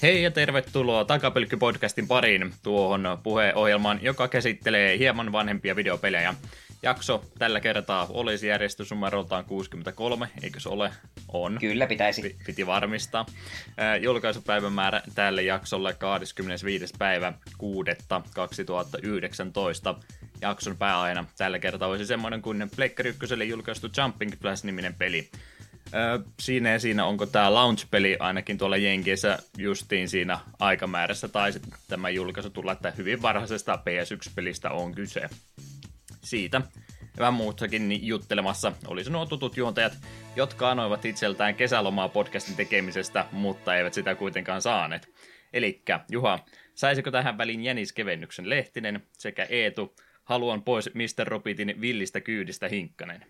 Hei ja tervetuloa Takapelkky-podcastin pariin, tuohon puheenohjelmaan, joka käsittelee hieman vanhempia videopelejä. Jakso tällä kertaa olisi järjestysnumeroltaan 63, eikö se ole? On. Kyllä pitäisi. Piti varmistaa. Julkaisupäivän määrä tälle jaksolle 25. päivä 6. 2019. Jakson pääaiheena tällä kertaa olisi semmoinen kuin Pleikkari 1:lle julkaistu Jumping Flash-niminen peli. Siinä onko tämä launch-peli ainakin tuolla Jenkeissä justiin siinä aikamäärässä, tai sitten tämä julkaisu tulla, että hyvin varhaisesta PS1-pelistä on kyse. Siitä ja vähän muutakin juttelemassa olisi nuo tutut juontajat, jotka anoivat itseltään kesälomaa podcastin tekemisestä, mutta eivät sitä kuitenkaan saaneet. Elikkä Juha, saisiko tähän väliin Jäniskevennyksen Lehtinen sekä Eetu, haluan pois Mr. Robitin villistä kyydistä Hinkkanen.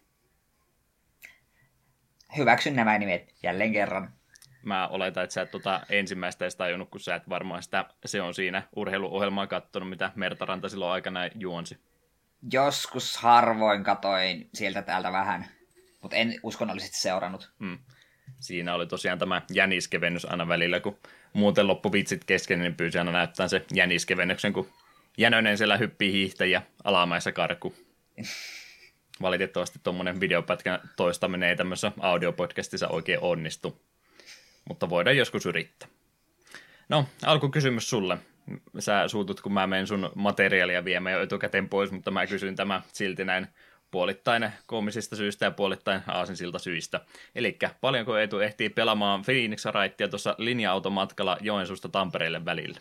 Hyväksyn nämä nimet jälleen kerran. Mä oletan, että sä et ensimmäistä edes tajunnut, kun sä et varmaan se on siinä urheiluohjelmaa kattonut, mitä Merta Ranta silloin aikana juonsi. Joskus harvoin katoin sieltä täältä vähän, mutta en uskonnollisesti seurannut. Siinä oli tosiaan tämä jäniskevennys aina välillä, kun muuten loppu vitsit kesken, niin pyysi aina näyttää se jäniskevennyksen, kun Jänönen siellä hyppii hiihtäjiä alamäessä karkuun. Valitettavasti tuommoinen videopätkän toistaminen ei tämmöisessä audiopodcastissa oikein onnistu, mutta voidaan joskus yrittää. No, alkukysymys sulle. Sä suutut, kun mä menen sun materiaalia viemään jo etukäteen pois, mutta mä kysyn tämä silti näin puolittain koomisista syistä ja puolittain aasinsilta syistä. Elikkä paljonko Eetu ehtii pelaamaan Phoenix Wrightia tuossa linja-automatkalla Joensuusta Tampereelle välillä?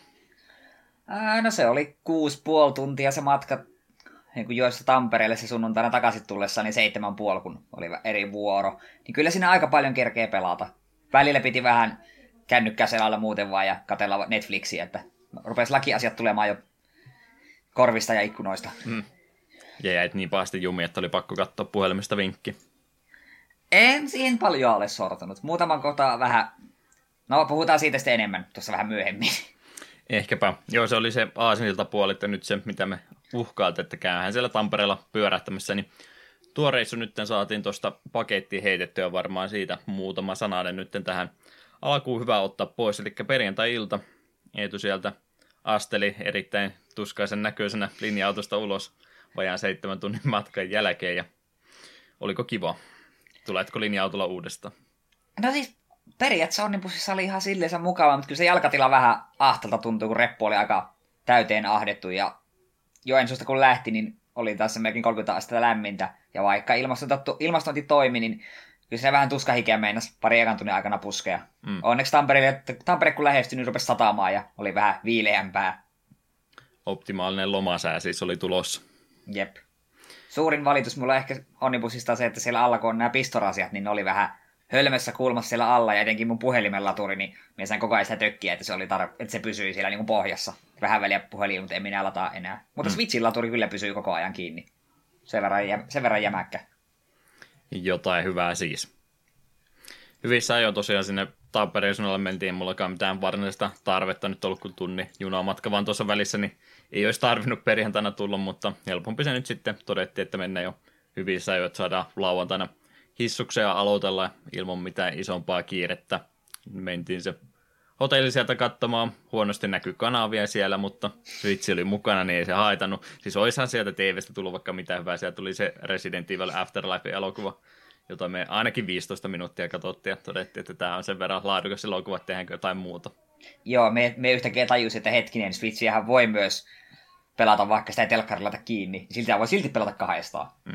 No se oli 6,5 tuntia se matka niin kuin Joensuusta Tampereelle se sunnuntaina takaisin tullessa, niin 7,5 kun oli eri vuoro. Niin kyllä siinä aika paljon kerkee pelata. Välillä piti vähän kännykkää selalla muuten vaan ja katsella Netflixiä, että rupesi lakiasiat tulemaan jo korvista ja ikkunoista. Ja jäit niin pahasti jumiin, että oli pakko katsoa puhelimesta vinkki. En siihen paljon ole sortunut. Muutaman kohtaa vähän, no puhutaan siitä sitten enemmän tuossa vähän myöhemmin. Ehkäpä. Joo, se oli se aasinilta puoli, että nyt se, mitä me uhkaat, että käyhän siellä Tampereella pyörähtämässä, niin tuo reissu nyt saatiin tuosta pakettiin heitettyä varmaan siitä muutama sananen nyt tähän alkuun hyvä ottaa pois, eli perjantai-ilta Eetu sieltä asteli erittäin tuskaisen näköisenä linja-autosta ulos vajaan 7 tunnin matkan jälkeen, ja oliko kiva? Tuletko linja-autolla uudestaan? No siis periaatteessa Onnibussissa oli ihan silleensä mukava, mutta kyllä se jalkatila vähän ahtalta tuntui, kun reppu oli aika täyteen ahdettu, ja Joensuusta kun lähti, niin oli taas melkein 30 astetta lämmintä, ja vaikka ilmastointi toimi, niin kyllä se vähän tuskahikeä meinasi pari ekan tunnin aikana puskea. Onneksi Tampere kun lähestyi, niin rupesi sataamaan, ja oli vähän viileämpää. Optimaalinen lomasää siis oli tulossa. Jep. Suurin valitus mulla ehkä Onnibussista on se, että siellä alla kun on nämä pistorasiat, niin ne oli vähän hölmössä kulmassa siellä alla, ja etenkin mun puhelimen laturi, niin minä sain koko ajan sitä tökkiä, että se pysyi siellä niin kuin pohjassa. Vähän väliä puhelin, mutta en minä lataa enää. Mutta Switchin laturi kyllä pysyy koko ajan kiinni. Sen verran jämäkkä. Jotain hyvää siis. Hyvissä ajoin tosiaan sinne Tampereen suunnalle mentiin, mullakaan mitään varsinaista tarvetta nyt ollut kuin tunnin junamatka vaan tuossa välissä, niin ei olisi tarvinnut perjantaina tulla, mutta helpompi se nyt sitten todettiin, että mennään jo hyvissä ajoin, että saadaan lauantaina hissuksia aloitella ilman mitään isompaa kiirettä. Mentiin se hotelli sieltä katsomaan, huonosti näkyy kanavia siellä, mutta Switch oli mukana, niin ei se haitannut. Siis oishan sieltä TVstä tullut vaikka mitään hyvää, sieltä tuli se Resident Evil Afterlife-elokuva, jota me ainakin 15 minuuttia katsottiin ja todettiin, että tämä on sen verran laadukas elokuva, että tehdäänkö jotain muuta. Joo, me yhtäkkiä tajusin, että hetkinen, Switchiähän voi myös pelata, vaikka sitä ei telkkarilla laita kiinni. Silti voi silti pelata 2.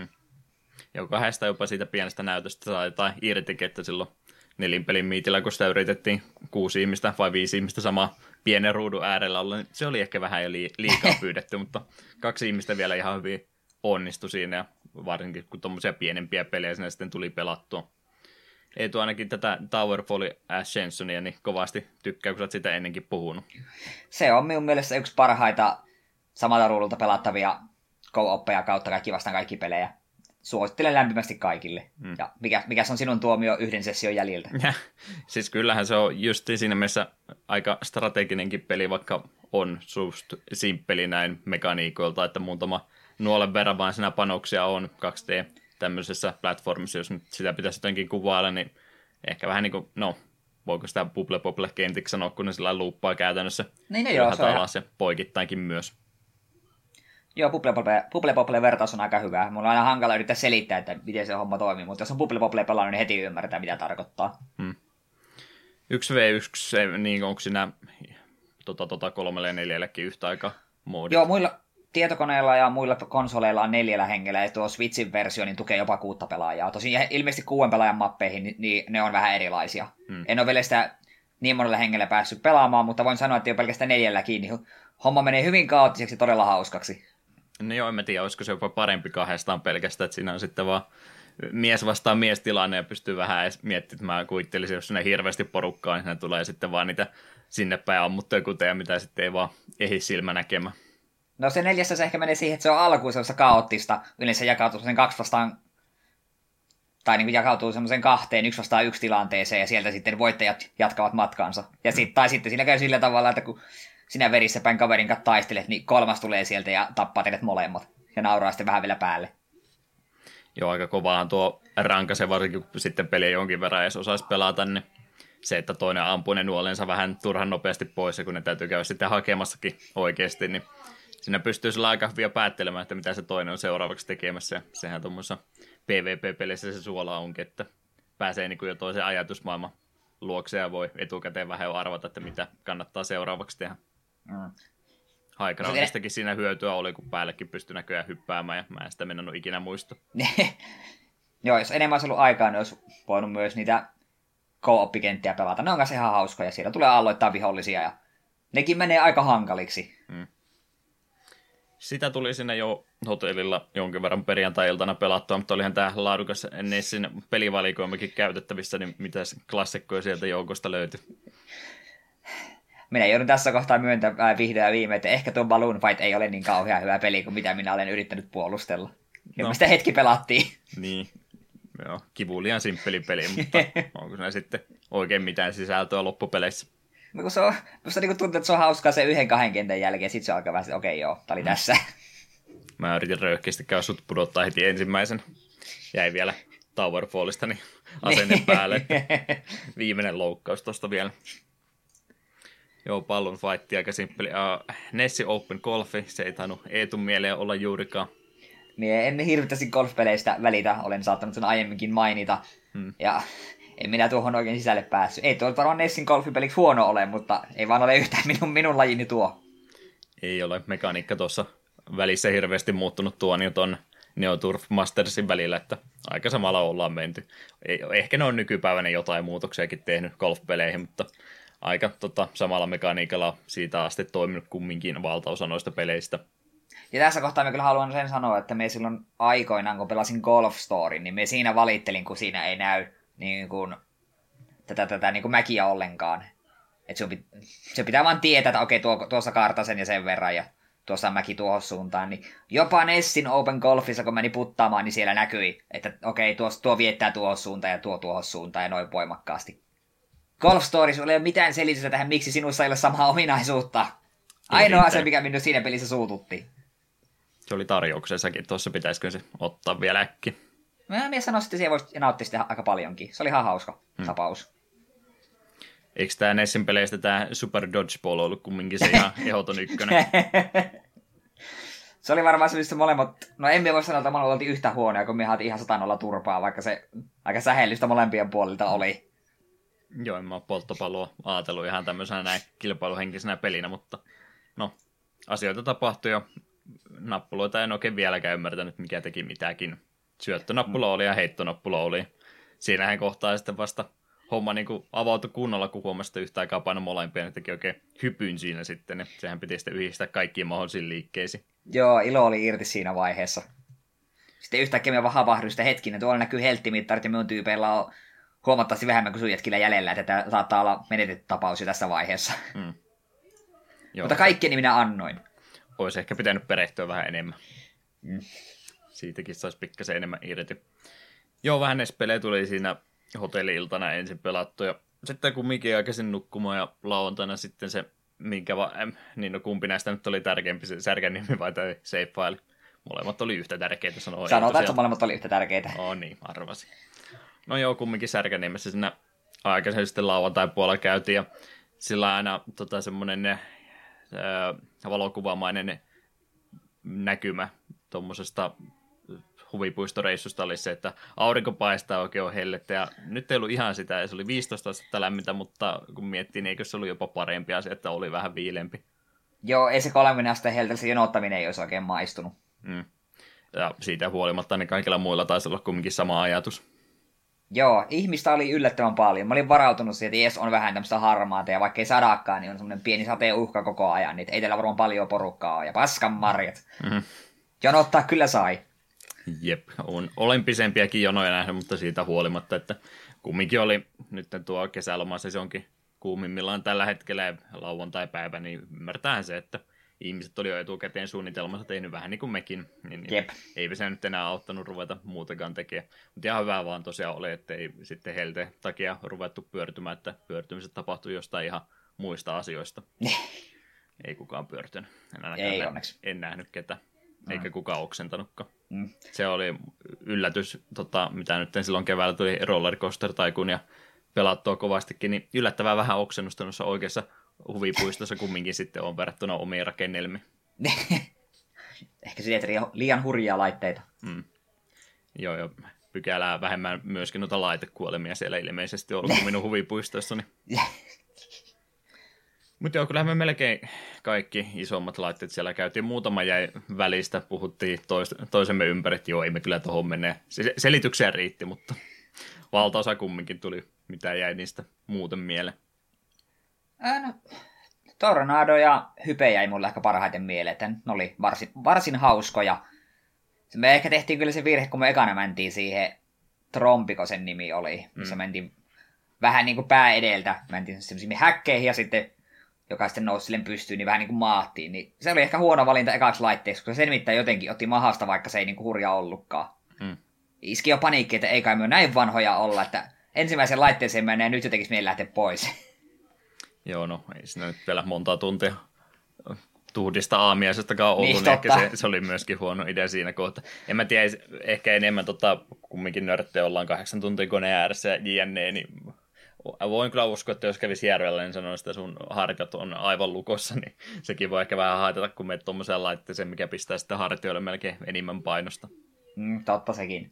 Joo, 2 jopa siitä pienestä näytöstä saa jotain irtikin, että silloin 4 pelin miitillä, kun sitä yritettiin 6 ihmistä vai 5 ihmistä samaa pienen ruudun äärellä olla, niin se oli ehkä vähän jo liikaa pyydetty, mutta 2 ihmistä vielä ihan hyvin onnistui siinä, ja varsinkin kun tuommoisia pienempiä pelejä sinne sitten tuli pelattua. Eetu ainakin tätä Towerfall Ascensionia niin kovasti tykkää, kun sä oot sitä ennenkin puhunut. Se on minun mielestä yksi parhaita samalta ruudulta pelattavia co-oppeja kautta kaikki vastaan kaikki pelejä. Suosittelen lämpimästi kaikille. Ja mikä on sinun tuomio yhden session jäljiltä? Ja, siis kyllähän se on just siinä mielessä aika strateginenkin peli, vaikka on suht simppeli näin mekaniikoilta, että muutama nuolen verran vain siinä panoksia on 2D tämmöisessä platformissa, jos nyt sitä pitäisi jotenkin kuvailla, niin ehkä vähän niin kuin, voiko sitä Bubble Bobble kentiksi sanoa, kun ne sillä luuppaa käytännössä Niin joo, se on alas ja poikittainkin myös. Joo, Bubble Bobble vertaus on aika hyvä. Mulla on aina hankala yrittää selittää, että miten se homma toimii, mutta jos on Bubble Bobble pelannut, niin heti ymmärretään, mitä tarkoittaa. 1v1, niin onko siinä 3 ja 4 yhtä aikaa moodit? Joo, muilla tietokoneilla ja muilla konsoleilla on 4 hengellä, ja tuo Switchin versio niin tukee jopa 6 pelaajaa. Tosin ilmeisesti 6 pelaajan mappeihin, niin ne on vähän erilaisia. En ole vielä sitä niin monella hengellä päässyt pelaamaan, mutta voin sanoa, että jo pelkästään 4 niin homma menee hyvin kaoottiseksi ja todella hauskaksi. No joo, en tiedä, olisiko se jopa parempi kahdestaan pelkästään, että siinä on sitten vaan mies vastaan mies tilanne ja pystyy vähän edes miettimään, että mä kuvittelisin, jos sinne hirveästi porukkaa, niin ne tulee sitten vaan niitä sinne päin ammuttuja kuteja, mitä sitten ei vaan ehdi silmä näkemään. No se 4 se ehkä menee siihen, että se on alkuun sellaista kaoottista, yleensä jakautuu semmoisen 2 vastaan, tai niin kuin jakautuu semmoisen 2, 1 vastaan 1 tilanteeseen, ja sieltä sitten voittajat jatkavat matkaansa. Ja tai sitten siinä käy sillä tavalla, että kun sinä verissä päin kaverin kanssa taistelet, niin 3 tulee sieltä ja tappaa teidät molemmat, ja nauraa sitten vähän vielä päälle. Joo, aika kovaahan tuo rankase, varsinkin kun sitten peliä jonkin verran edes osaisi pelata, niin se, että toinen ampuu ne nuolensa vähän turhan nopeasti pois, ja kun ne täytyy käydä sitten hakemassakin oikeasti, niin siinä pystyy sillä aika hyvin päättelemään, että mitä se toinen on seuraavaksi tekemässä, ja sehän tuommoisessa PvP-pelissä se suola onkin, että pääsee niin kuin jo toisen ajatusmaailman luokse ja voi etukäteen vähän jo arvata, että mitä kannattaa seuraavaksi tehdä. Highgroundistakin siinä hyötyä oli, kun päällekin pystyi näköjään hyppäämään, ja mä en sitä mennä ikinä muista. Joo, jos enemmän olisi ollut aikaa, niin olisi voinut myös niitä co-op-kenttiä pelata. Ne on kanssa ihan hauskoja, siellä tulee aloittaa vihollisia, ja nekin menee aika hankaliksi. Sitä tuli sinne jo hotellilla jonkin verran perjantai-iltana pelattua, mutta olihan tämä laadukas Nessin pelivalikoimakin käytettävissä, niin mitäs klassikkoja sieltä joukosta löytyi? Minä joudun tässä kohtaa myöntämään vihdoin ja viime, että ehkä tuo Balloon Fight ei ole niin kauhean hyvä peli kuin mitä minä olen yrittänyt puolustella. Ja mistä hetki pelattiin. Niin, joo, kivuliaan simppeli peli, mutta onko siinä sitten oikein mitään sisältöä loppupeleissä? No kun musta niin tuntuu, että se on hauskaa se 1-2 kentän jälkeen, sitten se alkaa vähän, että okei joo, tää oli tässä. Mä yritin röyhkeästi käydä sut pudottaa heti ensimmäisen. Jäi vielä Towerfallista niin asenne päälle. Viimeinen loukkaus tosta vielä. Joo, Balloon Fight aika simppeli. Nessi Open Golfi, se ei tainnut Eetun mieleen olla juurikaan. Mie en hirveästi golfpeleistä välitä, olen saattanut sen aiemminkin mainita. Ja en minä tuohon oikein sisälle päässyt. Ei tuo varmaan Nessin golfipeliksi huono ole, mutta ei vaan ole yhtään minun lajini tuo. Ei ole mekaniikka tuossa välissä hirveästi muuttunut tuon jo ton Neo Turf Mastersin välillä, että aika samalla ollaan menty. Ehkä ne on nykypäivänä jotain muutoksiakin tehnyt golfpeleihin, mutta aika samalla mekaniikalla siitä asti toiminut kumminkin valtaosa noista peleistä. Ja tässä kohtaa mä kyllä haluan sen sanoa, että me silloin aikoinaan, kun pelasin Golf Storyn, niin me siinä valittelin, kun siinä ei näy niin kuin, tätä niin kuin mäkiä ollenkaan. Että se pitää vaan tietää, että okei, tuossa kartta sen ja sen verran, ja tuossa on mäki tuohon suuntaan. Niin jopa Nessin Open Golfissa, kun meni puttaamaan, niin siellä näkyi, että okei, tuo viettää tuohon suuntaan ja tuohon suuntaan, ja noin voimakkaasti. Golf Stories ei ole mitään selitystä tähän, miksi sinussa ei ole samaa ominaisuutta. Ainoa asia, mikä minun siinä pelissä suututti. Se oli tarjouksessakin. Tuossa pitäisikö se ottaa vielä äkki? Mä sanoisin, että siellä voisi nauttia sitä aika paljonkin. Se oli ihan hauska tapaus. Eikö tämä Nessin peleistä tämä Super Dodgeball ollut kumminkin se ihan ehdoton ykkönen? Se oli varmaan semmoista molemmat, no emme voi sanoa, että molemmat oltiin yhtä huonoja, kun me haatiin ihan 100 turpaa, vaikka se aika sähellystä molempien puolilta oli. Joo, en mä ole polttopalloa ajatellut ihan tämmöisenä näin kilpailuhenkisenä pelinä, mutta no, asioita tapahtui jo. Nappuloita en oikein vieläkään ymmärtänyt, mikä teki mitäkin. Syöttönappula oli ja heittonappula oli. Siinähän kohtaa sitten vasta homma niin kuin avautui kunnolla, kun huomasi yhtä aikaa paino molempia, niin teki oikein hypyn siinä sitten. Niin sehän piti sitten yhdistää kaikkiin mahdollisiin liikkeisiin. Joo, ilo oli irti siinä vaiheessa. Sitten yhtäkkiä me vaan havahduin sitä hetkinen. Tuolla näkyy helttimittarit ja minun tyypeillä on huomattavasti vähemmän kuin sun jätkillä jäljellä, että tämä saattaa olla menetetty tapaus jo tässä vaiheessa. Joo, mutta kaikkeni minä annoin. Olisi ehkä pitänyt perehtyä vähän enemmän. Siitäkin saisi pikkasen enemmän irti. Joo, vähän pelejä tuli siinä hotelli-iltana ensin pelattu. Ja sitten kumminkin aikaisin nukkumaan ja lauantaina sitten se, niin no kumpi näistä nyt oli tärkeämpi, se särkän nimi vai tai save file. Molemmat oli yhtä tärkeitä. Sanotaan, että molemmat oli yhtä tärkeitä. Niin, arvasin. No joo, kumminkin särkän nimessä siinä aikaisemmin sitten lauantai-puolella käytiin, ja sillä aina semmoinen valokuvamainen näkymä tuommoisesta huvipuistoreissusta oli se, että aurinko paistaa oikein on hellettä, ja nyt ei ollut ihan sitä, ja se oli 15 astetta lämmintä, mutta kun miettii, niin eikö se ollut jopa parempi asia, että oli vähän viilempi. Joo, ei se 30 asteen helteellä se jonottaminen ei olisi oikein maistunut. Ja siitä huolimatta niin kaikilla muilla taisi olla kumminkin sama ajatus. Joo, ihmistä oli yllättävän paljon. Mä olin varautunut siihen, että jes on vähän tämmöistä harmaata, ja vaikka ei sadakaan, niin on semmoinen pieni sateen uhka koko ajan, niin ei teillä varmaan paljon porukkaa ole, ja paskan marjat. Jonottaa kyllä sai. Jep, olen pisempiäkin jonoja nähnyt, mutta siitä huolimatta, että kumminkin oli nyt tuo kesälomasesonkin kuumimmillaan tällä hetkellä ja lauantai-päivä, niin ymmärtää se, että ihmiset oli jo etukäteen suunnitelmassa tehnyt vähän niin kuin mekin, niin eipä se nyt enää auttanut ruveta muutakaan tekemään. Mutta ihan hyvä vaan tosiaan oli, että ei sitten helteen takia ruvettu pyörtymään, että pyörtymiset tapahtui jostain ihan muista asioista. Ei kukaan pyörtynyt. Ei onneksi. En nähnyt ketään, eikä kukaan oksentanutkaan. Se oli yllätys, mitä nyt silloin keväällä tuli Rollercoaster Tycoon ja pelattua kovastikin, niin yllättävän vähän oksennusta noissa oikeassa huvipuistossa kumminkin sitten on verrattuna omiin rakennelmiin. Ehkä siitä liian hurjia laitteita. Joo, pykälää vähemmän myöskin noita laitekuolemia siellä ilmeisesti on ollut kuin minun huvipuistoissani. Mutta joo, kyllähän me melkein kaikki isommat laitteet siellä käytiin. Muutama jäi välistä, puhuttiin toisemme ympäri, että joo, ei me kyllä tuohon mene. Selityksiä riitti, mutta valtaosa kumminkin tuli, mitä jäi niistä muuten mieleen. No, Tornado ja Hype jäi mulle ehkä parhaiten mieleen, että ne oli varsin hauskoja. Me ehkä tehtiin kyllä se virhe, kun me ekana mentiin siihen Trompiko sen nimi oli, missä mentiin vähän niin kuin pää edeltä. Mentiin semmoisiin häkkeihin ja sitten joka sitten nousi silleen pystyyn, niin vähän niin kuin maattiin. Niin se oli ehkä huono valinta ekaksi laitteeksi, koska se nimittäin jotenkin otti mahasta, vaikka se ei niin kuin hurja ollutkaan. Iski jo paniikki, että ei kai me näin vanhoja olla, että ensimmäisen laitteeseen mennään ja nyt jotenkin meidän lähtee pois. Joo, no ei siinä nyt vielä monta tuntia tuhdista aamiaisestakaan ollut, niin ehkä se oli myöskin huono idea siinä kohtaa. En mä tiedä, ehkä enemmän kumminkin nörttejä ollaan 8 tuntia koneen ääressä ja jne, niin voin kyllä uskoa, että jos kävisi järvellä, niin sanoin, että sun hartiat on aivan lukossa, niin sekin voi ehkä vähän haitata, kun menet tuommoiseen laitteeseen, mikä pistää sitten hartioille melkein enemmän painosta. Totta sekin.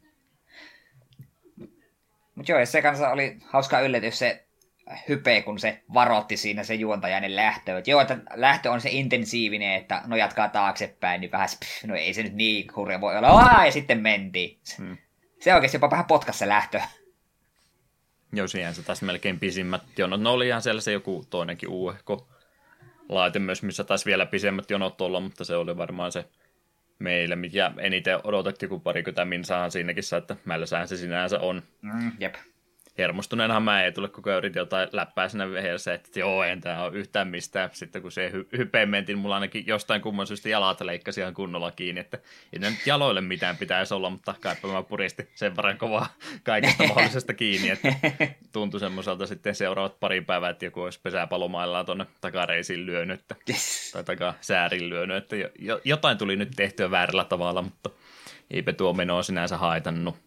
Mutta joo, se kanssa oli hauska yllätys se Hype, kun se varoitti siinä se juontajainen lähtö. Että joo, että lähtö on se intensiivinen, että no jatkaa taaksepäin, niin vähän no ei se nyt niin hurja voi olla. Ja sitten mentiin. Se oikeasti jopa vähän potkas se lähtö. Joo, siihen se taas melkein pisimmät jonot. No oli ihan siellä se joku toinenkin uuehko laite myös, missä taas vielä pisemmät jonot olla, mutta se oli varmaan se meille, mikä eniten odotettiin, kun 20 minsaahan siinäkin saa, että mälsähän se sinänsä on. Jep. Hermostuneenahan mä ei tule koko ajan yritin jotain läppää siinä vaiheessa, että joo, en tää ole yhtään mistään. Sitten kun se Hypeen mentiin, mulla ainakin jostain kumman syystä jalat leikkasi ihan kunnolla kiinni, että ei nyt jaloille mitään pitäisi olla, mutta kaipa mä puristin sen verran kovaa kaikesta mahdollisesta kiinni, että tuntui semmoiselta sitten seuraavat pari päivää, että joku olisi pesäpalomaillaan tuonne takareisiin lyönyt, tai takasäärin lyönyt, että jotain tuli nyt tehtyä väärällä tavalla, mutta eipä tuo menoa sinänsä haitannut.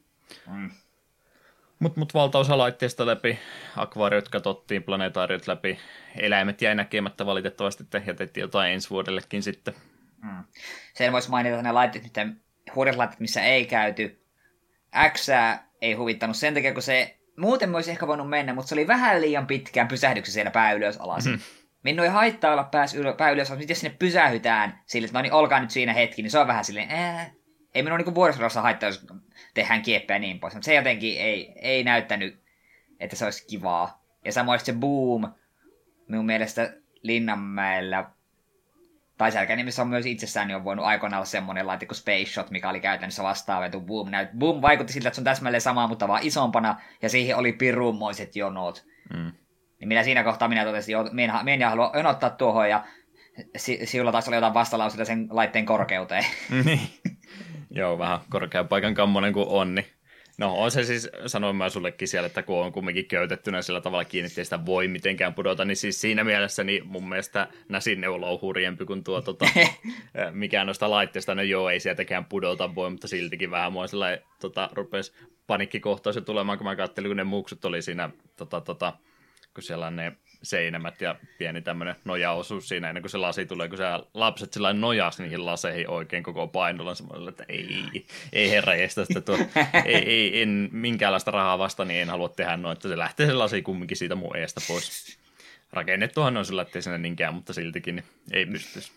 Mutta valtaosa laitteista läpi, akvaariot katsottiin, planetaariot läpi, eläimet jäi näkemättä valitettavasti, että jätettiin jotain ensi vuodellekin sitten. Sen voisi mainita ne laitteet, huudet laitteet, missä ei käyty. Xää ei huvittanut sen takia, kun se muuten olisi ehkä voinut mennä, mutta se oli vähän liian pitkään pysähdyksessä siellä pää ylös alas. Minun ei haittaa olla pää ylös alas, mutta jos sinne pysähytään sille, että no niin, olkaa nyt siinä hetki, niin se on vähän silleen, ei minun niin vuoristossa haittaa, jos tehdään kieppeä ja niin pois. Mutta se jotenkin ei näyttänyt, että se olisi kivaa. Ja samoin se Boom, minun mielestä Linnanmäellä, tai Sälkänimessä on myös itsessään niin on voinut aikoinaan olla semmoinen laite kuin Space Shot, mikä oli käytännössä vastaavettu Boom. Boom vaikutti siltä, että se on täsmälleen sama, mutta vaan isompana, ja siihen oli pirunmoiset jonot. Niin minä siinä kohtaa totesin, että minä en halua jonottaa tuohon, ja sinulla taas oli jotain vastalauseita sen laitteen korkeuteen. Joo, vähän korkean paikan kammonen kuin on, niin No on se siis, sanoin mä sullekin siellä, että kun on kumminkin köytettynä sillä tavalla kiinni, ettei sitä voi mitenkään pudota, niin siis siinä mielessä niin mun mielestä näsinneula on hurjempi kuin mikään noista laitteista. No joo, ei sieltäkään pudota voi, mutta siltikin vähän mua sellainen rupesi panikkikohtaus tulemaan, kun mä katselin, kun ne muksut oli siinä, kun siellä on ne seinämät ja pieni tämmöinen nojaosuus siinä, ennen kuin se lasi tulee, kun se lapset sellainen nojas niihin laseihin oikein koko painolla, semmoisella, että ei herra sitä tuo, en minkäänlaista rahaa vasta, niin en halua tehdä noin, että se lähtee se lasi kumminkin siitä mun eestä pois. Rakennettuhan on sillä, ettei sinne niinkään, mutta siltikin niin ei pystyisi.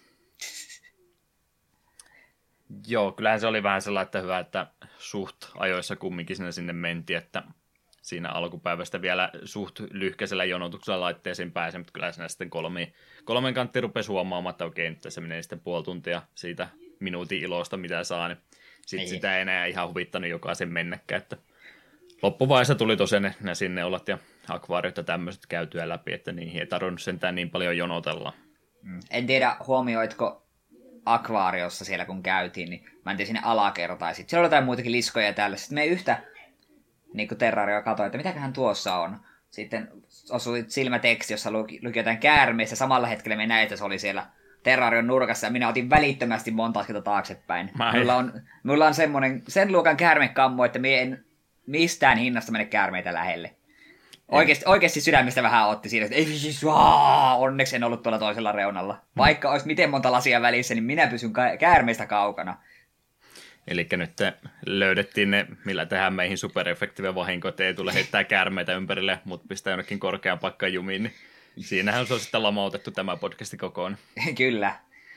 Joo, kyllähän se oli vähän sellainen, että hyvä, että suht ajoissa kumminkin sinne mentiin, että siinä alkupäivästä vielä suht lyhkäisellä jonotuksella laitteeseen pääsi, mutta kyllä siinä sitten kolmen kantti rupesi huomaamaan, että okei, nyt tässä menee sitten puoli tuntia siitä minuutin ilosta, mitä saa, niin sitten sitä ei enää ihan huvittanut jokaisen mennäkään, että loppuvaiheessa tuli tosiaan ne sinne olot ja akvaariot ja tämmöiset käytyä läpi, että niihin ei tarvinnut sentään niin paljon jonotella. En tiedä, huomioitko akvaariossa siellä kun käytiin, niin mä en tiedä sinne alakertaan, sitten siellä oli jotain muitakin liskoja ja tällä, sitten me yhtä niin kuin Terraria katsoin, että mitäköhän tuossa on. Sitten osui silmäteksti, jossa luki jotain käärmeistä. Samalla hetkellä me näin, että se oli siellä Terrarion nurkassa. Ja minä otin välittömästi monta askelta taaksepäin. Mulla on sen luokan käärmekammo, että minä en mistään hinnasta mene käärmeitä lähelle. Oikeasti sydämestä vähän otti siinä, että ei siis, onneksi en ollut tuolla toisella reunalla. Vaikka olisi miten monta lasia välissä, niin minä pysyn käärmeistä kaukana. Eli nyt löydettiin ne, millä tehdään meihin superefektiivinen vahinko, että ei tule heittää käärmeitä ympärille, mutta pistää jonnekin korkean paikkaan jumiin. Niin siinähän se on sitten lamautettu tämä podcasti kokoon. Kyllä.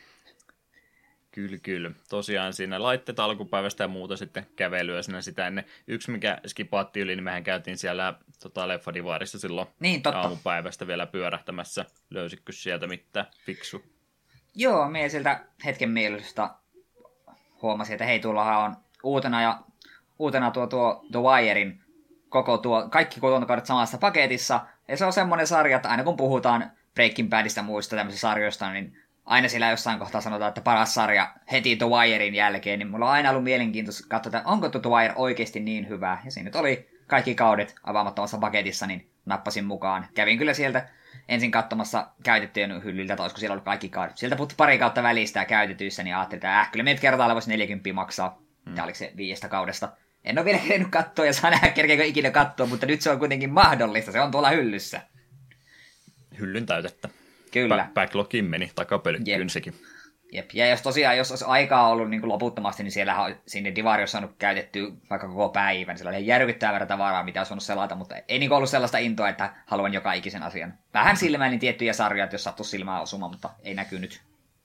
Kyllä. Tosiaan siinä laitteet alkupäivästä ja muuta sitten kävelyä siinä sitä ennen. Yksi, mikä skipaatti yli, niin mehän käytiin siellä Leffadivaarissa silloin aamupäivästä vielä pyörähtämässä. Löysitkö sieltä mitään fiksu? Joo, me sieltä hetken mielessä huomasin, että hei, tuollahan on uutena tuo The Wirein kaikki tuotantokaudet samassa paketissa. Ja se on semmoinen sarja, että aina kun puhutaan Breaking Badista muista tämmöisistä sarjoista, niin aina siellä jossain kohtaa sanotaan, että paras sarja heti The Wirein jälkeen. Niin mulla on aina ollut mielenkiintoista katsoa, että onko The Wire oikeasti niin hyvä. Ja siinä nyt oli kaikki kaudet avaamattomassa paketissa, niin nappasin mukaan. Kävin kyllä sieltä ensin katsomassa käytettyjen hyllyltä, että olisiko siellä ollut kaikki kaudet. Sieltä puhutti pari kautta välistä ja käytetyissä, niin ajattelin, että kyllä meitä kertaa voisi 40 maksaa. Tämä oliko se 5 kaudesta. En ole vielä kerennyt katsoa ja saa nähdä kerkeekö ikinä katsoa, mutta nyt se on kuitenkin mahdollista. Se on tuolla hyllyssä. Hyllyn täytettä. Kyllä. Backlogiin meni takapölkkyyn sekin. Jep. Ja jos tosiaan, jos olisi aikaa ollut niin kuin loputtomasti, niin siellähän sinne Divari olisi saanut käytettyä vaikka koko päivän. Siellä oli ihan järkyttävää verran tavaraa, mitä olisi voinut selata, mutta ei niin ollut sellaista intoa, että haluan joka ikisen asian. Vähän silmäilin tiettyjä sarjoja, jos sattuisi silmään osumaan, mutta ei näkynyt.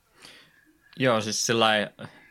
Joo, siis sellainen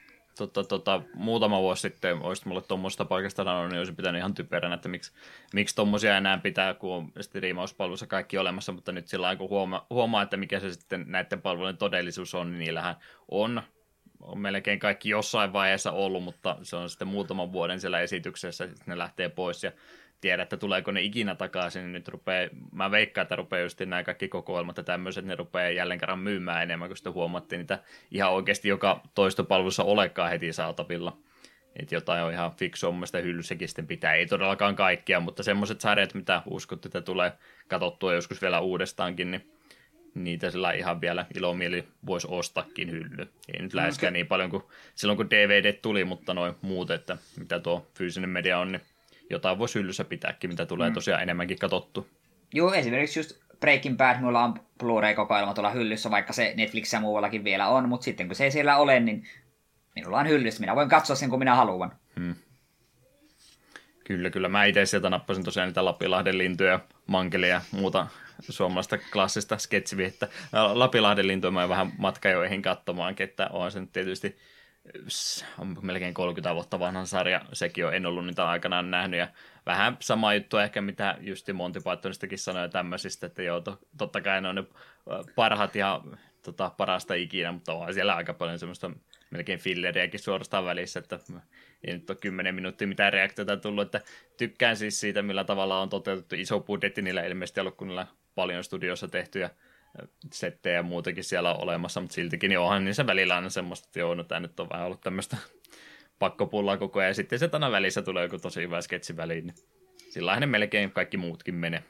muutama vuosi sitten olisi mulle tuommoista paikasta sanonut, niin olisi pitänyt ihan typeränä, että miksi tuommoisia enää pitää, kun on striimauspalvelussa kaikki olemassa, mutta nyt sillä kun huomaa, että mikä se sitten näiden palvelujen todellisuus on, niin niillähän on melkein kaikki jossain vaiheessa ollut, mutta se on sitten muutaman vuoden siellä esityksessä, että ne lähtee pois ja tiedä, että tuleeko ne ikinä takaisin, niin nyt mä veikkaan, että rupeaa just nämä kaikki kokoelmat ja tämmöiset, ne rupeaa jälleen kerran myymään enemmän, kun sitten huomattiin niitä ihan oikeasti joka toistopalvelussa olekaan heti saatavilla. Että jotain on ihan fiksua, mun mielestä hyllyssäkin sitten pitää, ei todellakaan kaikkia, mutta semmoiset sarjat, mitä uskot, että tulee katsottua joskus vielä uudestaankin, niin niitä sillä ihan vielä ilomieli voisi ostakin hylly. Ei nyt läheskään niin paljon kuin silloin, kun DVD tuli, mutta noin muut, että mitä tuo fyysinen media on, niin jotain voisi hyllyssä pitääkin, mitä tulee tosiaan enemmänkin katsottu. Joo, esimerkiksi just Breaking Bad, mulla on Blu-ray-kokoelma tuolla hyllyssä, vaikka se Netflix ja muuallakin vielä on, mutta sitten kun se ei siellä ole, niin minulla on hyllyssä. Minä voin katsoa sen, kun minä haluan. Kyllä. Mä itse sieltä nappasin tosiaan niitä Lapinlahden lintuja, mankelia ja muuta suomalaista klassista sketsivihettä. Lapinlahden lintuja mä vähän matkajoihin katsomaankin, että on se nyt tietysti on melkein 30 vuotta vanhan sarja, sekin on, en ollut niitä aikanaan nähnyt, ja vähän sama juttu ehkä, mitä Justi Monty Pythonistakin sanoi tämmöisistä, että joo, totta kai ne on ne parhaat ja parasta ikinä, mutta on siellä aika paljon semmoista melkein filleriäkin suorastaan välissä, että ei nyt ole 10 minuuttia mitään reaktiota tullut, että tykkään siis siitä, millä tavalla on toteutettu iso budjetti, niillä ilmeisesti ollut, kun niillä paljon studiossa tehtyjä settejä ja muutakin siellä on olemassa, mutta siltikin niin onhan niissä välillä aina semmoista, että joo, no tämä nyt on vähän ollut tämmöistä pakko pullaa koko ajan, ja sitten se tänä välissä tulee joku tosi hyvä sketsi väliin, niin sillähän ne melkein kaikki muutkin menee.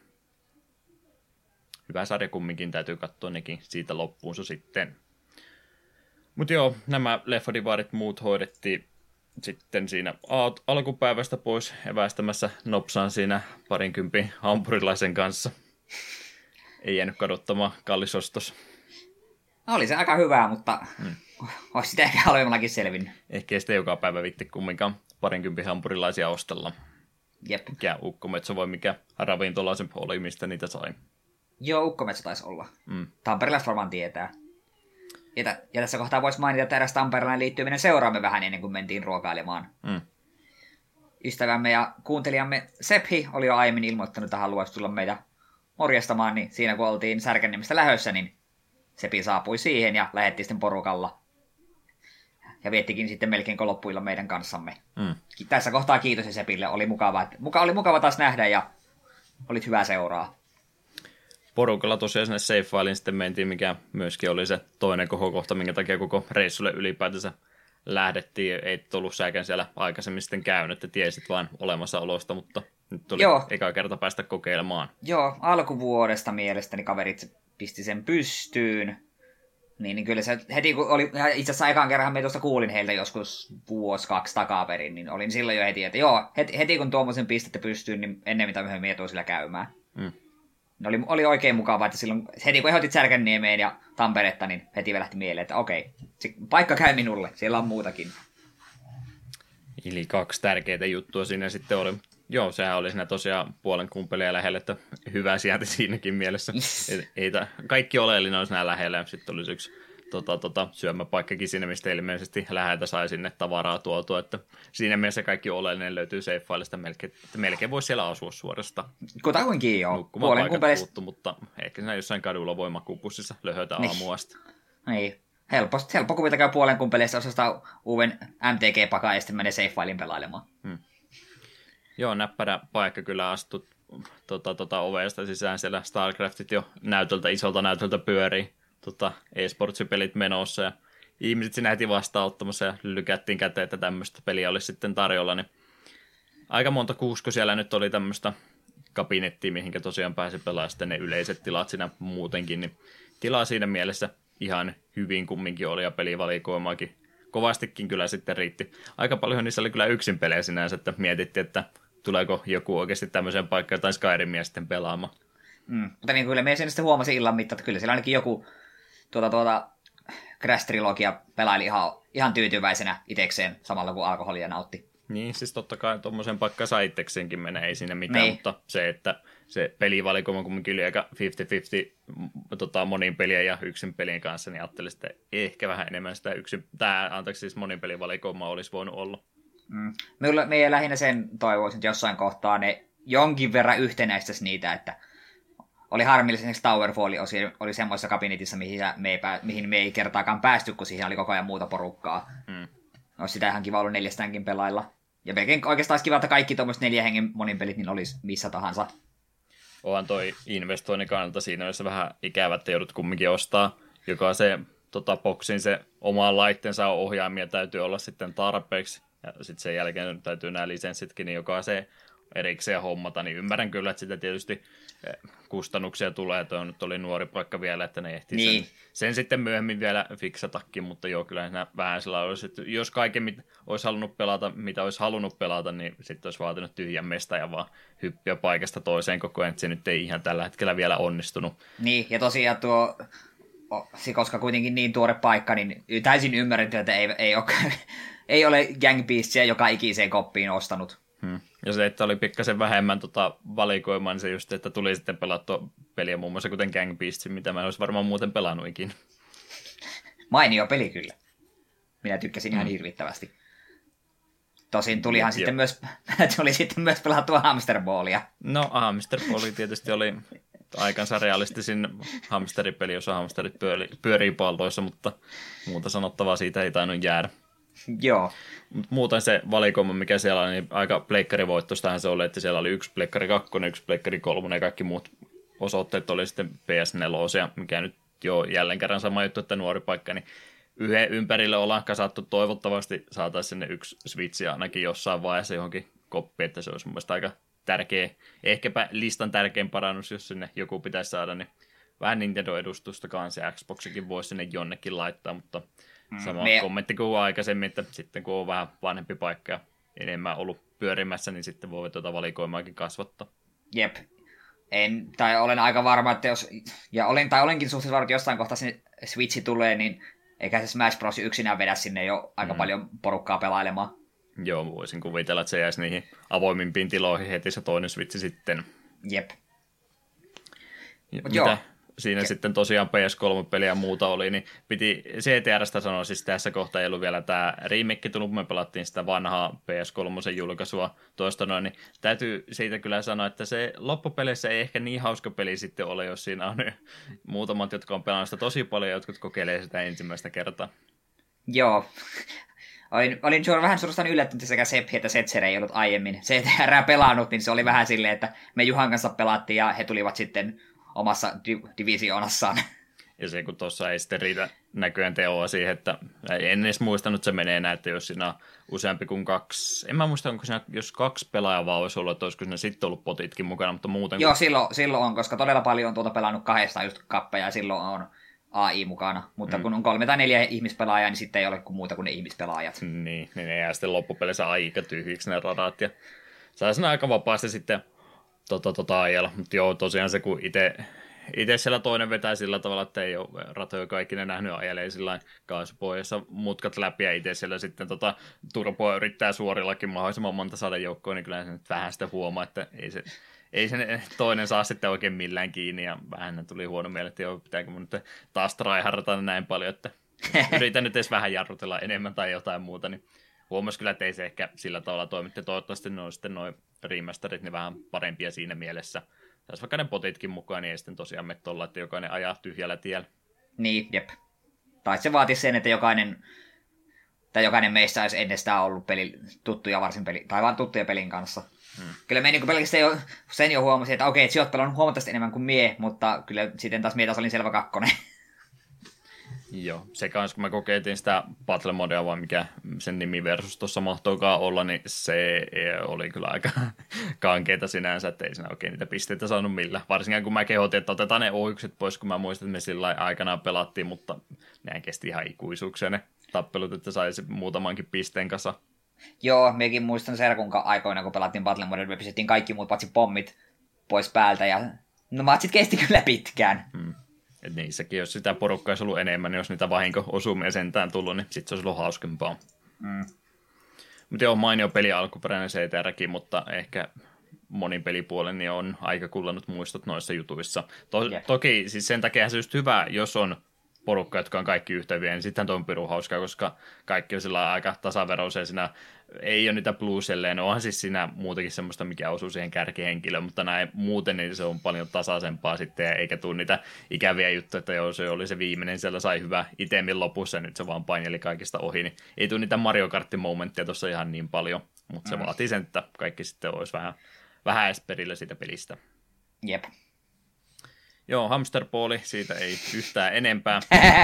Hyvä sarja kumminkin, täytyy katsoa nekin siitä loppuunsa sitten. Mutta joo, nämä leffadivaarit muut hoidettiin sitten siinä alkupäivästä pois evästämässä nopsaan siinä 20 hampurilaisen kanssa. Ei jäänyt kadottamaan kallisostos. Oli se aika hyvää, mutta olisi sitä ehkä halvemmallakin selvinnyt. Ehkä ei sitä joka päivä vitti kumminkaan 20 hampurilaisia ostella. Jep. Mikä Ukkometso vai mikä ravintola se oli, mistä niitä sai. Joo, Ukkometso taisi olla. Tamperilaiset varmaan tietää. Ja tässä kohtaa voisi mainita, että eräs tamperelainen liittyminen seuraamme vähän ennen kuin mentiin ruokailemaan. Ystävämme ja kuuntelijamme Sephi oli jo aiemmin ilmoittanut, että haluaisi tulla meitä morjastamaan, niin siinä kun oltiin Särkänniemestä lähössä, niin Sephi saapui siihen ja lähetti sitten porukalla. Ja viettikin sitten melkein loppuilla meidän kanssamme. Tässä kohtaa kiitos Sepille, oli mukava taas nähdä ja olit hyvää seuraa. Porukalla tosiaan sinne Safe Filein sitten mentiin, mikä myöskin oli se toinen kohokohta, minkä takia koko reissulle ylipäätänsä lähdettiin. Ei ollut säkään siellä aikaisemmin sitten käynyt, että tiesit vain olemassaolosta, mutta nyt tuli eka kerta päästä kokeilemaan. Joo, alkuvuodesta mielestäni kaverit pisti sen pystyyn. Niin kyllä se heti kun oli, itse asiassa ekaan kerran me tuosta kuulin heiltä joskus 1-2 takaperin, niin olin silloin jo heti, että joo, heti kun tuommoisen pistettä pystyyn, niin ennen mitä myöhemmin etuu sillä käymään. Oli oikein mukavaa, että silloin heti kun ehdotit Särkänniemeen ja Tamperetta, niin heti lähti mieleen, että okei, se paikka käy minulle, siellä on muutakin. Eli 2 tärkeitä juttua siinä sitten oli. Joo, sehän oli siinä tosiaan puolen kumpelia lähellä, että hyvä sieltä siinäkin mielessä. Kaikki oleellinen olisi näin lähellä, ja sitten olisi yksi syömäpaikkakin siinä, mistä ilmeisesti läheltä sai sinne tavaraa tuotua, että siinä mielessä kaikki oleellinen löytyy Safe Filesta, melkein voisi siellä asua suorastaan. Kutakuinkin joo. Nukkumapaikat puuttu, mutta ehkä siinä jossain kadulla voi makuupussissa löhötä aamuasta. Niin. Helppo kuvita käy puolen kumpeleista osasta uuden MTG-pakaa ja sitten menee Safe Filein pelailemaan. Joo, näppärä paikka kyllä astut ovesta sisään, siellä StarCraftit jo isolta näytöltä pyörii. E-sportsipelit menossa ja ihmiset siinä heti vastaanottamassa ja lykättiin käteen, että tämmöistä peliä olisi sitten tarjolla, niin aika monta kuusko siellä nyt oli tämmöistä kabinettia, mihinkä tosiaan pääsi pelaamaan sitten ne yleiset tilat siinä muutenkin, niin tilaa siinä mielessä ihan hyvin kumminkin oli ja pelivalikoimaakin kovastikin kyllä sitten riitti. Aika paljon niissä oli kyllä yksin pelejä sinänsä, että mietittiin, että tuleeko joku oikeasti tämmöiseen paikkaan tai Skyrimia sitten pelaamaan. Mutta niin kyllä minä sen sitten huomasin illan mittaan, että kyllä siellä ainakin joku Crash-trilogia pelaili ihan tyytyväisenä itekseen samalla kuin alkoholia nautti. Niin, siis totta kai tuommoisen paikkaan saa itsekseenkin mennä, ei siinä mitään, mutta se, että se pelivalikoima kumminkin oli aika 50-50 monin pelien ja yksin pelien kanssa, niin ajattelin, että ehkä vähän enemmän sitä siis monin pelivalikoimaa olisi voinut olla. Meidän lähinnä sen toivoisin, että jossain kohtaa ne jonkin verran yhtenäistäisi niitä, että oli harmillisesti Towerfall oli semmoisessa kabinetissa, mihin me ei kertaakaan päästy, kun siihen oli koko ajan muuta porukkaa. Olisi sitä ihan kiva ollut 4 pelailla. Ja melkein oikeastaan olisi kiva, että kaikki tuommoiset 4 hengen monin pelit niin olisi missä tahansa. Onhan toi investoinnin kannalta siinä, jossa vähän ikävä, että joudut kumminkin ostaa, joka se boksin se omaan laitteensa ohjaamia täytyy olla sitten tarpeeksi. Ja sitten sen jälkeen täytyy nämä lisenssitkin, niin joka se erikseen hommata, niin ymmärrän kyllä, että sitä tietysti kustannuksia tulee, että nyt oli nuori paikka vielä, että ne ehtii sen sitten myöhemmin vielä fiksatakin, mutta joo, kyllä siinä vähän sillä olisi, että jos kaiken olisi halunnut pelata, mitä olisi halunnut pelata, niin sitten olisi vaatinut tyhjän mesta ja vaan hyppiä paikasta toiseen koko ajan, että se nyt ei ihan tällä hetkellä vielä onnistunut. Niin, ja tosiaan koska kuitenkin niin tuore paikka, niin täysin ymmärretty, että ei ole Gang Beastia joka ikiseen koppiin ostanut. Ja se, että oli pikkasen vähemmän valikoimaa, niin se just, että tuli sitten pelattua peliä muun muassa kuten Gang Beasts, mitä mä en olisi varmaan muuten pelannut ikinä. Mainio peli kyllä. Minä tykkäsin ihan hirvittävästi. Tosin tulihan sitten myös pelattua Hamsterballia. No, Hamsterballi tietysti oli aikansa realistisin hamsteripeli, jossa hamsterit pyörii palloissa, mutta muuta sanottavaa siitä ei tainnut jäädä. Joo. Muuten se valikoima, mikä siellä oli, niin aika pleikkarivoittoistahan se oli, että siellä oli 1 pleikkari 2, 1 pleikkari 3 ja kaikki muut osoitteet oli sitten PS4, mikä nyt jo jälleen kerran sama juttu, että nuori paikka, niin yhden ympärille ollaan kasattu. Toivottavasti saataisiin sinne yksi Switch ainakin jossain vaiheessa johonkin koppiin, että se olisi mun mielestä aika tärkeä, ehkäpä listan tärkein parannus, jos sinne joku pitäisi saada, niin vähän Nintendo-edustusta kanssa ja Xboxikin voisi sinne jonnekin laittaa, mutta sama kommentti kuin aikaisemmin, että sitten kun on vähän vanhempi paikka ja enemmän ollut pyörimässä, niin sitten voi tuota valikoimaakin kasvattaa. Jep. Olen aika varma, että olenkin suhteellisen varma, että jossain kohtaa sinne Switchi tulee, niin eikä se Smash Bros. Yksinään vedä sinne jo aika paljon porukkaa pelailemaan. Joo, voisin kuvitella, että se jäisi niihin avoimimpiin tiloihin heti se toinen Switch sitten. Jep. Mitä siinä sitten tosiaan PS3-peliä ja muuta oli, niin piti CTR:stä sanoa, siis tässä kohtaa ei ollut vielä tämä remake tullut, me pelattiin sitä vanhaa PS3-julkaisua toista noin, niin täytyy siitä kyllä sanoa, että se loppupeleissä ei ehkä niin hauska peli sitten ole, jos siinä on muutamat, jotka on pelannut sitä tosi paljon, ja jotkut kokeilee sitä ensimmäistä kertaa. Joo. Olin vähän suorastaan yllättynyt, että sekä Seppi että Setzer ei ollut aiemmin CTR pelannut, niin se oli vähän silleen, että me Juhan kanssa pelattiin ja he tulivat sitten omassa divisioonassaan. Ja se, kun tuossa ei sitten riitä näköjään teoa siihen, että en edes muistanut, että se menee näin, että jos siinä on useampi kuin 2, en mä muista, onko siinä, jos 2 pelaajaa vaan olisi ollut, että olisiko siinä sitten ollut potitkin mukana, mutta muuten... Joo, silloin on, koska todella paljon on tuota pelannut 2 just kappeja ja silloin on AI mukana, mutta kun on 3 tai 4 ihmispelaajaa, niin sitten ei ole kuin muuta kuin ne ihmispelaajat. Niin ne jää sitten loppupeleissä aika tyhjiksi ne radat, ja saa sinne aika vapaasti sitten ajalla, mutta joo, tosiaan se, kun itse siellä toinen vetää sillä tavalla, että ei ole ratoja kaikki ne nähnyt ajelee sillä kaasupohjassa mutkat läpi, ja itse siellä sitten turpoa yrittää suorillakin mahdollisimman monta saada joukkoon, niin kyllä se nyt vähän sitä huomaa, että ei se toinen saa sitten oikein millään kiinni, ja vähän tuli huono mieli, että joo, pitääkö mun nyt taas tryhardata näin paljon, että yritän nyt edes vähän jarrutella enemmän tai jotain muuta, niin huomasi kyllä, että ei se ehkä sillä tavalla toimitte. Toivottavasti ne on sitten noin remasterit, niin vähän parempia siinä mielessä. Saisi vaikka ne potitkin mukaan, niin ei sitten tosiaan mene tuolla, että jokainen ajaa tyhjällä tiellä. Niin, jep. Tai se vaatisi sen, että jokainen meistä olisi ennestään ollut tuttuja pelin kanssa. Kyllä me niin pelkästään sen jo huomasin, että okei, että sä oot pelannut huomattavasti enemmän kuin mie, mutta kyllä sitten taas mie taas olin selvä kakkonen. Joo, se kanssa kun me kokeiltiin sitä Battle Modea, vai mikä sen nimi versus tuossa mahtoikaan olla, niin se oli kyllä aika kankeita sinänsä, että ei siinä oikein niitä pisteitä saanut millään. Varsinkin kun mä kehotin, että otetaan ne ohjukset pois, kun mä muistan, että me sillä aikanaan pelattiin, mutta nehän kesti ihan ikuisuuksia ne tappelut, että saisi muutamankin pisteen kasa. Joo, mekin muistan Serkun aikoina, kun pelattiin Battle Modea, me pistettiin kaikki muut paitsi pommit pois päältä, ja no matsit kesti kyllä pitkään. Et niissäkin, jos sitä porukkaa olisi ollut enemmän, niin jos niitä vahinko-osumia sentään tullut, niin sitten se olisi ollut hauskempaa. Mutta joo, mainio peli alkuperäinen CTRkin, mutta ehkä monin pelipuolen niin on aika kullannut muistot noissa jutuissa. Toki siis sen takia se just hyvä, jos on porukka, jotka on kaikki yhtä hyviä, niin sitten on pirun hauskaa, koska kaikki on sillä aika tasaveroisia. Siinä ei ole niitä blueselleen, onhan siis siinä muutenkin semmoista, mikä osuu siihen kärkihenkilöön, mutta näin muuten niin se on paljon tasaisempaa sitten, eikä tule niitä ikäviä juttuja, että joo, se oli se viimeinen, siellä sai hyvä itemin lopussa, ja nyt se vaan paineli kaikista ohi, niin ei tule niitä Mario Kart-momentteja tuossa ihan niin paljon, mutta se vaatii sen, että kaikki sitten olisi vähän edes perillä siitä pelistä. Jep. Joo, Hamsterballi, siitä ei yhtään enempää.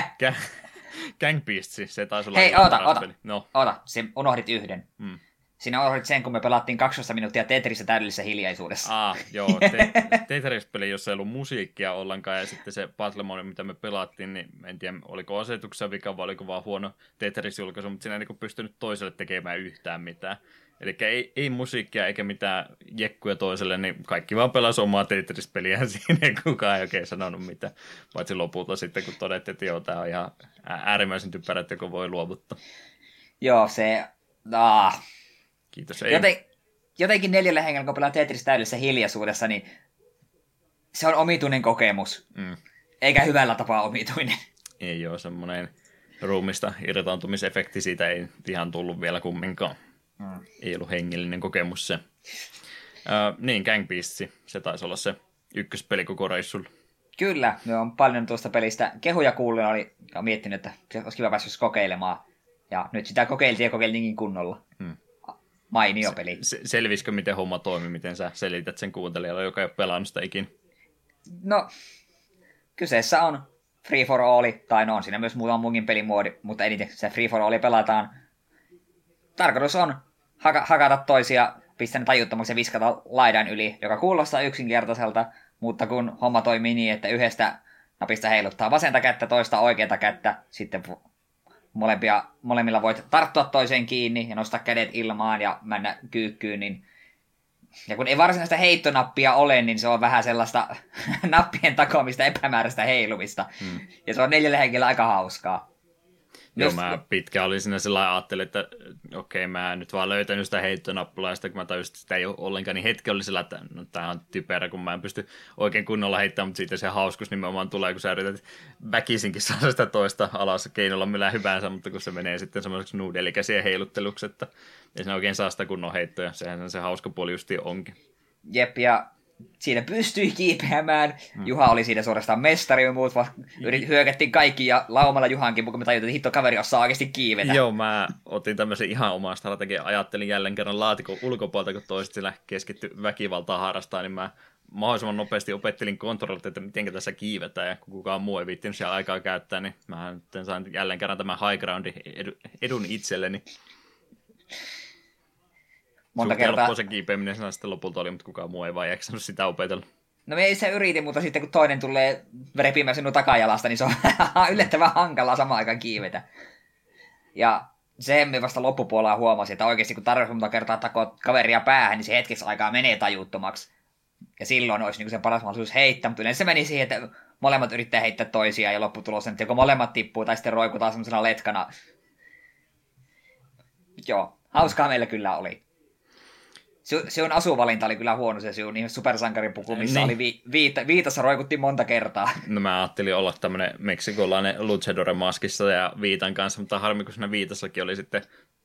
Gang Beasts, se taisi olla... Hei, oota, se unohdit yhden. Siinä unohdit sen, kun me pelattiin 12 minuuttia Tetristä täydellisessä hiljaisuudessa. Joo, Tetris-peli, jossa ei ollut musiikkia ollenkaan, ja sitten se Battle Mode, mitä me pelattiin, niin en tiedä, oliko asetuksessa vika vai oliko vaan huono Tetris-julkaisu, mutta siinä ei niin pystynyt toiselle tekemään yhtään mitään. Eli ei musiikkia eikä mitään jekkuja toiselle, niin kaikki vaan pelasi omaa Tetris-peliä siinä, kukaan ei oikein sanonut mitään. Paitsi lopulta sitten, kun todettiin, että joo, tämä on ihan äärimmäisen typerä, että joku voi luovuttaa. Joo, se... Kiitos. Jotenkin 4 hengellä, kun pelaa Tetris täydellisessä hiljaisuudessa, niin se on omituinen kokemus. Eikä hyvällä tapaa omituinen. Ei ole semmoinen ruumista irtaantumisefekti, siitä ei ihan tullut vielä kumminkaan. Ei ollut hengellinen kokemus se. Niin, Gang Beasts, se taisi olla se ykköspeli koko reissulla. Kyllä, me on paljon tuosta pelistä kehuja kuullut ja oli miettinyt, että se olisi kiva päästä kokeilemaan. Ja nyt sitä kokeiltiinkin kunnolla. Mainio peli. Selvisikö, miten homma toimii, miten sä selität sen kuuntelijalle, joka ei ole pelannut sitä ikin? No, kyseessä on free for all, tai no on siinä myös muutama muunkin pelimuodi, mutta eniten se free for all pelataan. Tarkoitus on hakata toisia, pistää ne tajuttomaksi ja viskata laidan yli, joka kuulostaa yksinkertaiselta, mutta kun homma toimii niin, että yhdestä napista heiluttaa vasenta kättä, toista oikeata kättä, sitten molemmilla voit tarttua toiseen kiinni ja nostaa kädet ilmaan ja mennä kyykkyyn, niin ja kun ei varsinaista heittonappia ole, niin se on vähän sellaista nappien takoamista epämääräistä heilumista. Ja se on 4 henkilöllä aika hauskaa. Joo, mä pitkään olin siinä sillä ajattelin, että okei, mä nyt vaan löytänyt sitä heittonappulaa, ja sitten kun mä tajusin, että sitä ei ole ollenkaan, niin hetki oli sillä, että no, tää on typerä, kun mä en pysty oikein kunnolla heittämään, mutta siitä se hauskuus nimenomaan tulee, kun sä yrität väkisinkin saada sitä toista alas keinolla millään hyvänsä, mutta kun se menee sitten semmoiseksi nuudelikäisiä heilutteluksi, että ei siinä oikein saa sitä kunnon heittoja, sehän se hauska puoli justiin onkin. Jep, ja siinä pystyi kiipeämään. Juha oli siinä suorastaan mestari ja muut, hyökättiin kaikki ja laumalla Juhankin, kun me tajuttiin, että hitto kaveri osaa oikeasti kiivetä. Joo, mä otin tämmöisen ihan omaa strategiaa. Ajattelin jälleen kerran laatikon ulkopuolelta, kun toiset sillä keskitty väkivaltaa harrastaa, niin mä mahdollisimman nopeasti opettelin kontrollit, että miten tässä kiivetään, ja kun kukaan muu ei viittinyt siellä aikaa käyttää, niin mä sain jälleen kerran tämän high groundin edun itselleni. Monta kertaa se kiipeäminen siinä sitten lopulta oli, mutta kukaan muu ei vaan jaksanut sitä opetella. No me ei se yriti, mutta sitten kun toinen tulee repimään sinun takajalasta, niin se on yllättävän hankalaa samaan aikaan kiivetä. Ja sen me vasta loppupuolella huomasin, että oikeasti kun tarvitsisi monta kertaa takoa kaveria päähän, niin se hetkeksi aikaa menee tajuttomaksi. Ja silloin olisi niin se paras mahdollisuus heittää, mutta yleensä se meni siihen, että molemmat yrittää heittää toisiaan ja lopputulos on, että joko molemmat tippuu tai sitten roikutaan semmoisena letkana. Joo, hauskaa meillä kyllä oli. Sinun asuvalinta oli kyllä huono, se sinun niin supersankaripuku, missä oli viitassa roikuttiin monta kertaa. No mä ajattelin olla tämmönen meksikolainen luchadore-maskissa ja viitan kanssa, mutta harmi, kun siinä viitassakin oli sitten,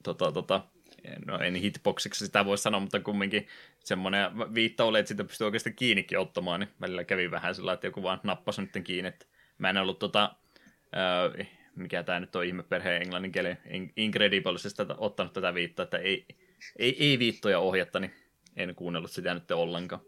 no en hitboxiksi sitä voi sanoa, mutta kumminkin semmoinen viitta oli, että sitä pystyy oikeasti kiinnikin ottamaan, niin välillä kävi vähän sillä, että joku vaan nappasi nyt kiinni, että mä en ollut mikä tää nyt on ihmeperheen englannin kieli, Incrediblesista ottanut tätä viittaa, että ei viittoja ohjatta, niin en kuunnellut sitä nyt ollenkaan.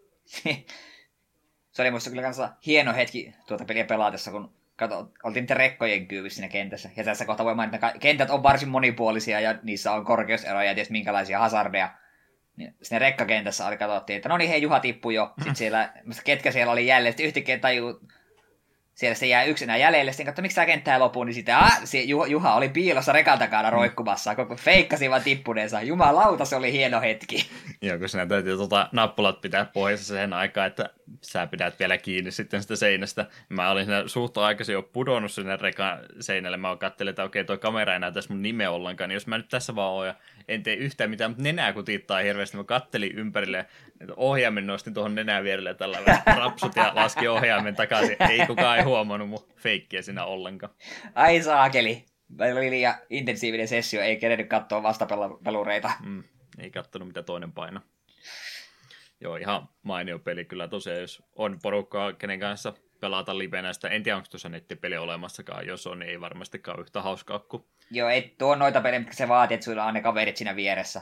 Se oli musta kyllä kanssa hieno hetki tuota peliä pelaatessa, kun oltiin niiden rekkojen kyyvissä siinä kentässä. Ja tässä kohtaa voi mainita, että kentät on varsin monipuolisia ja niissä on korkeuseroja ja ties minkälaisia hazardeja. Niin siinä rekkakentässä katsottiin, että no niin hei, Juha tippui jo. Sitten siellä, ketkä siellä oli jälleen, sitten yhtäkkiä tajuu, siellä se jää yksinään jäljelle, sitten katso, miksi tämä kenttää lopuu, niin sitten Juha oli piilossa rekan takana roikkumassa, koko feikkasi vaan tippuneensa. Jumalauta, se oli hieno hetki. Joo, kun sinä täytyy nappulat pitää pohjassa sen aikaa, että sä pidät vielä kiinni sitten sitä seinästä. Mä olin siinä suht aikaisin jo pudonnut sinne rekan seinälle. Mä katselin, että okei, toi kamera ei näytäisi mun nimeä ollenkaan, niin jos mä nyt tässä vaan oon ja en tee yhtään mitään, mutta nenää kutittaa hirveästi. Mä kattelin ympärille, että ohjaimen nostin tuohon nenään vierelle tällä rapsut ja laski ohjaimen takaisin. Kukaan ei huomannut mun feikkiä siinä ollenkaan. Ai saakeli. Meillä oli liian intensiivinen sessio, ei kerennyt katsoa vastapelureita. Ei kattonut, mitä toinen paino. Joo, ihan mainio peli kyllä tosiaan, jos on porukkaa, kenen kanssa pelata livenä sitä. En tiedä, onko tuossa nettipeli olemassakaan. Jos on, niin ei varmastikaan yhtä hauskaa kuin... Joo, ei tuo noita pelejä, mitkä se vaatii, että sulla on ne kaverit siinä vieressä.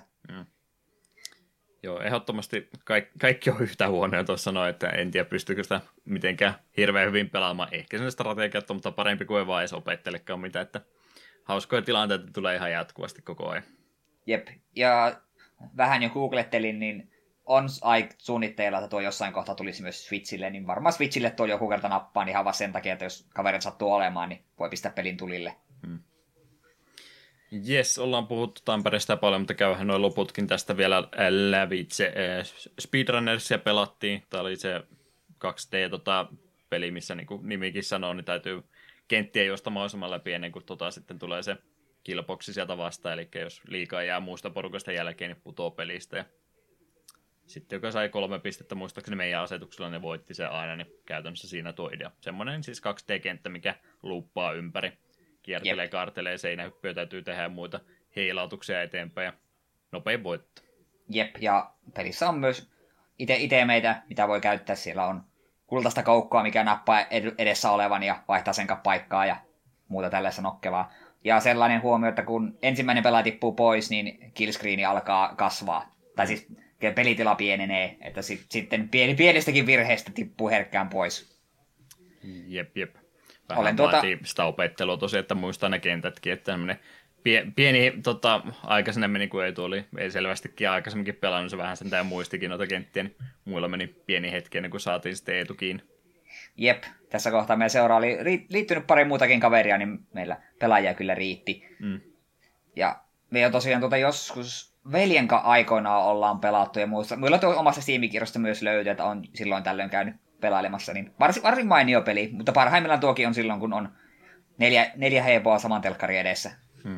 Joo, ehdottomasti kaikki on yhtä huonoja tuossa sanoa, että en tiedä pystyykö sitä mitenkään hirveän hyvin pelaamaan. Ehkä sen strategiat on, mutta parempi kuin ei vaan edes opettelekaan mitä, että hauskoja tilanteita tulee ihan jatkuvasti koko ajan. Jep, ja vähän jo googlettelin, niin on suunnitteilla, että tuo jossain kohtaa tulisi myös Switchille, niin varmaan Switchille tuo joku kerta nappaan ihan vaan sen takia, että jos kaverit sattuu olemaan, niin voi pistää pelin tulille. Jes, ollaan puhuttu Tampereesta paljon, mutta käyhän noin loputkin tästä vielä lävitse. Speedrunnersia pelattiin. Tämä oli se 2D-peli, missä niin kuin nimikin sanoo, niin täytyy kenttiä juosta mahdollisimman läpi ennen kuin sitten tulee se killboxi sieltä vastaan. Eli jos liikaa jää muusta porukasta jälkeen, niin putoo pelistä. Ja sitten joka sai 3 pistettä, muistaakseni meidän asetuksella ne voitti se aina, niin käytännössä siinä tuo idea. Semmoinen siis 2D-kenttä, mikä luuppaa ympäri. Kiertelee, kaartelee, seinähyppyjä täytyy tehdä muita heilautuksia eteenpäin ja nopein voitto. Jep, ja pelissä on myös itemeitä, mitä voi käyttää. Siellä on kultaista koukkoa, mikä nappaa edessä olevan ja vaihtaa sen paikkaa ja muuta tällaista nokkevaa. Ja sellainen huomio, että kun ensimmäinen pelaaja tippuu pois, niin killscreeni alkaa kasvaa. Tai siis pelitila pienenee, että sitten pienestäkin virheestä tippuu herkkään pois. Jep. vähän vaatii sitä opettelua tosiaan, että muistaa ne kentätkin, että tämmöinen pieni aika sinne meni, kun ei selvästikin aikaisemminkin pelannut, se vähän sentään muistikin noita kenttiä, niin muilla meni pieni hetki ennen kuin saatiin sitten Eetu kiinni. Jep, tässä kohtaa meidän seura oli liittynyt pari muutakin kaveria, niin meillä pelaajia kyllä riitti. Ja me on tosiaan joskus veljen aikoinaan ollaan pelattu ja muusta. Muilla tuo omasta Steam-kirjoista myös löytyy, että on silloin tällöin käynyt pelailemassa, niin varsin mainio peli, mutta parhaimmillaan tuokin on silloin, kun on neljä heepoa saman telkkari edessä.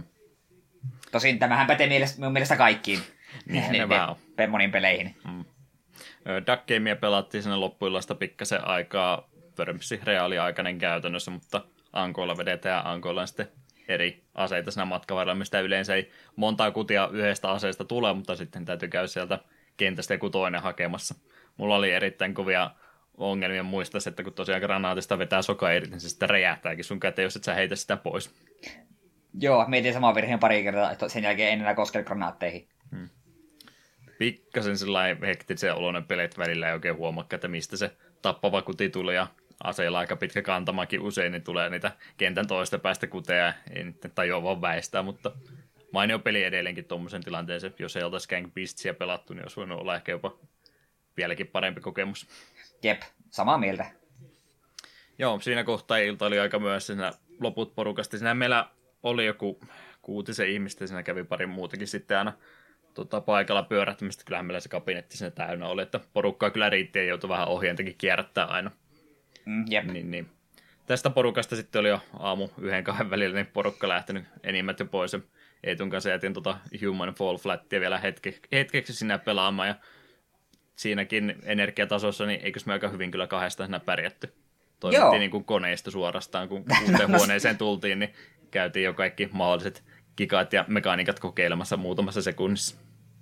Tosin tämähän pätee minun mielestä kaikkiin monin peleihin. Duck Gamea pelattiin sinne loppuillasta pikkasen aikaa, törmäsi reaaliaikainen käytännössä, mutta Ankoilla vedetään ja Ankoilla on sitten eri aseita siinä matkavarrella, mistä yleensä ei montaa kutia yhdestä aseesta tule, mutta sitten täytyy käydä sieltä kentästä joku toinen hakemassa. Mulla oli erittäin kovia ongelmia muistaa, että kun tosiaan granaatista vetää soka irti, niin se sitten räjähtääkin sun käteen, jos et sä heitä sitä pois. Joo, mietin saman virheen pari kertaa, että sen jälkeen en enää koskele granaatteihin. Pikkasen sellainen hektisen oloinen pelit välillä ei oikein huomaa, että mistä se tappava kuti tuli, ja aseilla aika pitkä kantamakin usein, niin tulee niitä kentän toista päästä kuteja, ei nyt tajua vaan väistää, mutta mainio peli edelleenkin tuommoisen tilanteeseen, jos ei oltaisi Gang Beastia pelattu, niin olisi voinut olla ehkä jopa vieläkin parempi kokemus. Jep, samaa mieltä. Joo, siinä kohtaa ilta oli aika myöhässä, siinä loput porukasti. Siinä meillä oli joku 6 ihmistä, siinä kävi pari muutakin sitten aina paikalla pyörähtämistä. Kyllähän meillä se kabinetti siinä täynnä oli, että porukkaa kyllä riitti ja joutui vähän ohjeentekin kierrättää aina. Jep. Niin. Tästä porukasta sitten oli jo aamu 1-2 välillä, niin porukka lähtenyt enimmät jo pois. Eetun kanssa jätin Human Fall Flattia vielä hetkeksi sinä pelaamaan, ja siinäkin energiatasossa, niin eikös me aika hyvin kyllä kahdesta siinä pärjätty. Toimittiin niin kuin koneista suorastaan, kun uuteen huoneeseen tultiin, niin käytiin jo kaikki mahdolliset gigat ja mekaniikat kokeilemassa muutamassa sekunnissa.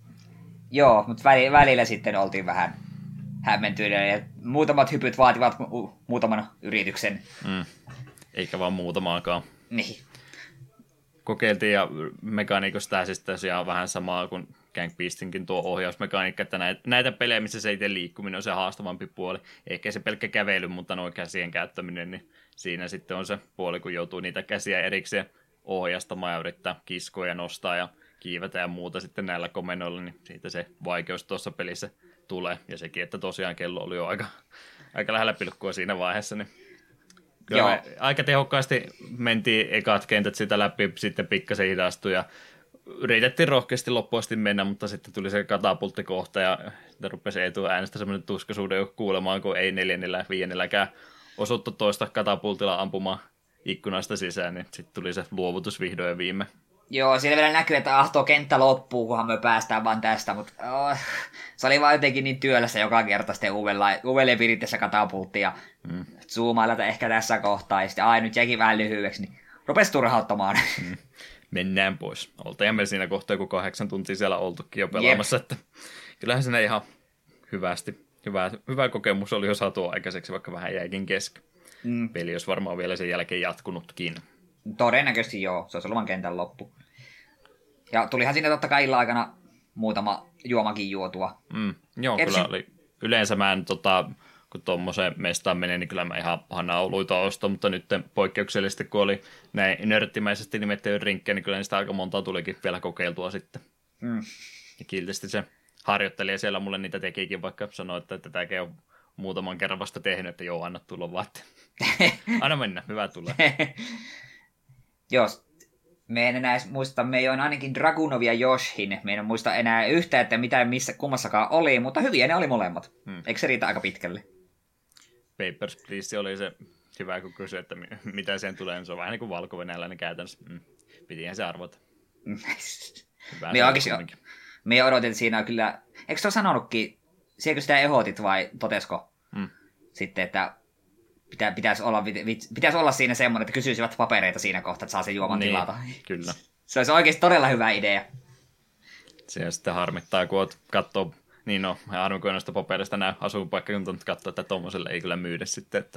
Joo, mutta välillä sitten oltiin vähän hämmentyneitä, ja muutamat hypyt vaativat muutaman yrityksen. Eikä vaan muutamaakaan. Niin. Kokeiltiin, ja mekaniikossa tämä siis tosiaan vähän samaa kuin Gang Beastinkin tuo ohjausmekaniikka, että näitä pelejä, missä se itse liikkuminen on se haastavampi puoli. Ehkä se pelkkä kävely, mutta nuo käsien käyttäminen, niin siinä sitten on se puoli, kun joutuu niitä käsiä erikseen ohjastamaan ja yrittää kiskoa ja nostaa ja kiivetä ja muuta sitten näillä komennoilla, niin siitä se vaikeus tuossa pelissä tulee. Ja sekin, että tosiaan kello oli jo aika lähellä pilkkua siinä vaiheessa, niin kyllä aika tehokkaasti mentiin ekat kentät sitä läpi, sitten pikkasen hidastui ja yritettiin rohkeasti loppuasti mennä, mutta sitten tuli se katapulttikohta ja rupesi etuäänestä semmoinen tuskaisuuden jo kuulemaan, kun ei 4-5 osuttu toista katapultilla ampumaan ikkunasta sisään, niin sitten tuli se luovutus vihdoin ja viime. Joo, siellä vielä näkyy, että tuo kenttä loppuu, kunhan me päästään vaan tästä, mutta se oli vaan jotenkin niin työlässä joka kerta sitten uudelleen virittäessä katapulttia ja zoomailla ehkä tässä kohtaa, ja sitten nyt jäikin vähän lyhyeksi, niin rupesi turhauttamaan. Mennään pois. Oltiin me siinä kohtaa joku 8 tuntia siellä oltukin jo pelaamassa, että kyllähän siinä ihan hyvä kokemus oli jo saatu aikaiseksi, vaikka vähän jäikin kesken. Peli olisi varmaan vielä sen jälkeen jatkunutkin. Todennäköisesti joo, se olisi ollut vaan kentän loppu. Ja tulihan sinne totta kai illan aikana muutama juomakin juotua. Joo, kyllä oli. Yleensä mä en, kun tuommoiseen mestaan menee, niin kyllä mä ihan hanauluita ostan, mutta nyt poikkeuksellisesti, kun oli näin nörttimäisesti nimettyjä rinkkejä, niin kyllä niistä aika monta tulikin vielä kokeiltua sitten. Ja kiltisti se harjoittelija siellä mulle niitä tekikin, vaikka sanoi, että tätäkin on muutaman kerran vasta tehnyt, että joo, anna tulla vaan. Anna mennä, hyvä tulla. Joo, me en enää muista, me on ainakin Dragunov ja Joshin. Me en muista enää yhtä, että mitä missä kummassakaan oli, mutta hyviä ne oli molemmat. Eikö se riitä aika pitkälle? Papers, Please oli se hyvä, kun kysyi, että mitä sen tulee, niin se on vähän niin kuin valko-venäläinen käytännössä. Pitihän se arvota. Me odotin, että siinä on kyllä... Eikö se ole sanonutkin, sielläkö sitä ehdotit vai totesko? Sitten, että pitäisi olla siinä semmoinen, että kysyisivät papereita siinä kohtaa, että saa sen juoman tilata. Kyllä. Se olisi oikeasti todella hyvä idea. Se sitten harmittaa, kun olet katsoo, niin no, harmi kun noista paperista näy asuinpaikkakunta, mutta katsoo, että tuommoiselle ei kyllä myydä sitten, että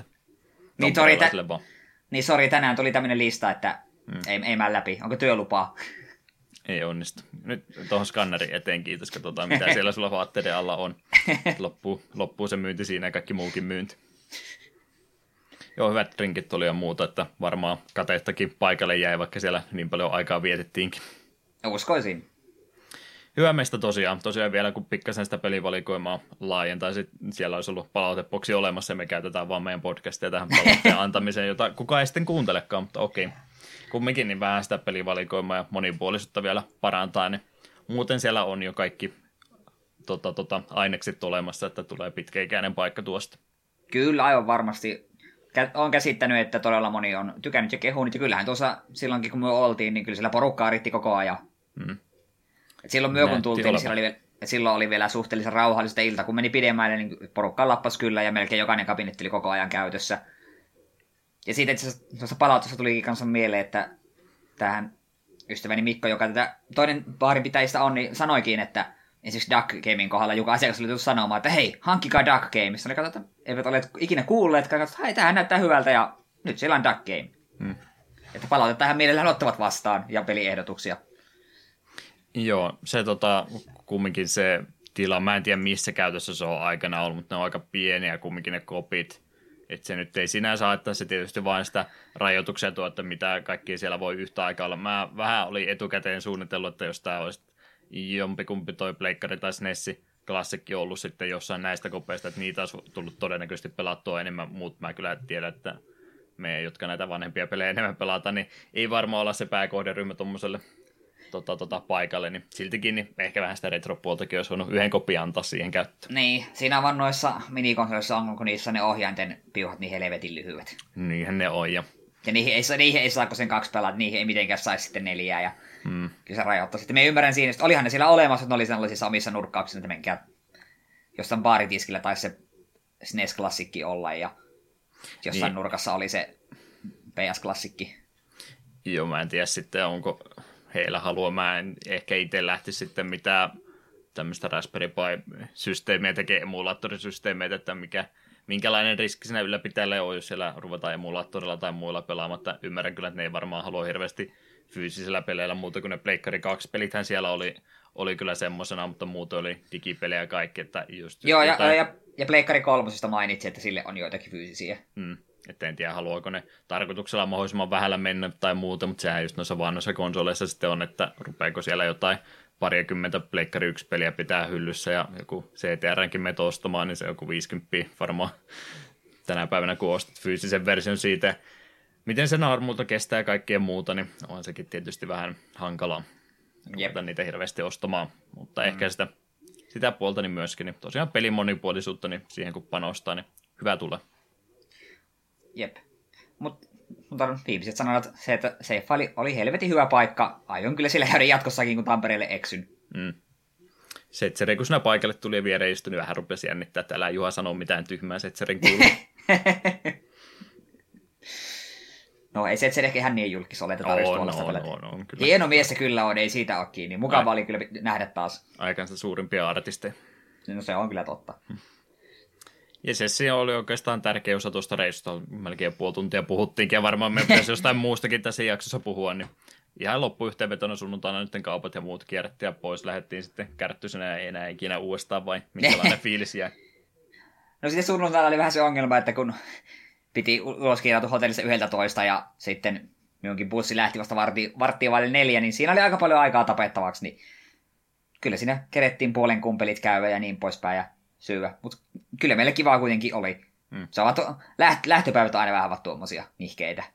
sori, tänään tuli tämmöinen lista, että ei mene läpi. Onko työlupaa? Ei onnistu. Nyt tuohon skanneri eteen, kiitos, katsotaan mitä siellä sulla vaatteiden alla on. Loppuu se myynti siinä ja kaikki muukin myynti. Joo, hyvät drinkit oli ja muuta, että varmaan kateettakin paikalle jäi, vaikka siellä niin paljon aikaa vietettiinkin. Uskoisin. Hyvä meistä tosiaan vielä, kun pikkasen sitä pelivalikoimaa laajentaisi, siellä olisi ollut palautepoksi olemassa ja me käytetään vaan meidän podcastia tähän palautteen antamiseen, jota kukaan ei sitten kuuntelekaan, mutta okei. Kumminkin niin vähän sitä pelivalikoimaa ja monipuolisuutta vielä parantaa, niin muuten siellä on jo kaikki ainekset olemassa, että tulee pitkäikäinen paikka tuosta. Kyllä, aivan varmasti. Olen käsittänyt, että todella moni on tykännyt ja kehunut, ja kyllähän tuossa silloinkin, kun me oltiin, niin kyllä siellä porukkaa riitti koko ajan. Et silloin kun tultiin, niin silloin oli vielä suhteellisen rauhallista ilta. Kun meni pidemmälle, niin porukka lappas kyllä, ja melkein jokainen kabinetti oli koko ajan käytössä. Ja siitä itse asiassa tuossa palautussa tulikin kanssa mieleen, että tähän ystäväni Mikko, joka tätä toinen baarin pitäjistä on, niin sanoikin, että esimerkiksi Duck Gamein kohdalla joku asiakas oli tullut sanomaan, että hei, hankkikaa Duck Game. Missä ne katsotaan, eivät ole ikinä kuulleetkaan, katsotaan, hei, tämähän näyttää hyvältä, ja nyt siellä on Duck Game. Että palautet tähän mielellään ottavat vastaan, ja peliehdotuksia. Joo, se kumminkin se tila, mä en tiedä missä käytössä se on aikana ollut, mutta ne on aika pieniä kumminkin ne kopit. Että se nyt ei sinänsä haittaa, se tietysti vain sitä rajoituksia tuo, että mitä kaikkia siellä voi yhtä aikaa olla. Mä vähän olin etukäteen suunnitellut, että jos tämä olisi jompikumpi toi pleikkari tai SNESi klassikki ollut sitten jossain näistä kopeista, että niitä olisi tullut todennäköisesti pelattua enemmän, mutta mä kyllä tiedän, että me, jotka näitä vanhempia pelejä enemmän pelata, niin ei varmaan olla se pääkohderyhmä tuommoiselle paikalle, niin siltikin niin ehkä vähän sitä retropuoltakin olisi voinut yhden kopin antaa siihen käyttöön. Niin, siinä vaan noissa minikonsolissa on, kun niissä ne ohjainten piuhat niin helvetin lyhyet. Niinhän ne on, ja niihin ei saako sen 2 pelata, niihin ei mitenkään saisi sitten 4, ja kyllä se rajoittaa. Sitten me ymmärrän siinä, että olihan ne siellä olemassa, että ne oli sellaisissa omissa nurkkauksissa, että menkää jossain baaritiskillä taisi se SNES-klassikki olla, ja jossain niin nurkassa oli se PS-klassikki. Joo, mä en tiedä sitten, onko heillä halua. Mä en ehkä itse lähtisi sitten mitään tämmöistä Raspberry Pi-systeemiä tekee emulaattorisysteemeitä, että minkälainen riski siinä ylläpitäjälle on, jos siellä ruvetaan emulaattorilla tai muilla pelaamatta. Ymmärrän kyllä, että ne ei varmaan halua hirveästi fyysisellä peleillä muuta kuin ne Pleikkari 2-pelithän siellä oli kyllä semmosena, mutta muuten oli digipelejä ja kaikki. Että just joo, ja Pleikkari 3 mainitsi, että sille on joitakin fyysisiä. Että en tiedä, haluaako ne tarkoituksella mahdollisimman vähällä mennä tai muuta, mutta sehän just noissa vanhoissa konsoleissa sitten on, että rupeako siellä jotain parikymmentä Pleikkari 1-peliä pitää hyllyssä ja joku CTRnkin meto ostamaan, niin se on joku 50 varmaan tänä päivänä, kun ostat fyysisen version siitä. Miten se naarmulta kestää ja kaikkea muuta, niin on sekin tietysti vähän hankalaa ruveta niitä hirveästi ostamaan, mutta ehkä sitä puolta niin myöskin, niin tosiaan pelin monipuolisuutta, niin siihen kun panostaa, niin hyvä tulee. Jep. Mutta viimeiset sanovat se, että Seifa oli helvetin hyvä paikka. Aion kyllä sillä käydä jatkossakin, kun Tampereelle eksyn. Setseri, kun sinä paikalle tuli ja viereen istui, niin vähän rupesi jännittää, että älä Juha sano mitään tyhmää Setserin kuuluu. No ei Setseri ehkä ihan niin julkis ole, että tarvitsisi tuollaista pelata. On, kyllä. Hieno mies se kyllä on, ei siitä ole kiinni. Mukava oli kyllä nähdä taas. Aikansa suurimpia artisteja. No se on kyllä totta. Ja se oli oikeastaan tärkeä osa tuosta reissusta. Melkein puoli tuntia puhuttiinkin ja varmaan me pitäisi jostain muustakin tässä jaksossa puhua. Niin ihan loppuyhteenvetona sunnuntaina nyt kaupat ja muut kierrettiin ja pois. Lähdettiin sitten kärttyisenä ja ei enää ikinä uudestaan vai minkälainen fiilis jäi. No sitten sunnuntaina oli vähän se ongelma, että kun piti uloskirjautua hotellissa 11 ja sitten minunkin bussi lähti vasta varttia vaille 4, niin siinä oli aika paljon aikaa tapettavaksi. Niin kyllä siinä kerettiin puolen kumpelit käydä ja niin poispäin ja syödä. Mutta kyllä meille kivaa kuitenkin oli. Lähtöpäivät aina vähän ovat tuommoisia nihkeitä.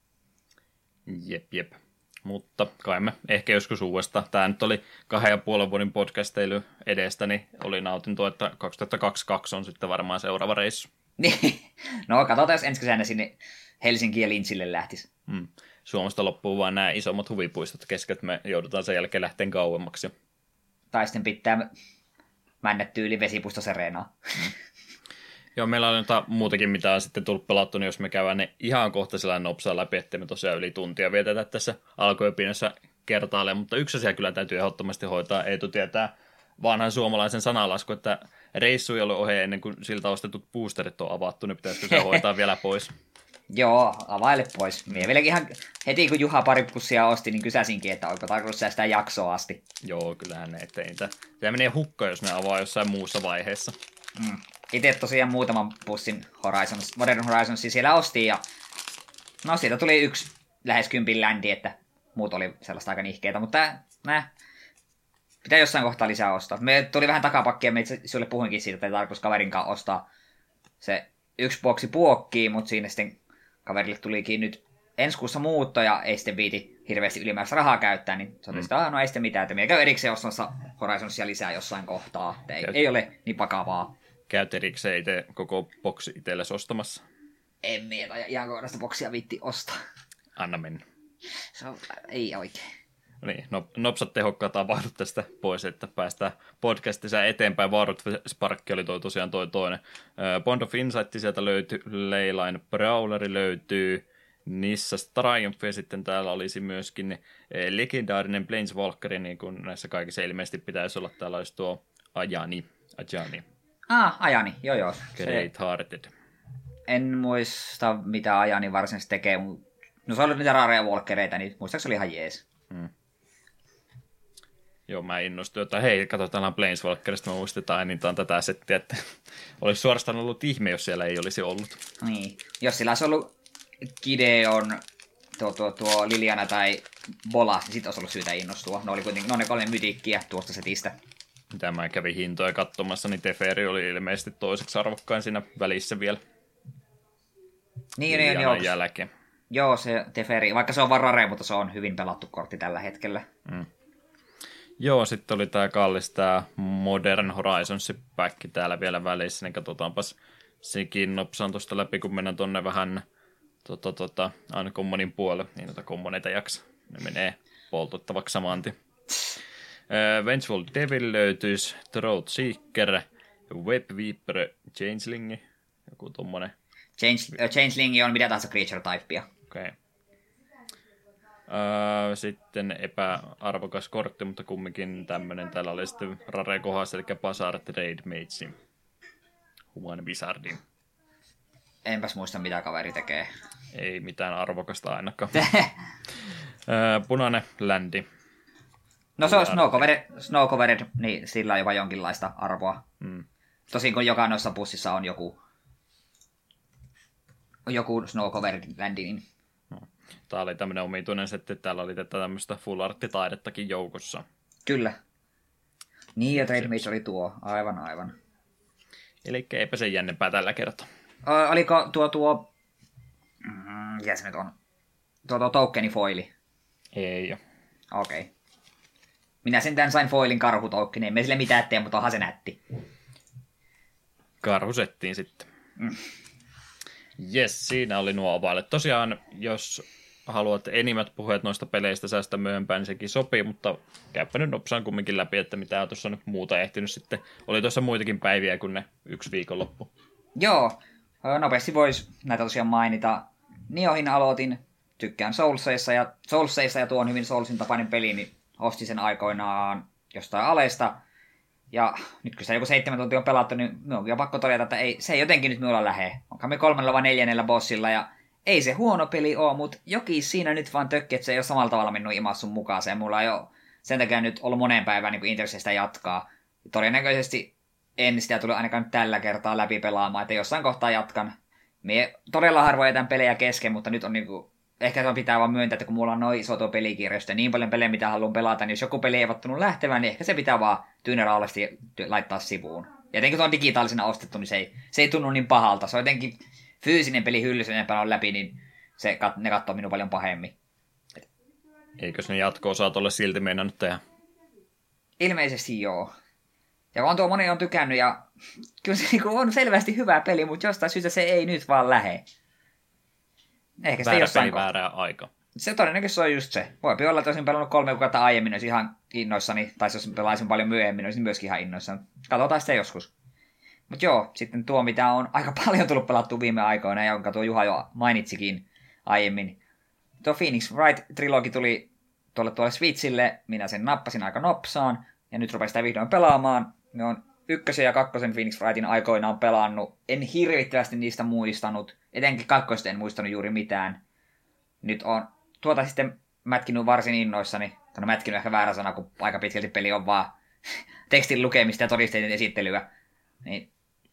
Jep. Mutta kai me ehkä joskus uudestaan. Tämä nyt oli 2,5 vuoden podcasteilu edestä, niin oli nautintoa, että 2022 on sitten varmaan seuraava reissu. No katsotaan, jos ensi kesänä sinne Helsinkiin ja Lintsille lähtisi. Suomesta loppuu vaan nämä isommat huvipuistot kesken, että me joudutaan sen jälkeen lähteen kauemmaksi. Tai sitten pitää mennä tyyli vesipuisto Sereenaa. Joo, meillä on jotain muutakin, mitä on sitten tullut pelattu, niin jos me käydään ne ihan kohta sellainen nopsaa läpi, ettei me tosiaan yli tuntia vietetä tässä alkuöpinässä kertaalleen, mutta yksi asia kyllä täytyy ehdottomasti hoitaa. Eetu tietää vanhan suomalaisen sanalasku, että reissu ei ole ohi ennen kuin siltä ostetut boosterit on avattu, niin pitäisikö se hoitaa vielä pois? Joo, availe pois. Mie vieläkin ihan heti kun Juha pari pussia osti, niin kysäsinkin, että onko tarkoitus säästää jaksoa asti. Joo, kyllähän ne ettei niitä. Se menee hukkaan, jos ne avaa jossain muussa vaiheessa. itse tosiaan muutaman pussin Modern Horizonsia siellä ostin, ja no siitä tuli yksi lähes 10 ländi, että muut oli sellaista aika nihkeitä, mutta pitää jossain kohtaa lisää ostaa. Me tuli vähän takapakkia, me itse sulle puhuinkin siitä, että ei tarkoitus kaverin kanssa ostaa se yksi boksi puokkiin, mutta siinä sitten kaverille tulikin nyt ensi kuussa muutto, ja ei sitten viiti hirveästi ylimääräistä rahaa käyttää, niin se oli sitä, no ei sitten mitään, että me käy erikseen ostamassa Horizonsia lisää jossain kohtaa, että ei ole niin vakavaa. Käyt erikseen itse koko boksi itsellesi ostamassa? En mieta, ihan kohdasta boksia viitti ostaa. Anna mennä. Se on, ei oikein. No niin, nopsat tehokkaat avaudut tästä pois, että päästään podcastissa eteenpäin. Vaarut Sparkki oli tosiaan toi toinen. Bond of Insight sieltä löytyy, Leyline Brawleri löytyy, Nissas Triumph, ja sitten täällä olisi myöskin legendaarinen Planeswalkeri, niin kuin näissä kaikissa ilmeisesti pitäisi olla. Täällä olisi tuo Ajani. Ajani, joo. Great Hearted. En muista, mitä Ajani varsinaisesti tekee, mutta no se on ollut niitä raareja walkereita, niin muistaakseni oli ihan jees. Joo, mä innostuin, että hei, katsotaan Planeswalkerista, me muistetaan enintään tätä settiä, että olisi suorastaan ollut ihme, jos siellä ei olisi ollut. Niin, jos sillä olisi ollut Gideon, tuo Liliana tai Bola, niin sitten olisi ollut syytä innostua. Ne oli kuitenkin ne 3 mytikkiä tuosta setistä. Mitä mä kävin hintoja katsomassa, niin Teferi oli ilmeisesti toiseksi arvokkain siinä välissä vielä. Niin, jälkeen. Joo, se Teferi, vaikka se on vaan rare, mutta se on hyvin pelattu kortti tällä hetkellä. Joo, sitten oli tää kallis tää Modern Horizons päkki täällä vielä välissä, niin katsotaanpas sekin nopsaan tuosta läpi, kun mennään tonne vähän aina kommonin puolelle, niin noita kommoneita jaksa. Ne menee poltuttavaksi samanti. Vengeful Devil löytyisi, Throat Seeker, Web Weeper, Changeling, joku tommonen. Changeling on mitä tahansa creature typea. Okei. Sitten epäarvokas kortti, mutta kumminkin tämmönen. Täällä oli sitten rare kohdassa, eli Bazaar Trade Mage. Human Wizardin. Enpäs muista, mitä kaveri tekee. Ei mitään arvokasta ainakaan. Punainen ländi. No se on snow covered, niin sillä on jopa jonkinlaista arvoa. Tosin kun joka noissa pussissa on joku snow covered ländi, niin... Tää oli tämmönen omituinen setti, että täällä oli tämmöistä full art-taidettakin joukossa. Kyllä. Niin, ja Trade Mage oli tuo. Aivan. Eli eipä sen jännempää tällä kertaa. Oliko tuo... Mikä se nyt on? Tuo tokeni foili? Ei oo. Okei. Okay. Minä sentään sain foilin karhutoukkeni. Ei me sille mitään tee, mutta onhan se nätti. Karhusettiin sitten. Jes, siinä oli nuo availet. Tosiaan, jos haluat enimmät puheet noista peleistä säästä myöhempään, niin sekin sopii, mutta käypä nyt nopsaan kumminkin läpi, että mitä tuossa nyt muuta ehtinyt sitten. Oli tuossa muitakin päiviä kuin ne 1 viikonloppu. Joo, nopeasti voisi näitä tosiaan mainita. Niohin aloitin, tykkään Soulsseissa ja tuo on hyvin Soulsin tapainen peli, niin ostin sen aikoinaan jostain Alesta. Ja nyt kun se joku 7 tuntia on pelattu, niin minun on pakko todeta, että se ei jotenkin nyt minulla lähe. Onko me 3 vai 4 bossilla, ja ei se huono peli ole, mutta jokin siinä nyt vaan tökki, että se ei ole samalla tavalla mennyt imassun mukaan. Se mulla ei ole sen takia nyt ollut moneen päivään niin Intersestä jatkaa. Todennäköisesti en sitä tule ainakaan tällä kertaa läpi pelaamaan, että jossain kohtaa jatkan. Mie todella harvoin jätän pelejä kesken, mutta nyt on niinku... Ehkä se pitää vaan myöntää, että kun mulla on noin iso tuo pelikirjasto ja niin paljon pelejä, mitä haluan pelata, niin jos joku peli ei vattunut lähtevän, niin ehkä se pitää vaan tyynäraallisesti laittaa sivuun. Ja jotenkin kun on digitaalisena ostettu, niin se ei tunnu niin pahalta. Se on jotenkin fyysinen peli hyllyssä, ja on läpi, niin ne katsoo minua paljon pahemmin. Eikös ne jatko-osat ole silti meinannut tehdä? Ilmeisesti joo. Ja on tuo moni on tykännyt, ja kyllä se on selvästi hyvä peli, mutta jostain syystä se ei nyt vaan lähe. Ehkä väärä peli, väärä aika. Se todennäköisesti on just se. Voipi olla, että olisin pelannut 3 kuukautta aiemmin, olisi ihan innoissani, tai jos pelaisin paljon myöhemmin, olisin myöskin ihan innoissani. Katsotaan sitten joskus. Mutta joo, sitten tuo, mitä on aika paljon tullut pelattua viime aikoina, ja jonka tuo Juha jo mainitsikin aiemmin. Tuo Phoenix Wright-trilogi tuli tuolle Switchille, minä sen nappasin aika nopsaan, ja nyt rupesin sitä vihdoin pelaamaan. Ne on 1. ja 2. Phoenix Wrightin aikoinaan pelannut. En hirvittävästi niistä muistanut. Etenkin 2. en muistanut juuri mitään. Nyt on tuota sitten mätkinyt varsin innoissani. Tai mätkinyt ehkä väärä sana, kun aika pitkälti peli on vaan tekstin lukemista ja todisteiden esittelyä. Niin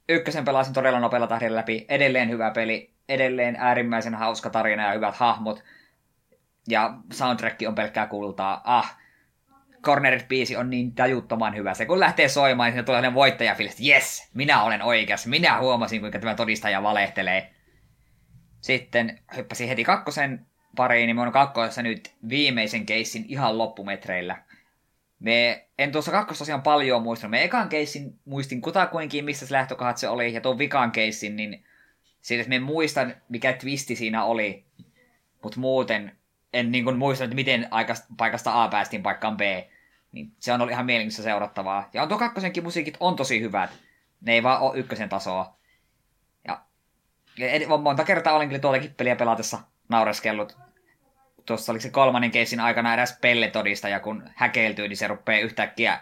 ykkösen pelasin todella nopealla tahdilla läpi. Edelleen hyvä peli, edelleen äärimmäisen hauska tarina ja hyvät hahmot. Ja soundtrack on pelkkää kultaa. Cornered-biisi on niin tajuttoman hyvä. Se kun lähtee soimaan, niin siinä tulee sellainen voittajafiilis, että jes, minä olen oikeas. Minä huomasin, kuinka tämä todistaja valehtelee. Sitten hyppäsin heti kakkosen pariin, niin mä oon kakkosessa nyt viimeisen keissin ihan loppumetreillä. En tuossa kakkossa tosiaan paljon muistanut. Me ekan keissin muistin kutakuinkin, missä se lähtökohdat se oli, ja tuon vikan keissin, niin siitä me muistan, mikä twisti siinä oli. Mutta muuten en niin kuin muistanut, miten paikasta A päästiin paikkaan B. Niin se on ollut ihan mielenkiintoista seurattavaa. Ja on tuo kakkosenkin musiikit on tosi hyvät. Ne ei vaan ole ykkösen tasoa. Ja monta kertaa olen kyllä tuoltakin peliä pelatessa naureskellut. Tuossa oli se kolmannen keissin aikana eräs pelletodistaja, kun häkeiltyy, niin se rupeaa yhtäkkiä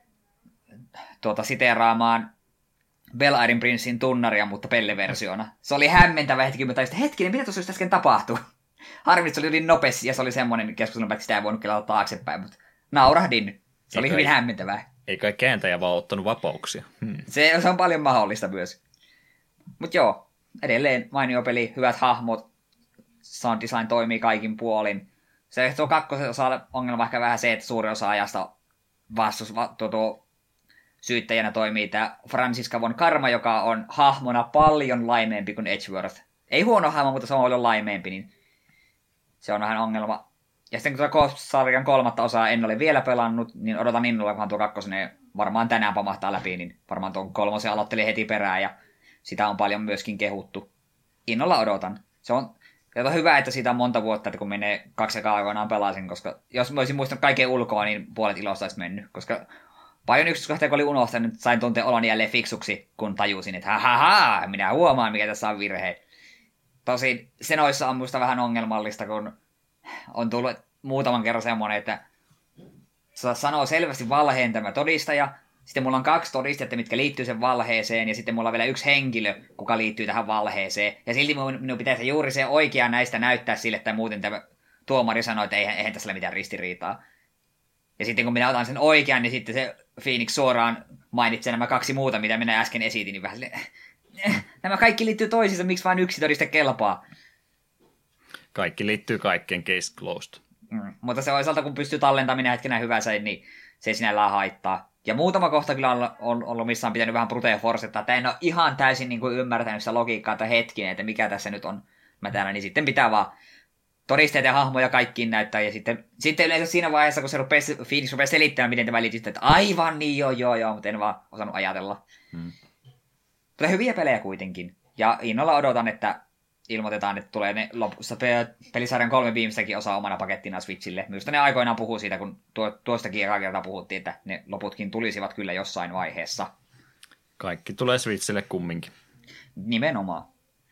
siteeraamaan Bel-Airin Princein tunnaria, mutta pelleversiona. Se oli hämmentävä hetki, mutta hetkinen, mitä tuossa just äsken tapahtui? Harmi, se oli niin nopeasti, ja se oli semmoinen keskustelun, että sitä ei voinut kelata taaksepäin, mutta naurahdin. Se oli hyvin hämmentävää. Ei kai kääntäjä vaan ottanut vapauksia. Se on paljon mahdollista myös. Mutta joo, edelleen mainio peli, hyvät hahmot, sound design toimii kaikin puolin. Se tuo kakkosen osa ongelma ehkä vähän se, että suuri osa ajasta syyttäjänä toimii tämä Franziska von Karma, joka on hahmona paljon laimeempi kuin Edgeworth. Ei huono hahmo, mutta se on paljon laimeempi, niin se on vähän ongelma. Ja sitten kun tuo sarjan kolmatta osaa en ole vielä pelannut, niin odotan innolla, kunhan tuo kakkosen varmaan tänään pamahtaa läpi, niin varmaan tuon kolmosen aloittelin heti perään, ja sitä on paljon myöskin kehuttu. Innolla odotan. Se on hyvä, että siitä on monta vuotta, että kun menee 2 aikoinaan pelasin, koska jos mä olisin muistanut kaiken ulkoa, niin puolet ilosta olisi mennyt, koska paljon yksityiskohtia, kun oli unohtanut, sain tuntea oloni jälleen fiksuksi, kun tajusin, että minä huomaan, mikä tässä on virhe. Tosin se noissa on musta vähän ongelmallista, kun on tullut muutaman kerran semmoinen, että se sanoo selvästi valheen tämä todistaja, sitten mulla on 2 todistetta, mitkä liittyy sen valheeseen, ja sitten mulla on vielä 1 henkilö, kuka liittyy tähän valheeseen. Ja silti minun pitäisi juuri se oikea näistä näyttää sille, että muuten tämä tuomari sanoi, että eihän tässä ole mitään ristiriitaa. Ja sitten kun minä otan sen oikean, niin sitten se Phoenix suoraan mainitsee nämä 2 muuta, mitä minä äsken esitin, niin vähän silleen, nämä kaikki liittyy toisiinsa, miksi vain 1 todiste kelpaa? Kaikki liittyy kaikkeen, case closed. Mutta se toisaalta, kun pystyy tallentamaan hetkenä hyvänsä, niin se ei sinällään haittaa. Ja muutama kohta kyllä on ollut, missä on pitänyt vähän brute forcetta, että en ole ihan täysin niin kuin ymmärtänyt sitä logiikkaa, että hetkinen, että mikä tässä nyt on mätänä, niin sitten pitää vaan todisteet ja hahmoja kaikkiin näyttää, ja sitten yleensä siinä vaiheessa, kun se Phoenix rupeaa selittämään, miten tämä liittyy, että aivan niin, joo, mutta en vaan osannut ajatella. Tulee hyviä pelejä kuitenkin, ja innolla odotan, että ilmoitetaan, että tulee ne lopussa pelisarjan 3 viimeistäkin osaa omana pakettina Switchille. Minusta ne aikoinaan puhuu siitä, kun tuostakin ekaa kertaa puhuttiin, että ne loputkin tulisivat kyllä jossain vaiheessa. Kaikki tulee Switchille kumminkin. Nimenomaan.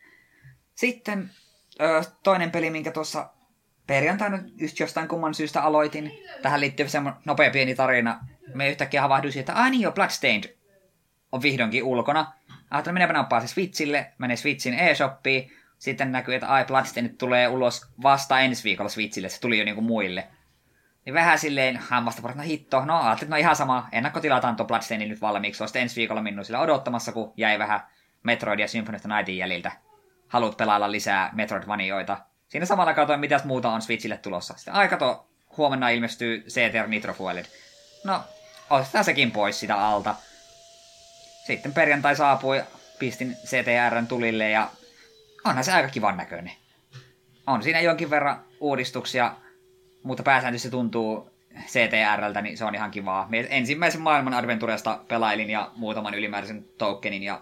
Sitten toinen peli, minkä tuossa perjantaina just jostain kumman syystä aloitin. Tähän liittyy semmoinen nopea pieni tarina. Me yhtäkkiä havahduisin, että niin jo, Bloodstained on vihdoinkin ulkona. Ajattelin, minäpä nappaa se Switchille, menee Switchin eShopiin. Sitten näkyy, että Bloodstained tulee ulos vasta ensi viikolla Switchille, se tuli jo niinku muille. Niin vähän silleen hammasta porrat, hitto, ajattelin, ihan sama, ennakkotilataan tuon Bloodstained nyt valmiiksi, on sitten ensi viikolla minun sillä odottamassa, kun jäi vähän Metroid ja Symphony of the Nightin jäljiltä. Haluat pelailla lisää Metroidvanioita. Siinä samalla katsoin, mitäs muuta on Switchille tulossa. Sitten huomenna ilmestyy CTR Nitro Fueled. No, otetaan sekin pois sitä alta. Sitten perjantai saapui, pistin CTRn tulille ja onhan se aika kivan näköinen. On siinä jonkin verran uudistuksia, mutta pääsääntöisesti se tuntuu CTRltä, niin se on ihan kivaa. Ensimmäisen maailman Adventuresta pelailin ja muutaman ylimääräisen tokenin ja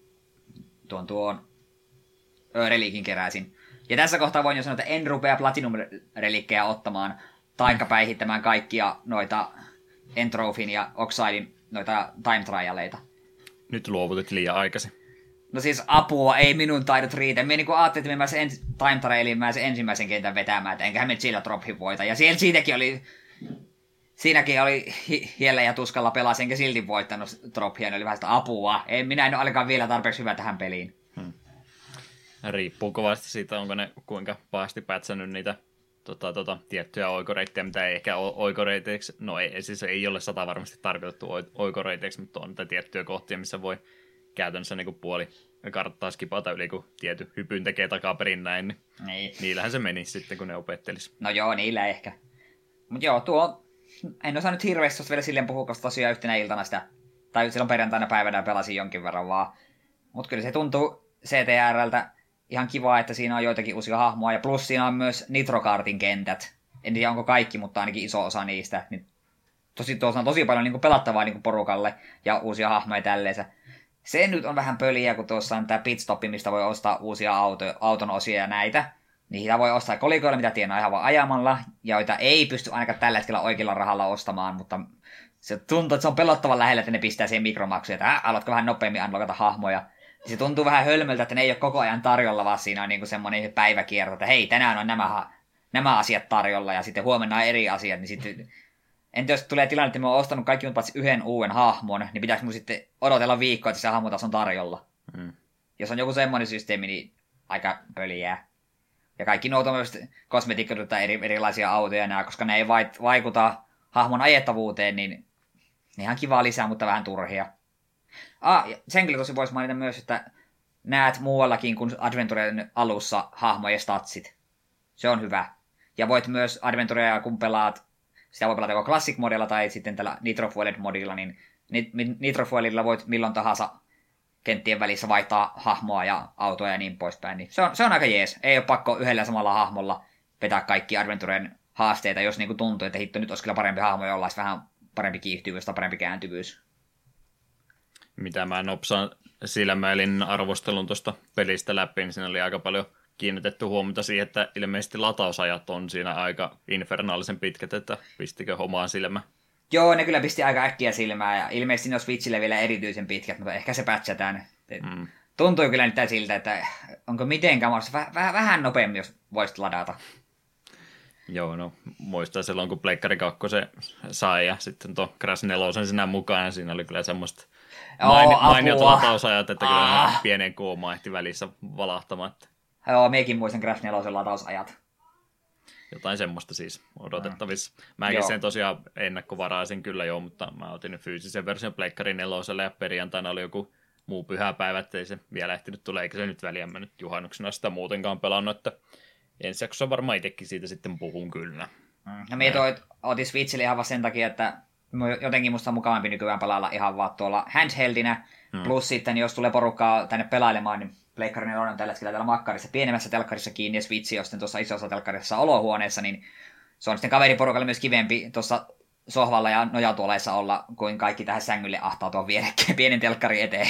tuon reliikin keräsin. Ja tässä kohtaa voin jo sanoa, että en rupea Platinum-reliikkejä ottamaan, taikka päihittämään kaikkia noita Entrophin ja Oxidin noita time trialeita. Nyt luovutit liian aikaisin. No siis apua, ei minun taidot riitä. Minä niin ajattelin, että mä se time trialiin mä se ensimmäisen kentän vetämään, että enköhän me sillä Trophin voita. Ja siinäkin oli hiellä ja tuskalla pelasi, enkä silti voittanut Trophia, niin oli vähän sitä apua. Minä en ole ainakaan vielä tarpeeksi hyvä tähän peliin. Riippuu kovasti siitä, onko ne kuinka pahasti pätsännyt niitä tiettyjä oikoreittejä, mitä ei ehkä ole oikoreiteiksi. No ei, siis ei ole 100 varmasti tarkoitettu oikoreiteiksi, mutta on niitä tiettyjä kohtia, missä voi käytännössä niin kuin puoli karttaa skipata yli, kun tietty hypyn tekee takaperin näin, niin niillähän se menisi sitten, kun ne opettelisi. No joo, niillä ehkä. Mut joo, en osaa nyt hirveästi vielä silleen puhua, koska tosiaan yhtenä iltana sitä, tai silloin perjantaina päivänä pelasin jonkin verran vaan. Mut kyllä se tuntuu CTRltä ihan kivaa, että siinä on joitakin uusia hahmoja, ja plus siinä on myös Nitro Kartin kentät. En tiedä onko kaikki, mutta ainakin iso osa niistä. Niin tuossa on tosi paljon niin kuin pelattavaa niin kuin porukalle, ja uusia hahmoja tälleensä. Se nyt on vähän pöliä, kun tuossa on tämä pitstoppi, mistä voi ostaa uusia auton osia ja näitä. Niitä voi ostaa kolikoilla, mitä tienaa ihan vaan ajamalla, joita ei pysty ainakaan tällä hetkellä oikealla rahalla ostamaan, mutta se tuntuu, että se on pelottavan lähellä, että ne pistää siihen mikromaksuja, että alatko vähän nopeammin unlockata hahmoja. Se tuntuu vähän hölmöltä, että ne ei ole koko ajan tarjolla, vaan siinä on niinku semmoinen päiväkierto, että hei, tänään on nämä asiat tarjolla ja sitten huomenna on eri asiat, niin sitten entä jos tulee tilanne, että mä oon ostanut kaikki paitsi yhden uuden hahmon, niin pitääkö mun sitten odotella viikkoa, että se hahmo taas on tarjolla? Jos on joku semmoinen systeemi, niin aika pöliää. Ja kaikki nuo tämmöiset kosmetiikkat tai erilaisia autoja nää, koska ne ei vaikuta hahmon ajettavuuteen, niin ne ihan kivaa lisää, mutta vähän turhia. Sen kyllä tosi voisi mainita myös, että näet muuallakin kuin Adventuren alussa hahmojen statsit. Se on hyvä. Ja voit myös Adventurea, kun pelaat, sitä voi pelata joko Classic-modilla tai sitten tällä Nitro Fueled-modilla, niin Nitro Fuelilla voit milloin tahansa kenttien välissä vaihtaa hahmoa ja autoja ja niin poispäin. Niin se on aika jees. Ei ole pakko yhdellä samalla hahmolla vetää kaikki Adventuren haasteita, jos niinku tuntuu, että hitto nyt olisi kyllä parempi hahmo, jolla olisi vähän parempi kiihtyvyys tai parempi kääntyvyys. Mitä mä nopsaan silmäilin arvostelun tuosta pelistä läpi, niin siinä oli aika paljon kiinnitetty huomiota siihen, että ilmeisesti latausajat on siinä aika infernaalisen pitkät, että pistikö homaan silmä? Joo, ne kyllä pisti aika äkkiä silmää, ja ilmeisesti ne on Switchille vielä erityisen pitkät, mutta ehkä se patchataan. Tuntuu kyllä nyt siltä, että onko mitenkään mahdollista vähän nopeammin, jos voisit ladata. Joo, no muistan silloin, kun Pleikkari 2 sai, ja sitten tuo Crash 4 sinä mukaan, ja siinä oli kyllä semmoista mainiot latausajat, että kyllä pienen koomaan ehti välissä valahtamatta. Joo, miekin muistan Crash 4 latausajat. Jotain semmoista siis odotettavissa. Mäkin sen tosiaan ennakkovaraisin kyllä joo, mutta mä otin fyysisen version Pleikkari 4 ja perjantaina oli joku muu pyhäpäivä, ettei se vielä ehtinyt tulla, eikä se nyt väliä mä nyt juhannuksena sitä muutenkaan pelannut, että ensi jaksossa varmaan itsekin siitä sitten puhun kyllä. No mie otin Switchille ihan vaan sen takia, että jotenkin musta on mukavampi nykyään pelailla ihan vaan tuolla handheldinä, plus sitten jos tulee porukkaa tänne pelailemaan, niin Pleikkari 4 on tällä hetkellä täällä makkarissa, pienemmässä telkkarissa kiinni ja Switchi on sitten tuossa isossa telkkarissa olohuoneessa, niin se on sitten kaveriporukalle myös kivempi tuossa sohvalla ja nojatuoleissa olla, kuin kaikki tähän sängylle ahtautua vierekkäin pienen telkkari eteen.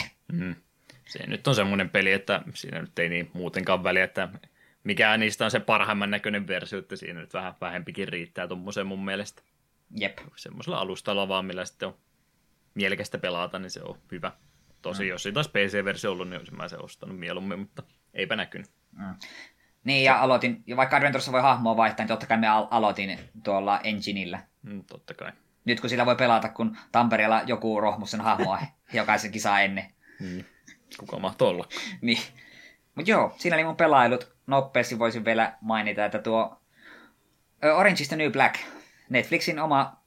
Se nyt on semmoinen peli, että siinä nyt ei niin muutenkaan väliä, että mikä niistä on se parhaimman näköinen versio, että siinä nyt vähän vähempikin riittää tuommoiseen mun mielestä. Jep. Semmoisella alustalla vaan, millä sitten on mielekästä pelata, niin se on hyvä. Tosi, jos ei taas PC-versio ollut, niin olisin mä se ostanut mieluummin, mutta eipä näkynyt. Niin, ja aloitin, ja vaikka Adventuressa voi hahmoa vaihtaa, niin totta kai me aloitin tuolla Enginellä. Totta kai. Nyt kun sillä voi pelata, kun Tampereella joku rohmus sen hahmoa jokaisen kisaa ennen. Kuka mahtoi olla? Niin. Mutta joo, siinä oli mun pelailut. Nopeasti voisin vielä mainita, että tuo Orange is the New Black, Netflixin oma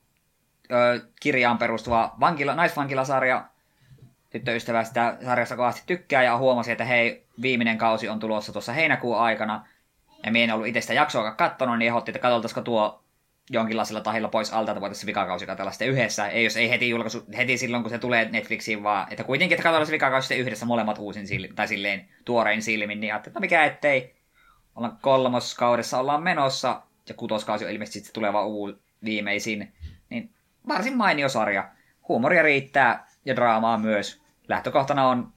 kirjaan perustuva naisvankilasarja. Tyttöystävä sitä sarjasta kovasti tykkää ja huomasi, että hei, viimeinen kausi on tulossa tuossa heinäkuun aikana. Ja minä en ollut itse sitä jaksoa katsonut, niin ehdotti, että katsoltaisiko tuo jonkinlaisella tahilla pois alta, että voitaisiin se vikakausi katsella sitten yhdessä. Ei jos ei heti silloin, kun se tulee Netflixiin, vaan että kuitenkin, että katsotaan se vikakausi sitten yhdessä molemmat uusin tai silleen tuorein silmin. Niin ajattelin, että mikä ettei. Ollaan 3. kaudessa ollaan menossa ja 6. kausi on ilmeisesti sitten tuleva viimeisin. Niin varsin mainio sarja. Huumoria riittää ja draamaa myös. Lähtökohtana on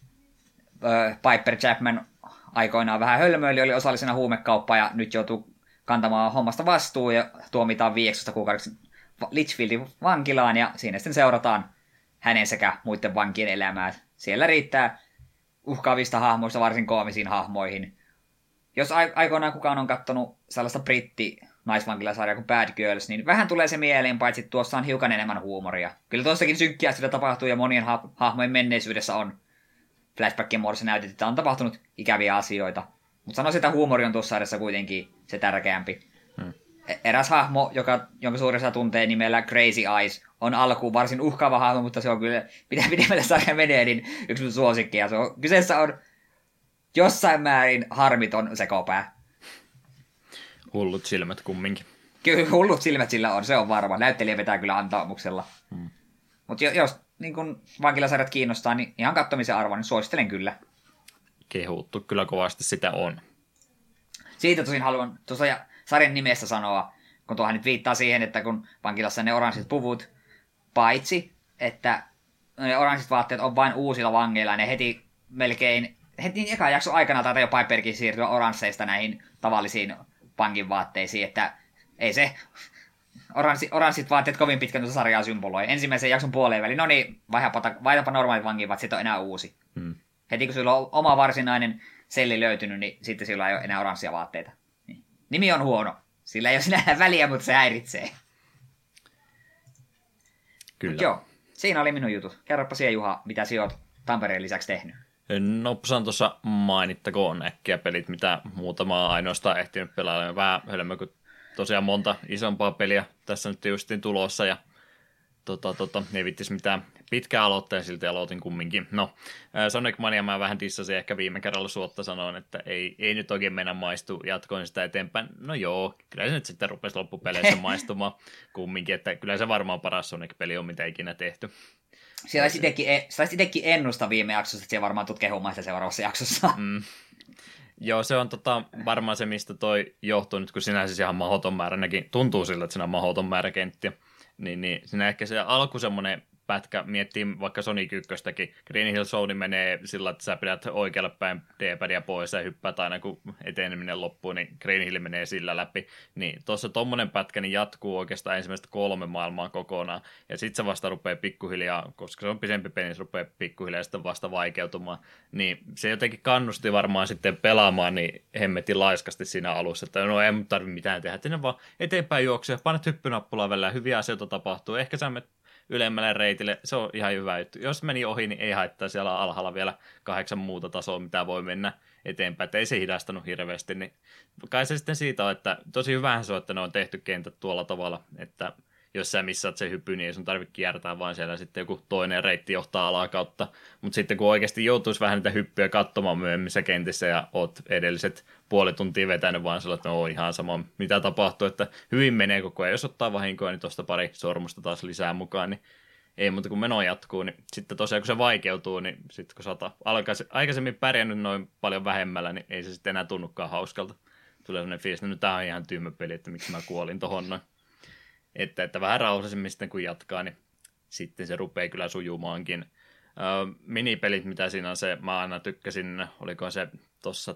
Piper Chapman aikoinaan vähän hölmöili, oli osallisena huumekauppaan ja nyt joutuu kantamaan hommasta vastuun ja tuomitaan 15 kuukaudeksi Litchfieldin vankilaan ja siinä sitten seurataan hänen sekä muiden vankien elämää. Siellä riittää uhkaavista hahmoista varsin koomisiin hahmoihin. Jos aikoinaan kukaan on katsonut sellaista naisvankilasarjaa kuin Bad Girls, niin vähän tulee se mieleen, paitsi tuossa on hiukan enemmän huumoria. Kyllä tuossakin synkkiä sitä tapahtuu ja monien hahmojen menneisyydessä on flashbackien muodossa näytetty, että on tapahtunut ikäviä asioita. Mutta sanoisin, että huumori on tuossa sarjassa kuitenkin se tärkeämpi. eräs hahmo, jonka suurin osa tuntee nimellä Crazy Eyes, on alkuun varsin uhkaava hahmo, mutta se on kyllä, mitä pidemmälle sarja menee, niin yksi mun suosikkia. Kyseessä on jossain määrin harmiton sekopää. Hullut silmät kumminkin. Kyllä hullut silmät sillä on, se on varma. Näyttelijä vetää kyllä antaumuksella. Mutta jos niin kun vankilasarjat kiinnostaa, niin ihan katsomisen arvoa, niin suosittelen kyllä. Kehuttu, kyllä kovasti sitä on. Siitä tosin haluan tuossa sarjan nimessä sanoa, kun tuohan nyt viittaa siihen, että kun vankilassa ne oranssit puvut, paitsi että ne oranssit vaatteet on vain uusilla vangeilla, ne heti ekan jakson aikana taitaa jo Piperkin siirtyä oransseista näihin tavallisiin vankin vaatteisiin, että ei se oranssit vaatteet kovin pitkän tuota sarjaa symboloi. Ensimmäisen jakson puoleen väliin, no niin, vaihdapa normaalit vangin vaatteet, sitten on enää uusi. Heti kun sulla on oma varsinainen selli löytynyt, niin sitten sillä ei ole enää oranssia vaatteita. Nimi on huono. Sillä ei ole sinällään väliä, mutta se häiritsee. Kyllä. Joo, siinä oli minun jutut. Kerropa siihen, Juha, mitä sinä olet Tampereen lisäksi tehnyt. Nopsaan tuossa mainittakoon äkkiä pelit, mitä muutamaa ainoastaan ehtinyt pelaamaan. Vähän hölmö, kun tosiaan monta isompaa peliä tässä nyt justiin tulossa, ja ei vittis mitään pitkää aloitteen, silti aloitin kumminkin. No, Sonic Mania mä vähän dissasin ehkä viime kerralla suotta sanoin, että ei nyt oikein mennä maistu, jatkoin sitä eteenpäin. No joo, kyllä se nyt sitten rupesi loppupeleissä maistumaan kumminkin, että kyllä se varmaan paras Sonic-peli on, mitä ikinä tehty. Siellä olisi itsekin ennusta viime jaksossa, että siellä varmaan tulet kehumaan sitä seuraavassa jaksossa. Joo, se on varmaan se, mistä toi johtuu nyt, kun sinä siis ihan mahdoton määrä, tuntuu siltä, että siinä on mahdoton määrä kenttiä. Niin siinä ehkä se alku semmoinen pätkä, miettii vaikka Sonic 1:stäkin, Green Hill Zone menee sillä, että sä pidät oikealle päin D-padia pois ja hyppäät aina, kun eteneminen loppuu, niin Green Hill menee sillä läpi. Niin tuossa tommonen pätkä niin jatkuu oikeastaan ensimmäistä 3 maailmaa kokonaan, ja sit se vasta rupeaa pikkuhiljaa, koska se on pisempi peli, niin se rupeaa pikkuhiljaa sitten vasta vaikeutumaan. Niin se jotenkin kannusti varmaan sitten pelaamaan niin hemmetin laiskasti siinä alussa, että no ei tarvitse mitään tehdä, että ne vaan eteenpäin juoksee, panet hyppynappulaa välillä, hyviä asioita tapahtuu, ehkä sä menet ylemmälle reitille, se on ihan hyvä juttu. Jos meni ohi, niin ei haittaa, siellä on alhaalla vielä 8 muuta tasoa, mitä voi mennä eteenpäin, että ei se hidastanut hirveästi, niin kai se sitten siitä on, että tosi hyvähän se on, että ne on tehty kentät tuolla tavalla, että jos sä missaat se hyppy, niin ei sun tarvitse kiertää, vaan siellä sitten joku toinen reitti johtaa alakautta, mutta sitten kun oikeasti joutuisi vähän niitä hyppyjä katsomaan myöhemmissä kentissä ja oot edelliset puoli tuntia vetänyt vaan sillä, että no ihan sama mitä tapahtuu, että hyvin menee koko ajan, jos ottaa vahinkoa, niin tuosta pari sormusta taas lisää mukaan, niin ei muuta kuin meno jatkuu, niin sitten tosiaan kun se vaikeutuu, niin sitten kun sä oot aikaisemmin pärjännyt noin paljon vähemmällä, niin ei se sitten enää tunnukaan hauskalta. Tulee sellainen fiilis, että no tää on ihan tyhmä peli, että miksi mä kuolin tohon noin. Että vähän rauhallisemmin sitten kun jatkaa, niin sitten se rupeaa kyllä sujumaankin. Minipelit, mitä siinä on se, mä aina tykkäsin, oliko se tuossa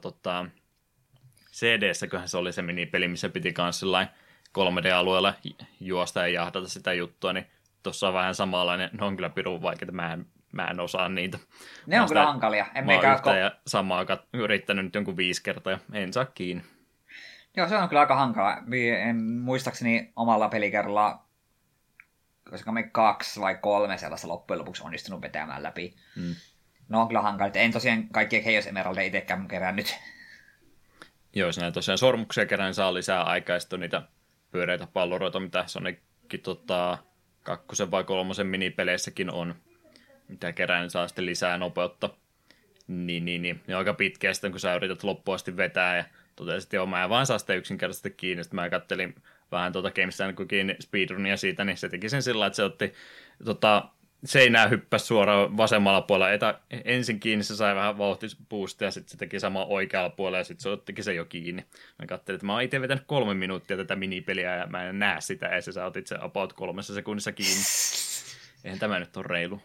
CD-säköhän se oli se minipeli, missä piti kans 3D-alueella juosta ja jahdata sitä juttua, niin tuossa on vähän samanlainen, ne on kyllä pirun vaikeita, mä en osaa niitä. Ne on kyllä hankalia. Mä oon yhtä ja samaa yrittänyt nyt jonkun 5 kertaa ja en saa kiinni. Joo, se on kyllä aika hankala. En muistaakseni omalla pelikerralla, koska me 2 vai 3 sellaista loppujen lopuksi onnistunut vetämään läpi. No on kyllä hankala. En tosiaan kaikkia Chaos Emeraldeja itsekään kerään nyt. Joo, jos näin tosiaan sormuksia kerran niin saa lisää aikaa, sitten niitä pyöreitä palloroita, mitä Sonickin 2 vai 3 minipeleissäkin on, mitä kerään niin saa sitten lisää nopeutta. Niin. Ne on aika pitkiä sitten, kun sä yrität loppuun asti vetää ja totesin, että joo, mä en vaan saa sitä yksinkertaisesti kiinni. Sitten mä kattelin vähän Games Cookin speedrunia siitä, niin se teki sen sillä, että se otti seinää hyppäsi suoraan vasemmalla puolella. Ensin kiinni se sai vähän vauhtipuustia, ja sitten se teki sama oikealla puolella, ja sitten se ottikin se jo kiinni. Mä katselin, että mä oon itse vetänyt 3 minuuttia tätä minipeliä, ja mä en näe sitä, ja sä otit se about 3 sekunnissa kiinni. Eihän tämä nyt ole reilu.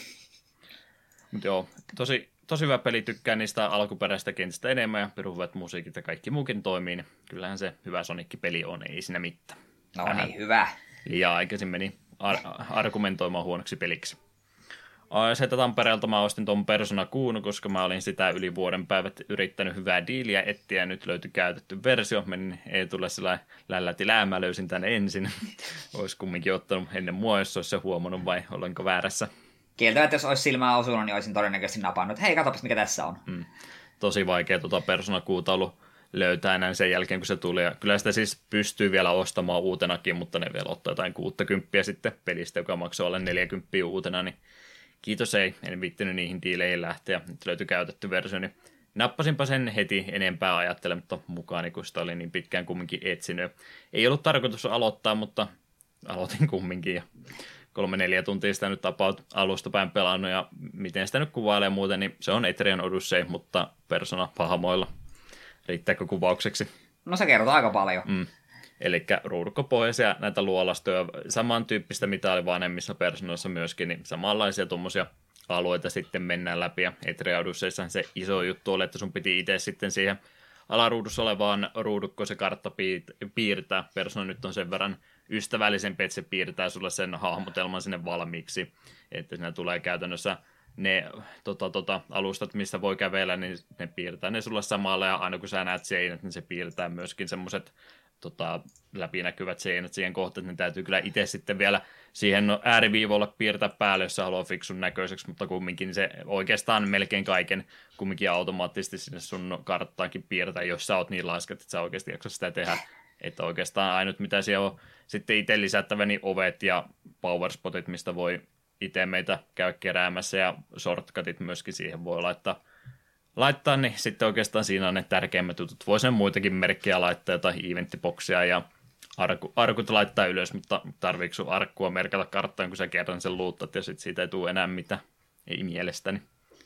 Mutta joo, tosi hyvä peli, tykkään niistä alkuperäistä kentistä enemmän ja pirun hyvät musiikit ja kaikki muukin toimii, niin kyllähän se hyvä Sonic-peli on, ei siinä mitään. No niin, hyvä. Liian aikaisin meni argumentoimaan huonoksi peliksi. Sieltä Tampereelta mä ostin tuon Persona 6, koska mä olin sitä yli vuoden päivät yrittänyt hyvää diiliä etsiä ja nyt löytyi käytetty versio. Menin Eetulle sillä lällätilää, mä löysin tän ensin. Olisi kumminkin ottanut ennen mua, jos olisi se huomannut vai olenko väärässä. Kieltämättä, jos olisi silmää osunut, niin olisin todennäköisesti napannut. Hei, katsopas mikä tässä on. Tosi vaikea Persona 6 ollut löytää enää sen jälkeen, kun se tuli. Ja kyllä sitä siis pystyy vielä ostamaan uutenakin, mutta ne vielä ottaa jotain 60 sitten pelistä, joka maksaa alle 40 uutena, niin kiitos ei, en viittinyt niihin diileihin lähteä, ja nyt löytyi käytetty versio, niin nappasinpa sen heti enempää ajattelematta mukaan, kun sitä oli niin pitkään kumminkin etsinyt. Ei ollut tarkoitus aloittaa, mutta aloitin kumminkin, ja 3-4 tuntia sitä nyt about alusta päin pelannut, ja miten sitä nyt kuvailee muuten, niin se on Etrian Odyssey, mutta persona-hahmoilla. Riittääkö kuvaukseksi? No se kertoo aika paljon. Eli ruudukkopohjaisia näitä luolastoja, samantyyppistä mitä oli vanhemmissa personoissa myöskin, niin samanlaisia tuommoisia alueita sitten mennään läpi, ja Etrian Odysseyssa se iso juttu oli, että sun piti itse sitten siihen alaruudussa olevaan ruudukkoon se kartta piirtää. Persona nyt on sen verran ystävällisempi, että se piirtää sulle sen hahmotelman sinne valmiiksi, että siinä tulee käytännössä ne alustat, missä voi kävellä, niin ne piirtää ne sulle samalla, ja aina kun sä näet seinät, niin se piirtää myöskin semmoiset läpinäkyvät seinät siihen kohtaan, että ne täytyy kyllä itse sitten vielä siihen ääriviivoille piirtää päälle, jos sä haluaa fiksun näköiseksi, mutta kumminkin se oikeastaan melkein kaiken kumminkin automaattisesti sinne sun karttaankin piirtää, jos sä oot niin lasket, että sä oikeasti jaksa sitä tehdä. Että oikeastaan ainut mitä siellä on sitten itse lisättävä, niin ovet ja powerspotit, mistä voi itse meitä käydä keräämässä, ja shortcutit myöskin siihen voi laittaa, niin sitten oikeastaan siinä on ne tärkeimmät jutut. Voi sen muitakin merkkejä laittaa, jotain eventtiboksia ja arkut laittaa ylös, mutta tarviiko sun arkkua merkata karttaan, kun sä kerran sen luuttat, ja sitten siitä ei tule enää mitään, ei mielestäni.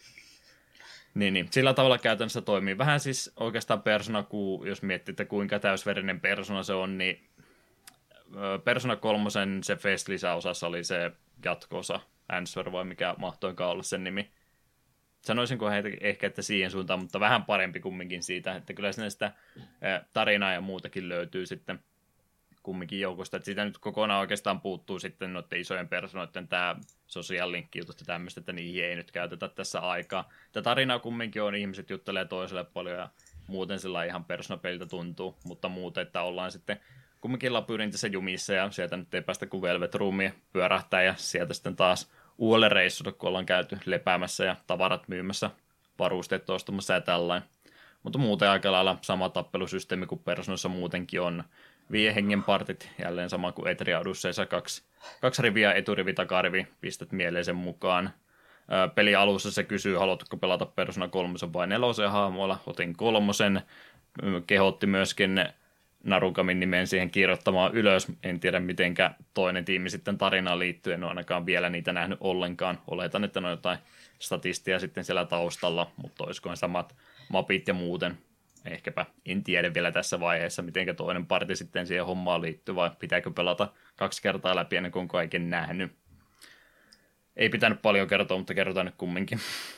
Niin, sillä tavalla käytännössä toimii. Vähän siis oikeastaan Persona, jos miettii, että kuinka täysverinen Persona se on, niin Persona 3 se Fest-lisäosassa oli se jatko-osa, Answer, vai mikä mahtoinkaan olla sen nimi. Sanoisinko ehkä, että siihen suuntaan, mutta vähän parempi kumminkin siitä, että kyllä sinne sitä tarinaa ja muutakin löytyy sitten kumminkin joukosta, että siitä nyt kokonaan oikeastaan puuttuu sitten noiden isojen personoiden tämä social link-jutut ja tämmöistä, että niihin ei nyt käytetä tässä aikaa. Tämä tarina kumminkin on, ihmiset juttelee toiselle paljon ja muuten sillä ihan Persona-peliltä tuntuu, mutta muuten, että ollaan sitten kumminkin labyrintissä jumissa ja sieltä nyt ei päästä kuin Velvet Roomia pyörähtää ja sieltä sitten taas uudelle reissulle, kun ollaan käyty lepäämässä ja tavarat myymässä, varusteet ostamassa ja tällainen. Mutta muuten aika lailla sama tappelusysteemi kuin Personassa muutenkin on. 5 hengen partit, jälleen sama kuin Etrian Odysseyssa, 2 riviä, eturivi, takarivi, pistät mieleen sen mukaan. Peli alussa se kysyy, haluatko pelata Persona 3 vai 4 hahmoilla, otin 3, kehotti myöskin Narukamin nimen siihen kirjoittamaan ylös. En tiedä, mitenkä toinen tiimi sitten tarinaan liittyy, en ole ainakaan vielä niitä nähnyt ollenkaan. Oletan, että ne on jotain statistia sitten siellä taustalla, mutta olisikohan samat mapit ja muuten. Ehkäpä en tiedä vielä tässä vaiheessa, miten toinen parti sitten siihen hommaan liittyy, vai pitääkö pelata 2 kertaa läpi ennen kuin kaiken nähnyt. Ei pitänyt paljon kertoa, mutta kerrotaan nyt kumminkin.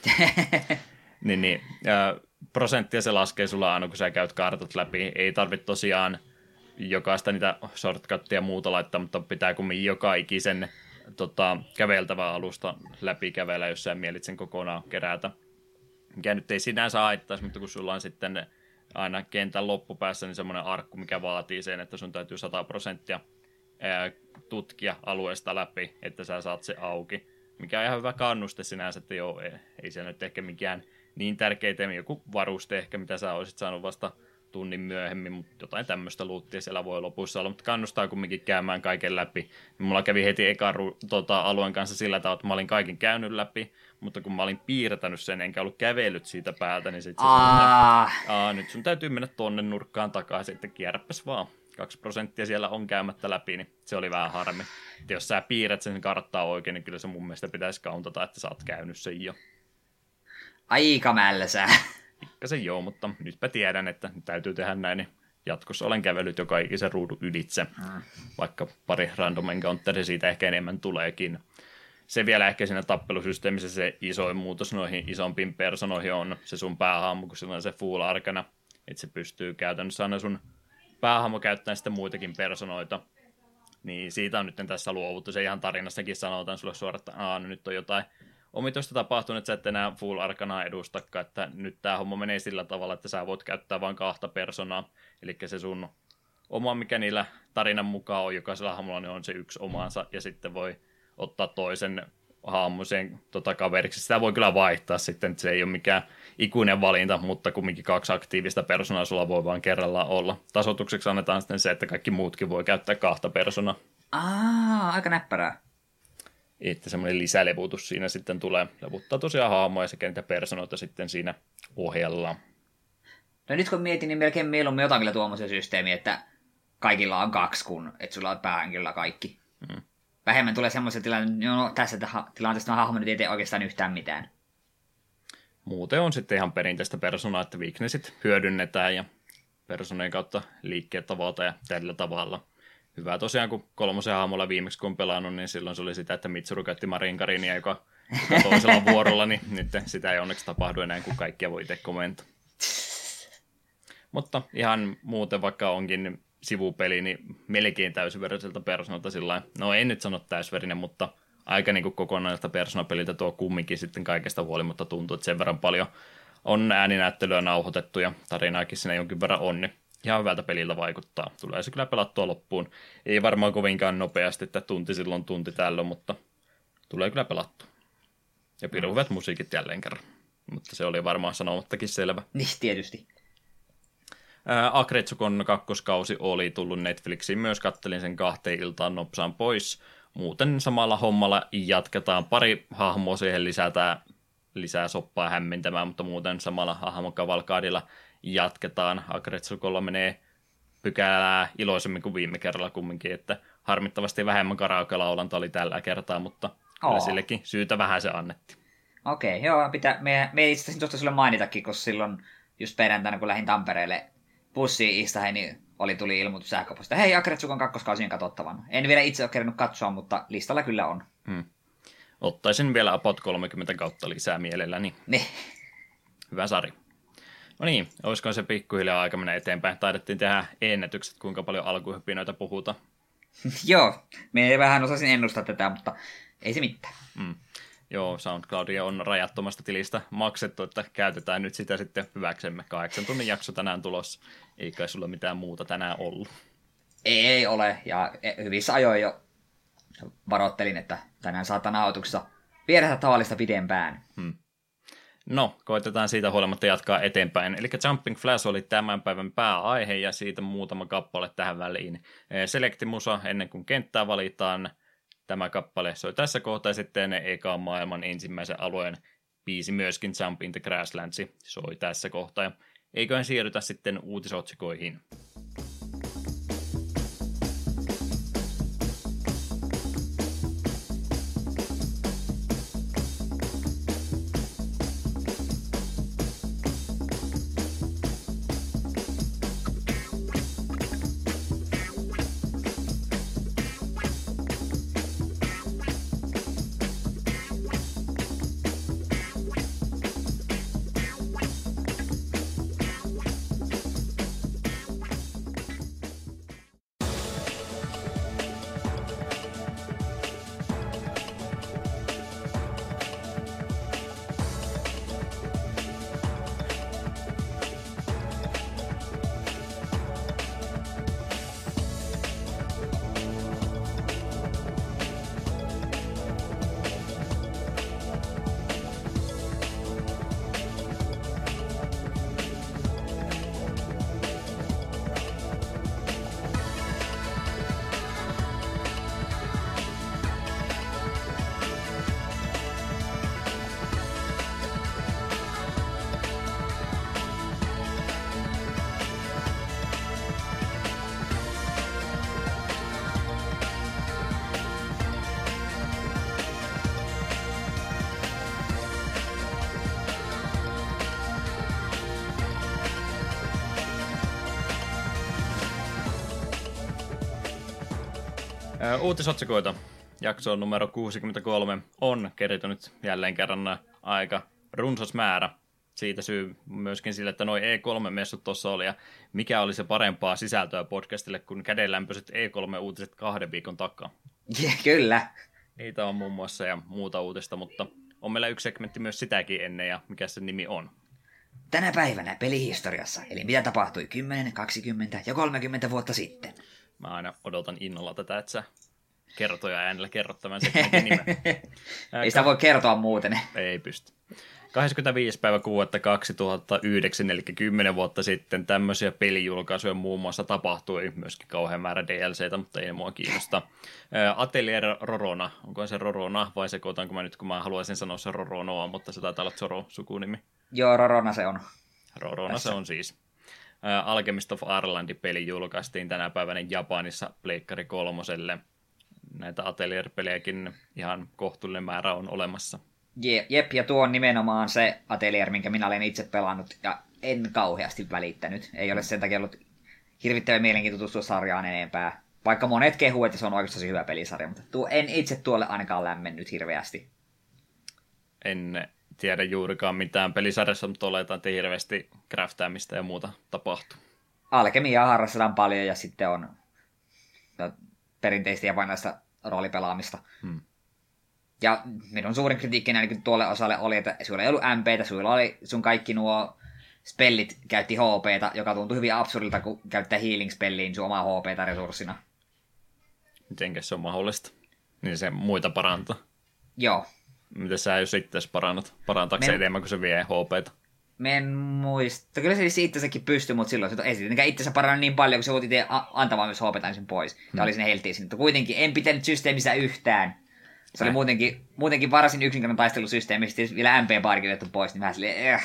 Prosenttia se laskee sulla aina, kun sä käyt kartat läpi. Ei tarvitse tosiaan jokaista niitä shortcuttia ja muuta laittaa, mutta pitää kumminkin joka ikisen käveltävää alusta läpi kävellä, jos sä mielit sen kokonaan kerätä. Mikä nyt ei sinänsä haittaisi, mutta kun sulla on sitten aina kentän loppupäässä niin semmoinen arkku, mikä vaatii sen, että sun täytyy 100% tutkia alueesta läpi, että sä saat se auki. Mikä on ihan hyvä kannuste sinänsä, että joo, ei se nyt ehkä mikään niin tärkeitä, joku varuste ehkä, mitä sä olisit saanut vasta tunnin myöhemmin, mutta jotain tämmöistä luuttia siellä voi lopussa olla, mutta kannustaa kumminkin käymään kaiken läpi. Mulla kävi heti ekan alueen kanssa sillä tavalla, että mä olin kaiken käynyt läpi, mutta kun mä olin piirtänyt sen, enkä ollut kävellyt siitä päältä, niin sitten nyt sun täytyy mennä tonne nurkkaan takaisin, että kierräpäs vaan. 2% siellä on käymättä läpi, niin se oli vähän harmi. Että jos sä piirrät sen karttaa oikein, niin kyllä se mun mielestä pitäisi countata, että sä oot käynyt sen jo. Aika mälsää. Pikkasen joo, mutta nytpä tiedän, että täytyy tehdä näin, niin jatkossa olen kävellyt joka ikisen ruudun ylitse, vaikka pari random encounteria siitä ehkä enemmän tuleekin. Se vielä ehkä siinä tappelusysteemissä se isoin muutos noihin isompiin personoihin on se sun päähahmo, kun sillä on se full arkana, että se pystyy käytännössä aina sun päähahmo käyttämään sitten muitakin personoita. Niin siitä on nyt tässä luovuttu. Se ihan tarinassakin sanotaan sulle suoraan, että no nyt on jotain omituista tapahtunut, että sä et enää full arkanaa edustakaan, että nyt tää homma menee sillä tavalla, että sä voit käyttää vain 2 personaa. Eli se sun oma, mikä niillä tarinan mukaan on, jokaisella hahmolla niin on se yksi omansa, ja sitten voi ottaa toisen hahmoseen kaveriksi. Sitä voi kyllä vaihtaa sitten, että se ei ole mikään ikuinen valinta, mutta kumminkin 2 aktiivista persoonaa sulla voi vaan kerrallaan olla. Tasoitukseksi annetaan sitten se, että kaikki muutkin voi käyttää 2 persoonaa. Aika näppärää. Että semmoinen lisälevutus siinä sitten tulee. Levuttaa tosiaan hahmoja sekä niitä persoonoita sitten siinä ohella. No nyt kun mietin, niin melkein mieluummin jotain kyllä tuommoisen systeemiä, että kaikilla on 2, kun et sulla on päähenkilöllä kaikki. Vähemmän tulee semmoisen tilanne, no tässä tilanteessa hahmo nyt ei tee oikeastaan yhtään mitään. Muuten on sitten ihan perinteistä persoonaa, että weaknessit hyödynnetään ja persoonien kautta liikkeet tavata ja tällä tavalla. Hyvä tosiaan, kun 3 hahmolla viimeksi kun pelannut, niin silloin se oli sitä, että Mitsuru käytti Marinkarinia, joka toisella vuorolla, niin nyt sitä ei onneksi tapahdu enää, kun kaikkia voi itse komentaa. Mutta ihan muuten, vaikka onkin sivupeli, niin melkein täysiveroiselta persoonalta sillä no en nyt sano täysverinen, mutta aika niin kuin kokonaista persoonapeliltä tuo kumminkin sitten kaikesta huolimatta tuntuu, että sen verran paljon on ääninäyttelyä nauhoitettu ja tarinaakin siinä jonkin verran on, niin ihan hyvältä peliltä vaikuttaa. Tulee se kyllä pelattua loppuun. Ei varmaan kovinkaan nopeasti, että tunti silloin tunti tällöin, mutta tulee kyllä pelattua. Ja pirun hyvät musiikit jälleen kerran. Mutta se oli varmaan sanomattakin selvä. Niin, tietysti. Aggretsucon 2. kausi oli tullut Netflixiin myös, kattelin sen 2 iltaan nopsaan pois. Muuten samalla hommalla jatketaan. Pari hahmoa siihen lisätään lisää soppaa hämmentämään, mutta muuten samalla hahmokavalkaadilla jatketaan. Aggretsucolla menee pykälää iloisemmin kuin viime kerralla kumminkin, että harmittavasti vähemmän karaoke-laulanta oli tällä kertaa, mutta kyllä sillekin syytä vähän se annettiin. Okei, joo, me itse asiassa tuosta sulle mainitakin, koska silloin just perjantaina, kun lähdin Tampereelle bussiin istahin, niin tuli ilmoitus sähköpostista. Hei, Aggretsucon 2. kausi on katsottavana. En vielä itse ole kerännyt katsoa, mutta listalla kyllä on. Ottaisin vielä about 30 kautta lisää mielelläni. Niin. Hyvä sarja. No niin, olisiko se pikkuhiljaa aika mennä eteenpäin? Taidettiin tehdä ennätykset, kuinka paljon alkuhypinoita puhutaan. Joo, me vähän osasin ennustaa tätä, mutta ei se mitään. Joo, SoundCloudia on rajattomasta tilistä maksettu, että käytetään nyt sitä sitten hyväksemme. 8 tunnin jakso tänään tulossa. Ei kai sulla mitään muuta tänään ollut. Ei ole, ja hyvissä ajoin jo varoittelin, että tänään saattaa nauhoituksessa viedä tavallista pidempään. No, koitetaan siitä huolimatta jatkaa eteenpäin. Eli Jumping Flash oli tämän päivän pääaihe, ja siitä muutama kappale tähän väliin. Selektimusa ennen kuin kenttää valitaan. Tämä kappale soi tässä kohtaa, sitten ekan maailman ensimmäisen alueen biisi myöskin Jump in the Grasslands soi tässä kohtaa. Ja eiköhän siirrytä sitten uutisotsikoihin. Uutisotsikoita. Jakso numero 63 on kertynyt jälleen kerran aika runsas määrä. Siitä syy myöskin sille, että noi E3-messut tuossa oli, ja mikä oli se parempaa sisältöä podcastille kuin kädenlämpöiset E3-uutiset 2 viikon takaa. Kyllä. Niitä on muun muassa ja muuta uutista, mutta on meillä yksi segmentti myös sitäkin ennen, ja mikä se nimi on? Tänä päivänä pelihistoriassa, eli mitä tapahtui 10, 20 ja 30 vuotta sitten. Mä aina odotan innolla tätä, että sä kertoja äänellä kerro tämän segmentin nimen. Ei sitä voi kertoa muuten. Ei pysty. 25. päivä 6. 2009, eli 10 vuotta sitten, tämmöisiä pelijulkaisuja muun muassa tapahtui, myöskin kauhean määrä DLCtä, mutta ei mua kiinnosta. Atelier Rorona, onko se Rorona vai sekoitanko mä nyt, kun mä haluaisin sanoa se Roronoa, mutta se taitaa olla Zoro-sukunimi. Joo, Rorona se on. Rorona se on siis. Alchemist of Arland-peli julkaistiin tänä päivänä Japanissa Pleikkari 3:lle. Näitä Atelier-pelejäkin ihan kohtuullinen määrä on olemassa. Jep, ja tuo on nimenomaan se Atelier, minkä minä olen itse pelannut, ja en kauheasti välittänyt. Ei ole sen takia ollut hirvittävän mielenkiintoista tutustua sarjaan enempää. Vaikka monet kehuu, että se on oikeasti hyvä pelisarja, mutta en itse tuolle ainakaan lämmennyt hirveästi. En tiedä juurikaan mitään pelisarjassa, mutta oletan, että hirveästi craftaamista ja muuta tapahtuu. Alkemiaa harrastetaan paljon, ja sitten on perinteistä japanilaista roolipelaamista. Ja minun suurin kritiikki niin tuolle osalle oli, että sulla ei ollut MPtä, sulla oli sun kaikki nuo spellit käytti HPtä, joka tuntui hyvin absurdilta, kun käyttää healing-spelliin sun omaa HPtä resurssina. Mitenkäs se on mahdollista? Niin se muita parantaa. Joo. Miten sä jos itseäsi parannat? Parantaako se enemmän kuin se vie HPtä? Mä en muista. Kyllä se itsesäkin pystyi, mutta silloin se ei tietenkään itsensä parannut niin paljon, kun se voit itse antamaan myös HPtä ensin pois. Ja oli sinne helttiin sinne. Mutta kuitenkin en pitänyt systeemissä yhtään. Se oli muutenkin varsin yksinkertainen taistelusysteemi, sitten vielä MP-baarikin otettu pois, niin vähän silleen,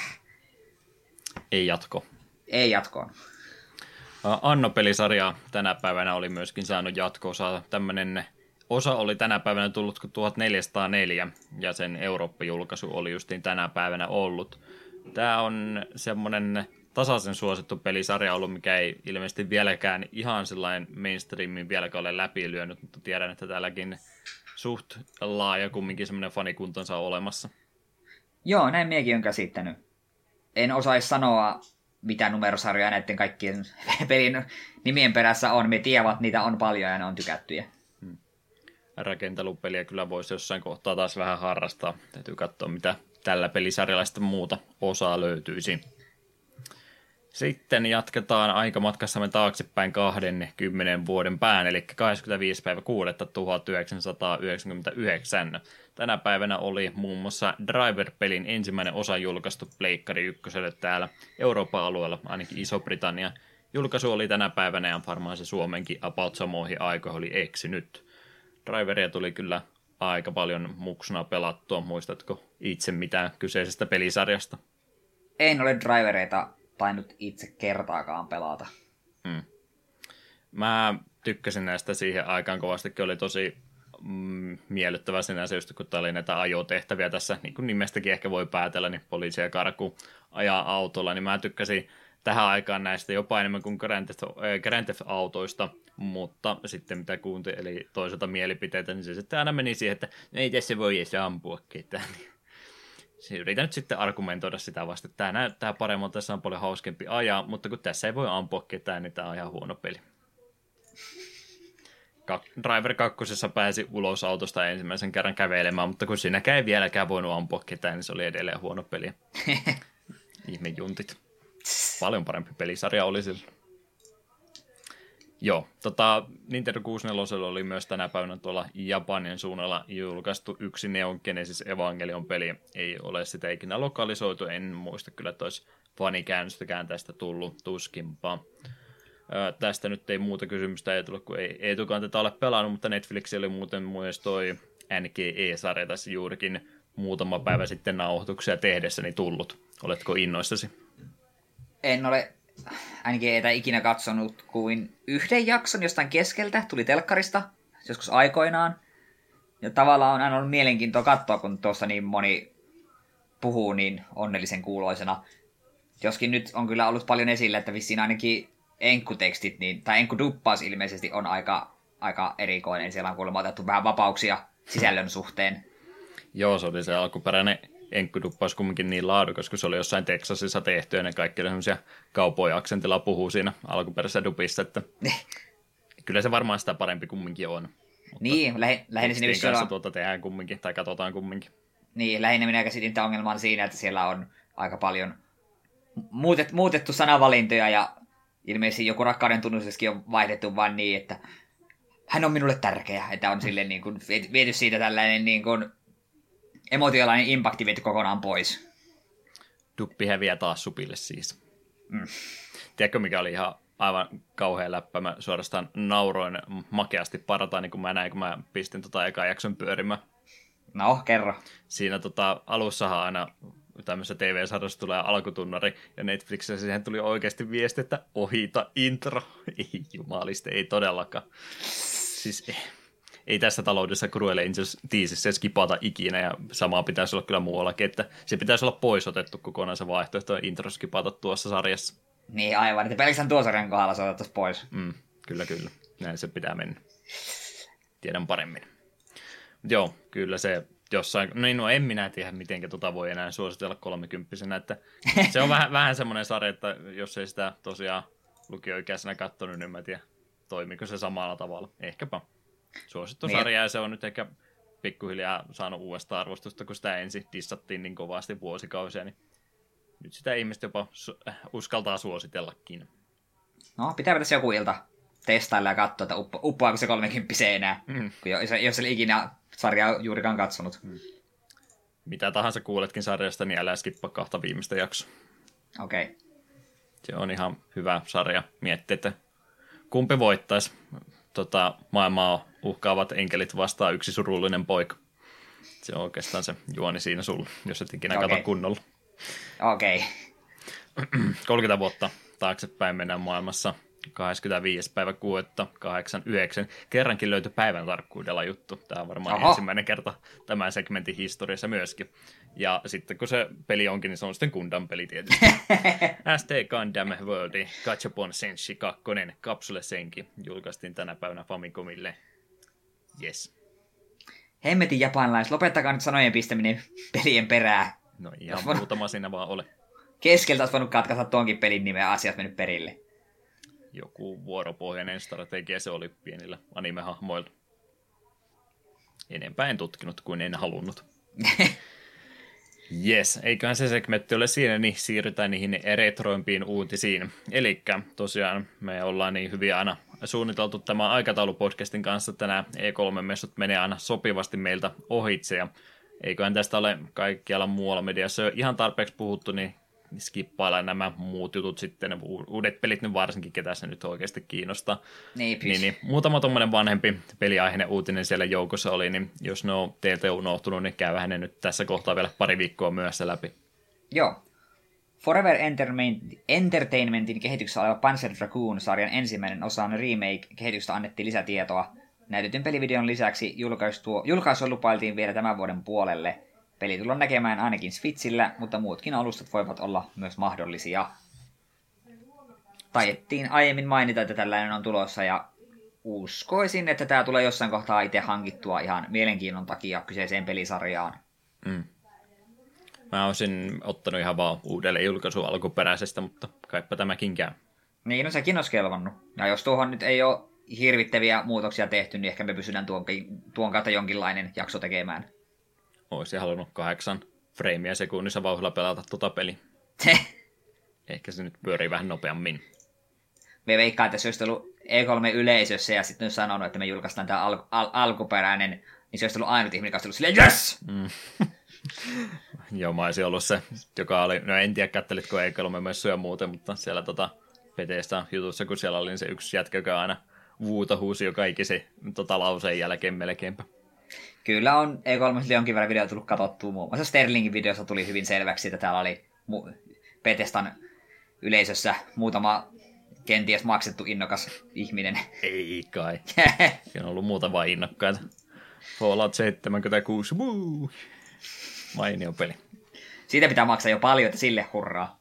Ei jatko. Ei jatkoon. Anno-pelisarja tänä päivänä oli myöskin saanut jatko-osa. Tämmöinen osa oli tänä päivänä tullut 1404, ja sen Eurooppa-julkaisu oli justiin tänä päivänä ollut. Tämä on semmoinen tasaisen suosittu pelisarja ollut, mikä ei ilmeisesti vieläkään ihan sellainen mainstreamin vieläkään ole läpilyönyt, mutta tiedän, että täälläkin suht laaja kumminkin semmoinen fanikuntansa on olemassa. Joo, näin miekin on käsittänyt. En osaisi sanoa, mitä numerosarjoja näiden kaikkien pelin nimien perässä on. Me tiedät, niitä on paljon ja ne on tykättyjä. Rakentelupeliä kyllä voisi jossain kohtaa taas vähän harrastaa. Täytyy katsoa, mitä tällä pelisarjalla sitten muuta osaa löytyisi. Sitten jatketaan aikamatkassamme taaksepäin 20 vuoden pään, eli 25. päivä 6. 1999. Tänä päivänä oli muun muassa Driver-pelin ensimmäinen osa julkaistu Pleikkari 1:lle täällä Euroopan alueella, ainakin Iso-Britannia. Julkaisu oli tänä päivänä ja varmaan se Suomenkin about samoihin aikoihin oli eksynyt. Driveria tuli kyllä aika paljon muksuna pelattua. Muistatko itse mitään kyseisestä pelisarjasta? En ole Drivereita tainnut itse kertaakaan pelata. Mä tykkäsin näistä siihen aikaan kovastikin, oli tosi miellyttävä sinänsä, just kun tää oli näitä ajotehtäviä tässä, niin kuin nimestäkin ehkä voi päätellä, niin poliisi ja karku ajaa autolla, niin mä tykkäsin tähän aikaan näistä jopa enemmän kuin Grand Theft-autoista, mutta sitten mitä kuuntelin toiselta mielipiteitä, niin se sitten aina meni siihen, että ei tässä voi edes ampua ketään. Yritän nyt sitten argumentoida sitä vasta, että tämä näyttää paremmin, tässä on paljon hauskempi ajaa, mutta kun tässä ei voi ampua ketään, niin tämä on ihan huono peli. Driver 2 pääsi ulos autosta ensimmäisen kerran kävelemään, mutta kun siinäkään ei vieläkään voinut ampua ketään, niin se oli edelleen huono peli. Ihme juntit. Paljon parempi pelisarja oli silloin. Joo, Nintendo 64 oli myös tänä päivänä tuolla Japanin suunnalla julkaistu yksi Neon Genesis Evangelion-peli. Ei ole sitä ikinä lokalisoitu, en muista kyllä, että olisi fanikäännöstäkään tästä tullut tuskinpa. Tästä nyt ei muuta kysymystä ei tullut, kun ei Eetukaan tätä ole pelannut, mutta Netflix oli muuten myös toi NGE-sarja tässä juurikin muutama päivä sitten nauhoituksia tehdessäni tullut. Oletko innoissasi? En ole NGEtä ikinä katsonut kuin yhden jakson jostain keskeltä, tuli telkkarista joskus aikoinaan. Ja tavallaan on aina ollut mielenkiintoa katsoa, kun tuossa niin moni puhuu niin onnellisen kuuloisena. Joskin nyt on kyllä ollut paljon esillä, että vissiin ainakin enkkutekstit, tai enkkuduppaus ilmeisesti on aika erikoinen. Siellä on kuulemma otettu vähän vapauksia sisällön suhteen. Joo, se oli se alkuperäinen enkkuduppaus kumminkin niin laadukas, kun se oli jossain Texasissa tehty, ja ne kaikki oli semmoisia cowboy-aksentilla puhuu siinä alkuperäisessä dupissa, että kyllä se varmaan sitä parempi kumminkin on. Mutta niin, lähinnä sinne kanssa tuota tehdään kumminkin, tai katsotaan kumminkin. Niin, lähinnä minä käsitin tämän ongelman siinä, että siellä on aika paljon muutettu sanavalintoja, ja ilmeisesti joku rakkauden tunnustuskin on vaihdettu vain niin, että hän on minulle tärkeä, että on silleen niin kuin viety siitä tällainen niin kuin emotionaalinen impakti viety kokonaan pois. Duppi häviää taas supille siis. Tiedätkö, mikä oli ihan aivan kauhea läppä? Mä suorastaan nauroin makeasti parataani, kun mä pistin ekan jakson pyörimään. No, kerro. Siinä alussahan aina tämmöisessä TV-sarjassa tulee alkutunnari, ja Netflixissä siihen tuli oikeasti viesti, että ohita intro. Ei jumaliste, ei todellakaan. Siis ei tässä taloudessa Cruel Angels-tiisissä skipata ikinä, ja samaa pitäisi olla kyllä muuallakin, että se pitäisi olla pois otettu kokonaan se vaihtoehto ja intro skipata tuossa sarjassa. Niin aivan, että pelkästään tuon sarjan kohdalla se otettaisiin pois. Kyllä. Näin se pitää mennä. Tiedän paremmin. Joo, kyllä se jossain, no en minä tiedä, miten voi enää suositella 30-vuotiaana, että se on vähän semmoinen sarja, että jos ei sitä tosiaan lukioikäisenä katsonut, niin mä tiedän, toimiko se samalla tavalla. Ehkäpä. Suosittu sarja, ja se on nyt ehkä pikkuhiljaa saanut uudesta arvostusta, kun sitä ensin dissattiin niin kovasti vuosikausia, niin nyt sitä ihmiset jopa uskaltaa suositellakin. No, pitää tässä joku ilta testailla ja katsoa, että uppoaako se 30 enää, jos ei ikinä sarjaa juurikaan katsonut. Mitä tahansa kuuletkin sarjasta, niin älä skippaa 2 viimeistä jaksoa. Okei. Okay. Se on ihan hyvä sarja miettiä, että kumpi voittaisi. Maailmaa uhkaavat enkelit vastaan yksi surullinen poika. Se on oikeastaan se juoni siinä sulla, jos et ikinä katso kunnolla. Okei. 30 vuotta taaksepäin mennään maailmassa. 25. päivä 6.89. Kerrankin löytyi päivän tarkkuudella juttu. Tämä on varmaan ensimmäinen kerta tämän segmentin historiassa myöskin. Ja sitten kun se peli onkin, niin se on sitten Gundam-peli tietysti. ST Gundam World Gachapon Senshi 2 Kapsule Senki julkaistiin tänä päivänä Famicomille. Yes. Hemmetin japanilais, lopettakaa nyt sanojen pistäminen pelien perään. No ihan muutama siinä vaan ole. Keskeltä olisi voinut katkaista tuonkin pelin nimeä ja asiat mennyt perille. Joku vuoropohjainen strategia se oli pienillä animehahmoilla. Enempää en tutkinut kuin en halunnut. Jes, eiköhän se segmentti ole siinä, niin siirrytään niihin retroimpiin uutisiin. Elikkä tosiaan me ollaan niin hyvin aina suunniteltu tämä aikataulupodcastin kanssa, että nämä E3-messut menee aina sopivasti meiltä ohitse, ja eiköhän tästä ole kaikkialla muualla mediassa jo ihan tarpeeksi puhuttu, niin skippaillaan nämä muut jutut sitten, uudet pelit nyt varsinkin, ketä se nyt oikeasti kiinnostaa. Niin, muutama tuommoinen vanhempi peliaiheinen uutinen siellä joukossa oli, niin jos ne on teiltä unohtunut, niin käyhän ne nyt tässä kohtaa vielä pari viikkoa myöhässä läpi. Joo. Forever Entertainmentin kehityksessä oleva Panzer Dragoon-sarjan ensimmäinen osan remake-kehityksestä annettiin lisätietoa. Näytetyn pelivideon lisäksi julkaisua lupailtiin vielä tämän vuoden puolelle. Peli tullaan näkemään ainakin Switchillä, mutta muutkin alustat voivat olla myös mahdollisia. Taiettiin aiemmin mainita, että tällainen on tulossa, ja uskoisin, että tämä tulee jossain kohtaa itse hankittua ihan mielenkiinnon takia kyseiseen pelisarjaan. Mä olisin ottanut ihan vaan uudelleen julkaisun alkuperäisestä, mutta kaipa tämäkin käy. Niin, no sekin olisi kelvannut. Ja jos tuohon nyt ei ole hirvittäviä muutoksia tehty, niin ehkä me pysytään tuon kautta jonkinlainen jakso tekemään. Olisin halunnut 8 freimiä sekunnissa vauhdilla pelata tuota peliä. Ehkä se nyt pyörii vähän nopeammin. Me veikkaan, että se olisi ollut E3-yleisössä ja sitten sanonut, että me julkaistaan tämä alkuperäinen, niin se olisi ollut ainut ihminen, joka olisi ollut silleen, yes! Joo, mä olisin ollut se, joka oli, no en tiedä, kattelitko E3-messuja muuten, mutta siellä Petestä jutussa, kun siellä oli se yksi jätkä, joka aina huusi joka ikisen lauseen jälkeen melkeinpä. Kyllä on E3 jonkin verran video tullut katsottua. Muun muassa Sterlingin videossa tuli hyvin selväksi, että täällä oli Bethesdan yleisössä muutama kenties maksettu innokas ihminen. Ei kai. Siinä on ollut muutama innokkaita. Fallout 76. Woo! Mainio peli. Siitä pitää maksaa jo paljon, että sille hurraa.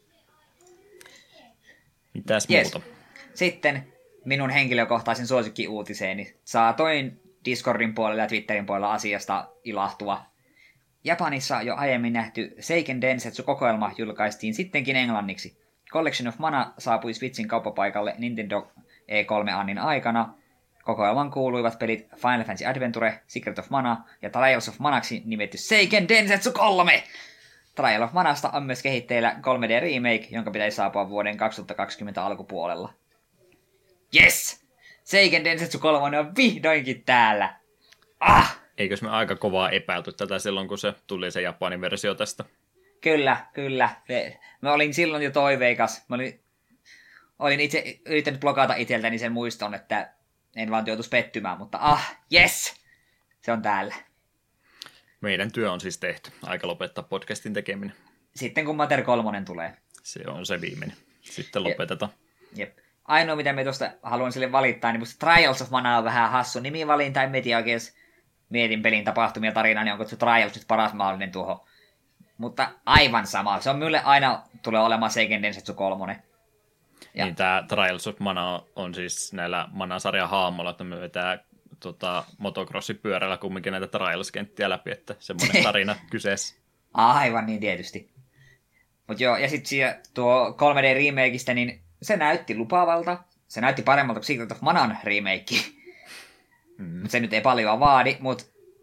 Mitäs muuta? Sitten minun henkilökohtaisen suosikkiuutiseeni. Saatoin Discordin puolella ja Twitterin puolella asiasta ilahtua. Japanissa jo aiemmin nähty Seiken Densetsu-kokoelma julkaistiin sittenkin englanniksi. Collection of Mana saapui Switchin kauppapaikalle Nintendo E3-annin aikana. Kokoelman kuuluivat pelit Final Fantasy Adventure, Secret of Mana ja Trials of Manaksi nimetty Seiken Densetsu 3! Trial of Manasta on myös kehitteillä 3D-remake, jonka pitäisi saapua vuoden 2020 alkupuolella. Yes! Seiken Densetsu 3 on vihdoinkin täällä. Ah! Eikös me aika kovaa epäilty tätä silloin, kun se tuli se Japanin versio tästä? Kyllä. Mä olin silloin jo toiveikas. Olin itse yrittänyt blokata itseltäni sen muiston, että en vaan joutuisi pettymään, mutta yes! Se on täällä. Meidän työ on siis tehty. Aika lopettaa podcastin tekeminen. Sitten kun Mater 3 tulee. Se on se viimeinen. Sitten lopetetaan. Jep. Ainoa, mitä me tuosta haluan sille valittaa, niin musta Trials of Mana on vähän hassu nimivalinta. En tiedä oikein, jos mietin pelin tapahtumia tarinaa, niin onko se Trials nyt paras mahdollinen tuohon. Mutta aivan sama. Se on minulle aina tulee olemaan Seiken Densetsu 3. Ja. Niin tämä Trials of Mana on siis näillä Mana-sarjan haamolla, että me vetää motocrossipyörällä kumminkin näitä Trials-kenttiä läpi, että semmoinen tarina kyseessä. Aivan niin tietysti. Mut joo, ja sitten tuo 3D-remakeista, niin se näytti lupaavalta. Se näytti paremmalta kuin Secret of Manan remake. Mutta se nyt ei paljon vaadi, mutta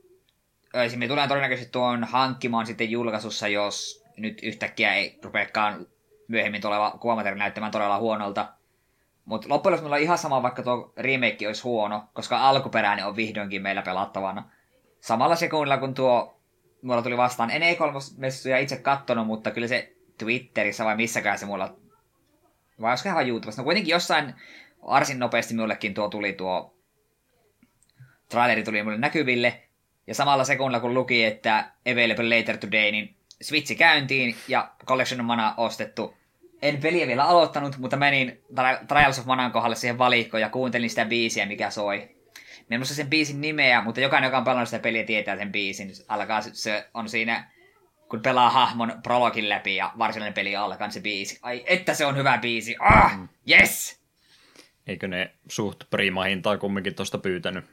me tulen todennäköisesti tuon hankkimaan sitten julkaisussa, jos nyt yhtäkkiä ei rupeakaan myöhemmin tuleva kuvamateri näyttämään todella huonolta. Mutta loppujen lopuksi meillä on ihan sama, vaikka tuo remake olisi huono, koska alkuperäinen on vihdoinkin meillä pelattavana. Samalla sekunnilla, kun mulla tuli vastaan, en E3-messuja itse kattonut, mutta kyllä se Twitterissä vai missäkään se mulla, vai olisiko ihan YouTubessa, no kuitenkin jossain varsin nopeasti mullekin tuo traileri tuli mulle näkyville, ja samalla sekunnilla kun luki, että available later today, niin switchi käyntiin ja Collection of Mana ostettu. En peliä vielä aloittanut, mutta menin Trials of Manan kohdalle siihen valikkoon ja kuuntelin sitä biisiä, mikä soi. Mä en muista sen biisin nimeä, mutta jokainen, joka on pelannut sitä peliä, tietää sen biisin. Se on siinä, kun pelaa hahmon prologin läpi ja varsinainen peli alkaa se biisi. Ai, että se on hyvä biisi. Yes! Eikö ne suht prima hintaa kumminkin tosta pyytänyt?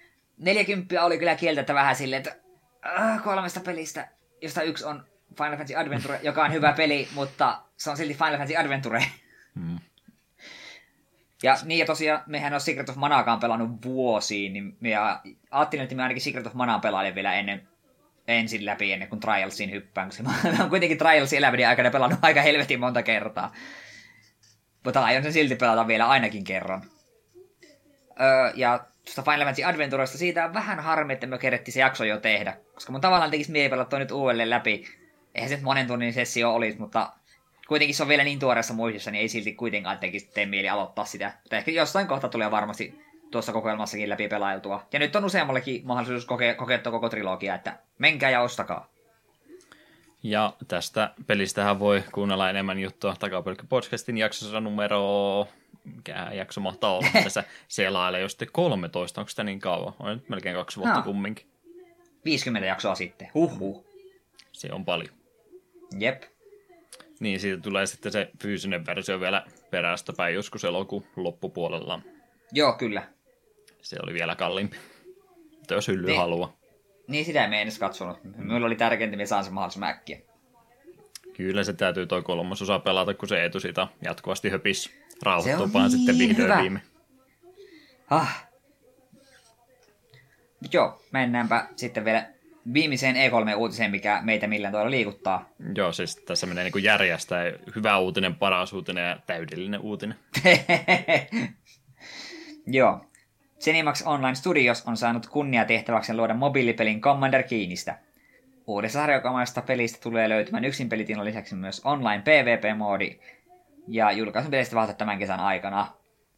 40 oli kyllä kieltätä vähän silleen, että 3 pelistä, josta yksi on Final Fantasy Adventure, joka on hyvä peli, mutta se on silti Final Fantasy Adventure. Ja niin, ja tosiaan, mehän on Secret of Manaakaan pelannut vuosiin, niin me ajattelin, että me ainakin Secret of Manaa pelailen vielä ensin läpi ennen kuin Trialsiin hyppään, koska mä oon kuitenkin Trialsin elämäni aikana pelannut aika helvetin monta kertaa. Mutta aion sen silti pelata vielä ainakin kerran. Ja tuosta Final Fantasy Adventuresta siitä on vähän harmi, että me kerettiin se jakso jo tehdä, koska mun tavallaan tekisi mieli pelata nyt uudelleen läpi. Eihän se nyt monen tunnin sessio olisi, mutta kuitenkin se on vielä niin tuoreessa muistissa, niin ei silti kuitenkaan tee mieli aloittaa sitä. Mutta ehkä jossain kohta tulee varmasti tuossa kokoelmassakin läpi pelailtua. Ja nyt on useammallakin mahdollisuus kokea koko trilogia, että menkää ja ostakaa. Ja tästä pelistähän voi kuunnella enemmän juttua Takapölkky-podcastin jaksossa numero... Mikä jakso mahtaa olla tässä selailee jo sitten 13. Onko sitä niin kauan? On nyt melkein 2 vuotta kumminkin. 50 jaksoa sitten. Huhhuh. Se on paljon. Jep. Niin, siitä tulee sitten se fyysinen versio vielä perästä päin joskus elokuun loppupuolella. Joo, kyllä. Se oli vielä kalliimpi. Mutta jos hylly haluaa. Niin, sitä me en edes katsonut. Minulla oli tärkeintä, että me saan sen mahdollisimman äkkiä. Kyllä se täytyy toi 3. osa pelata, kun se etu siitä jatkuvasti höpis. Rauhoittuupaan niin sitten vihdoin viime. Joo, mennäänpä sitten vielä viimeiseen E3-uutiseen, mikä meitä millään tavalla liikuttaa. Joo, siis tässä menee niin kuin järjestää hyvä uutinen, paras uutinen ja täydellinen uutinen. Joo. Zenimax Online Studios on saanut kunniatehtäväksi luoda mobiilipelin Commander Keenistä. Uudessa sarjakamasta pelistä tulee löytymään yksin pelitilan lisäksi myös online PvP-moodi, ja julkaisun pelistä vasta tämän kesän aikana.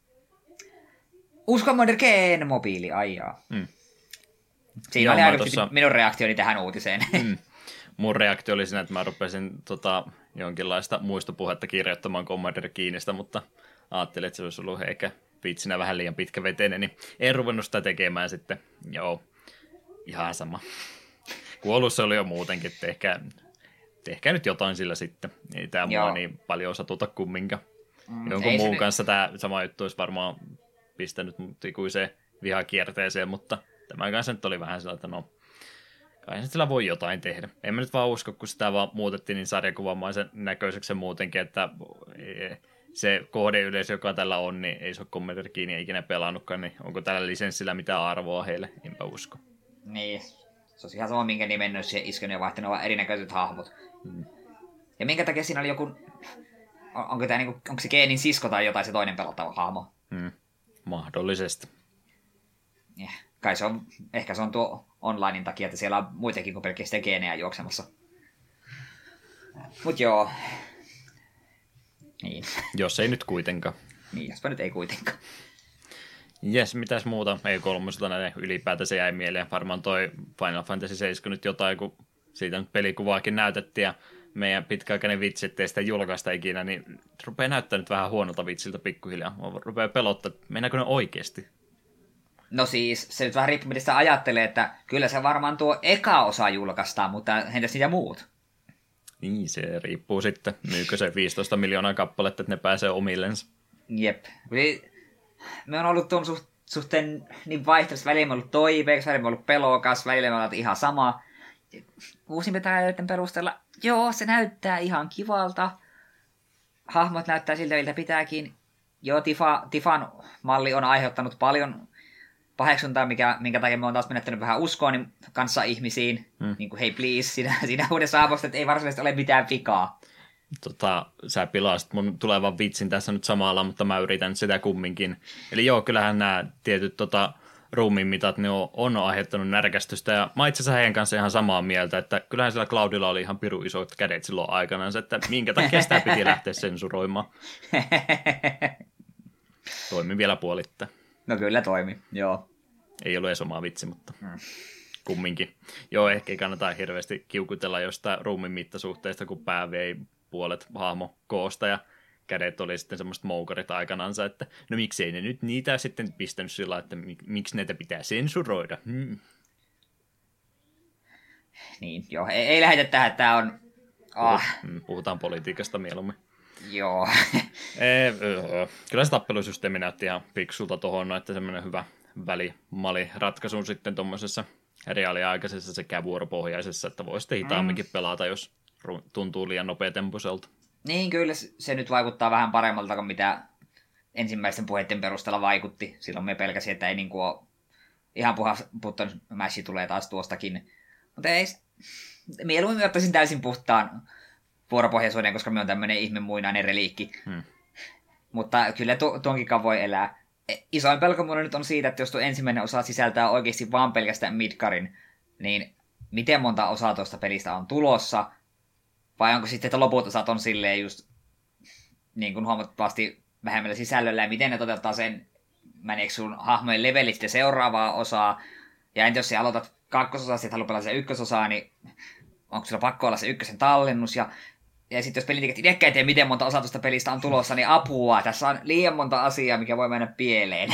Uusi Commander Keen mobiili, aijaa. Siinä oli aika minun reaktioni tähän uutiseen. Mun reaktio oli siinä, että mä rupesin jonkinlaista muistopuhetta kirjoittamaan Commander Keenistä, mutta ajattelin, että se olisi ollut ehkä vitsinä vähän liian pitkäveteinen, niin en ruvennut sitä tekemään sitten. Joo, ihan sama. Kuollut se oli jo muutenkin, että tehkää nyt jotain sillä sitten. Ei tämä mua niin paljon satuta kumminkaan. Jonkun muun kanssa tämä sama juttu olisi varmaan pistänyt ikuiseen vihakierteeseen, mutta tämän kanssa nyt oli vähän sellainen, että no, kai se sillä voi jotain tehdä. En mä nyt vaan usko, kun sitä vaan muutettiin niin sarjakuvamaisen näköiseksi muutenkin, että se kohdeyleisö, joka tällä on, niin ei se ole Commander Keen ikinä pelannutkaan, niin onko tällä lisenssillä mitään arvoa heille? Enpä usko. Niin, se on ihan sama, minkä nimen olisi siihen iskenyt ja vaihtanut vaan erinäköiset hahmot. Ja minkä takia siinä oli joku, onko se Keenin sisko tai jotain se toinen pelattava hahmo? Mahdollisesti. Kai se on, ehkä se on tuo onlinein takia, että siellä on muitakin kuin pelkästään geenejä juoksemassa. Mut joo. Niin. Jos ei nyt kuitenkaan. Niin, jospa nyt ei kuitenkaan. Jes, mitäs muuta? Ei kolmoselta näin ylipäätään se jäi mieleen. Varmaan toi Final Fantasy 7 nyt jotain, kun siitä nyt pelikuvaakin näytettiin ja meidän pitkäaikainen vitsi, ettei sitä julkaista ikinä, niin rupeaa näyttää nyt vähän huonolta vitsiltä pikkuhiljaa. Rupeaa pelottaa, että mennäänkö ne oikeasti? No siis, se nyt vähän riippuu, mitä sitä ajattelee, että kyllä se varmaan tuo eka osa julkaistaan, mutta entäs niitä muut? Niin, se riippuu sitten. Myykö se 15 miljoonaa kappaletta, että ne pääsee omillensa? Jep. Me on ollut tuon suhteen niin vaihtoehtoisesti. Välillä me on ollut toiveeksi, välillä me on ollut pelokas, välillä me on ollut ihan sama. Uusimpien trailereiden perusteella, joo, se näyttää ihan kivalta. Hahmot näyttää siltä, miltä pitääkin. Joo, Tifan malli on aiheuttanut paljon paheksuntaa, minkä takia me on taas menettänyt vähän uskoa niin kanssa ihmisiin. Niin kuin hei please, siinä uudessa hahmosta, että ei varsinaisesti ole mitään vikaa. Sä pilasit mun tulevan vitsin tässä nyt samalla, mutta mä yritän sitä kumminkin. Eli joo, kyllähän nämä tietyt ruumiin mitat, ne on aiheuttanut närkästystä, ja mä itse asiassa heidän kanssa ihan samaa mieltä, että kyllähän sillä Cloudilla oli ihan piru isot kädet silloin aikanaan, että minkä takia sitä piti lähteä sensuroimaan. Toimi vielä puolittain. No kyllä toimi, joo. Ei ollut edes oma vitsi, mutta kumminkin. Joo, ehkä ei kannata hirveästi kiukutella jostain ruumiin mittasuhteesta, kun pää vei puolet hahmokoosta ja kädet oli sitten semmoiset moukarit aikanansa, että no miksei ne nyt niitä sitten pistänyt sillä, että miksi näitä pitää sensuroida. Niin, joo, ei lähdetä tähän, että tämä on... Puhutaan politiikasta mieluummin. Joo. Kyllä se tappelusysteemi näytti ihan fiksulta tuohon, että semmoinen hyvä välimali-ratkaisu sitten tuommoisessa reaaliaikaisessa sekä vuoropohjaisessa, että voi sitten hitaamminkin pelata, jos tuntuu liian nopeatempoiselta. Niin, kyllä se nyt vaikuttaa vähän paremmalta kuin mitä ensimmäisten puheiden perusteella vaikutti. Silloin me pelkäsin, että ei niinku ole ihan puhas button mashi tulee taas tuostakin. Mutta ei, mieluummin ottaisin täysin puhtaan vuoropohjaisuuden, koska me on tämmöinen ihme muinainen reliikki. Mutta kyllä tuonkin voi elää. Isoin pelko mulla nyt on siitä, että jos tuo ensimmäinen osa sisältää oikeasti vaan pelkästään Midgarin, niin miten monta osaa tuosta pelistä on tulossa? Vai onko sitten, että loput osat on silleen just niin kuin huomattavasti vähemmällä sisällöllä, ja miten ne toteuttaa sen, meneekö sun hahmojen levelit sitten seuraavaa osaa, ja entä jos sä aloitat kakkososasta ja haluat pelata se ykkösosaa, niin onko sulla pakko olla se ykkösen tallennus, ja sitten jos pelintekijät itsekään ei tiedä, miten monta osaa tuosta pelistä on tulossa, niin apua, tässä on liian monta asiaa, mikä voi mennä pieleen.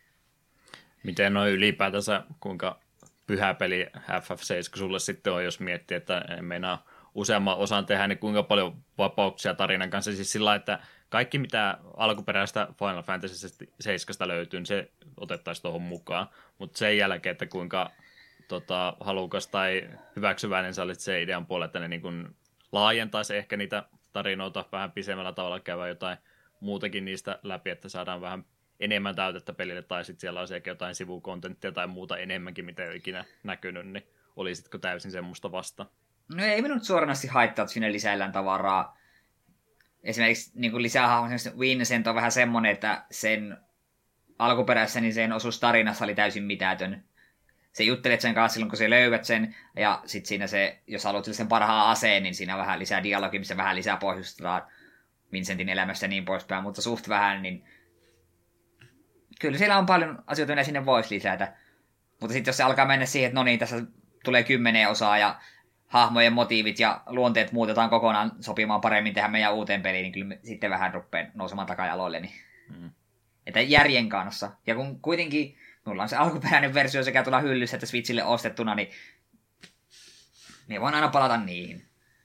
Miten noin ylipäätänsä, kuinka pyhä peli FF7 sulle sitten on, jos miettii, että en meinaa useamman osan tehdä, niin kuinka paljon vapauksia tarinan kanssa. Siis sillä, että kaikki mitä alkuperäistä Final Fantasy 7 löytyy, niin se otettaisiin tuohon mukaan. Mutta sen jälkeen, että kuinka halukas tai hyväksyväinen sä olit se idean puolella, että ne niin kuin laajentaisi ehkä niitä tarinoita vähän pisemmällä tavalla, käydä jotain muutakin niistä läpi, että saadaan vähän enemmän täytettä pelille, tai sitten siellä olisi ehkä jotain sivukontenttia tai muuta enemmänkin, mitä ei ole ikinä näkynyt, niin olisitko täysin semmoista vasta? No ei minun suoranaisesti haittaa, että sinne lisäillään tavaraa. Esimerkiksi niin lisähahmo, Vincent on vähän semmoinen, että sen alkuperäisessä niin sen osuus tarinassa oli täysin mitätön. Se juttelet sen kanssa silloin, kun se löydät sen, ja sitten siinä se, jos haluat sen parhaan aseen, niin siinä on vähän lisää dialogia, missä vähän lisää pohjustetaan Vincentin elämästä ja niin poispäin, mutta suht vähän, niin kyllä siellä on paljon asioita, mitä sinne voisi lisätä. Mutta sitten jos se alkaa mennä siihen, että no niin, tässä tulee 10 osaa, ja hahmojen motiivit ja luonteet muutetaan kokonaan sopimaan paremmin tähän meidän uuteen peliin, niin kyllä sitten vähän rupeaa nousemaan takajaloilleni. Että järjen kanssa. Ja kun kuitenkin mulla on se alkuperäinen versio sekä tulla hyllyssä että Switchille ostettuna, niin minä voin aina palata niihin.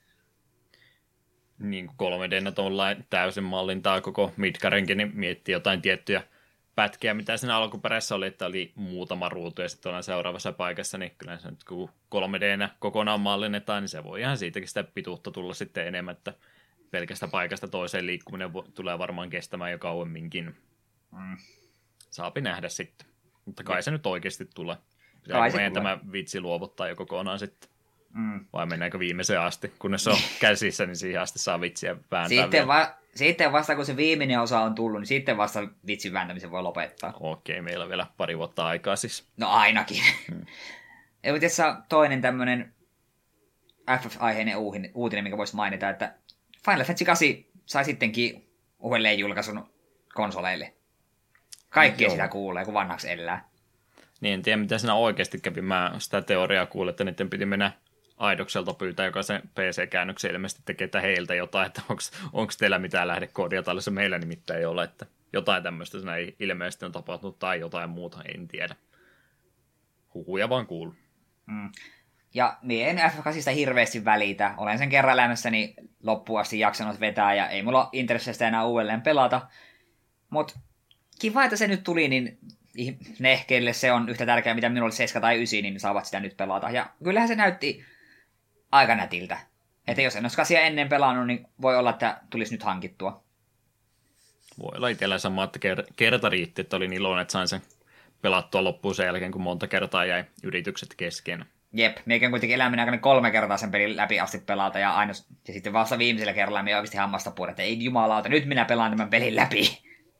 Niin kuin 3D:nä tuollain täysin mallintaa koko Midgarinkin, niin miettii jotain tiettyjä pätkiä, mitä siinä alkuperäisessä oli, että oli muutama ruutu ja sitten ollaan seuraavassa paikassa, niin kyllä se nyt kun 3D:nä kokonaan mallinnetaan, niin se voi ihan siitäkin sitä pituutta tulla sitten enemmän, että pelkästä paikasta toiseen liikkuminen tulee varmaan kestämään jo kauemminkin. Saapi nähdä sitten. Mutta kai se nyt oikeasti tulee. Pitää meidän tämä vitsi luovuttaa jo kokonaan sitten. Vai mennäänkö viimeiseen asti? Kunnes se on käsissä, niin siihen asti saa vitsiä vääntää sitten vasta, kun se viimeinen osa on tullut, niin sitten vasta vitsin vääntämisen voi lopettaa. Okei, meillä on vielä pari vuotta aikaa siis. No ainakin. Ja tässä toinen tämmöinen FF-aiheinen uutinen, mikä voisi mainita, että Final Fantasy 8 sai sittenkin uudelleen julkaisun konsoleille. Kaikkea sitä kuulee, kun vanhaksi elää. Niin, en tiedä mitä siinä oikeasti kävi. Mä sitä teoriaa kuulin, että niiden piti mennä Aidokselta pyytää jokaisen PC-käännöksen ilmeisesti tekee heiltä jotain, että onko teillä mitään lähdekoodia tällaisessa, meillä nimittäin ei ole, että jotain tämmöistä siinä ei ilmeisesti on tapahtunut tai jotain muuta, en tiedä. Huhuja vaan kuuluu. Ja mie en F8 hirveästi välitä. Olen sen kerran elämässäni loppuun asti jaksanut vetää ja ei mulla ole intressistä enää uudelleen pelata. Mut kiva, että se nyt tuli, niin ne, keille se on yhtä tärkeää, mitä minulla oli 7 tai 9, niin saavat sitä nyt pelata. Ja kyllähän se näytti aika nätiltä. Että jos en olisi 8 ennen pelannut, niin voi olla, että tulisi nyt hankittua. Voi olla itsellä sama, että kerta riitti, että olin iloinen, että sain sen pelattua loppuun sen jälkeen, kun monta kertaa jäi yritykset kesken. Jep, meikä kuitenkin elämän aikana 3 kertaa sen pelin läpi asti pelata, ja sitten vasta viimeisellä kerralla me oikeasti hammasta puolta, että ei jumalauta, nyt minä pelaan tämän pelin läpi.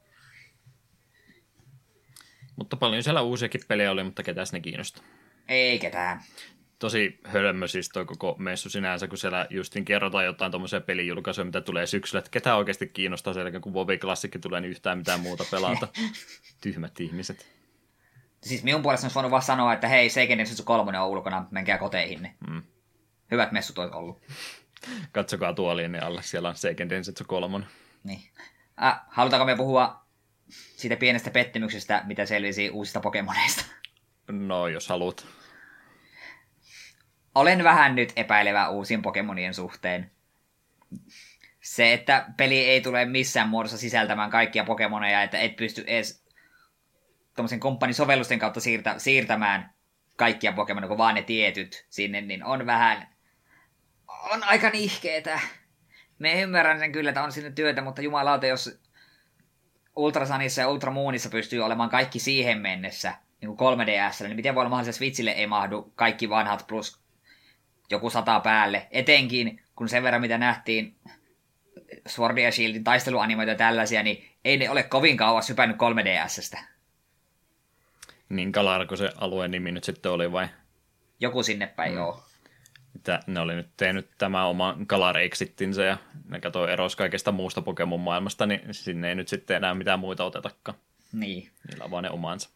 Mutta paljon siellä uusiakin pelejä oli, mutta ketäs ne kiinnostaa? Ei ketään. Tosi hölmö siis toi koko messu sinänsä, kun siellä justiin kerrotaan jotain tommosia pelijulkaisuja, mitä tulee syksyllä, että ketä oikeasti kiinnostaa siellä, kun WoW Classic tulee, niin yhtään mitään muuta pelata. Tyhmät ihmiset. Siis minun puolestani olisi voinut vaan sanoa, että hei, Seiken Densetsu 3 on ulkona, menkää koteihinne. Hyvät messut olisi ollut. Katsokaa tuoliin alle, siellä on Seiken Densetsu 3. Niin. Halutaanko me puhua siitä pienestä pettymyksestä, mitä selvisi uusista Pokemoneista? No, jos haluat. Olen vähän nyt epäilevä uusien Pokemonien suhteen. Se, että peli ei tule missään muodossa sisältämään kaikkia Pokemoneja, että et pysty edes tuommoisen komppanisovellusten kautta siirtämään kaikkia Pokemoneja, kun vaan ne tietyt sinne, niin on aika nihkeetä. Me ymmärrän sen kyllä, että on sinne työtä, mutta jumalauta, jos Ultrasunissa ja Ultramoonissa pystyy olemaan kaikki siihen mennessä, niin kuin 3DS, niin miten voi olla mahdollisesti Switchille ei mahdu kaikki vanhat plus joku 100 päälle, etenkin kun sen verran mitä nähtiin Sword ja Shieldin taisteluanimoita ja tällaisia, niin ei ne ole kovin kauas hypännyt 3DSstä. Niin Kalarko se alueen nimi nyt sitten oli vai? Joku sinne päin, joo. Että ne oli nyt tehnyt tämä oma Galar Exittinsä ja ne katsoi eros kaikesta muusta Pokemon maailmasta, niin sinne ei nyt sitten enää mitään muita otetakaan. Niin. Niillä on vaan ne omansa.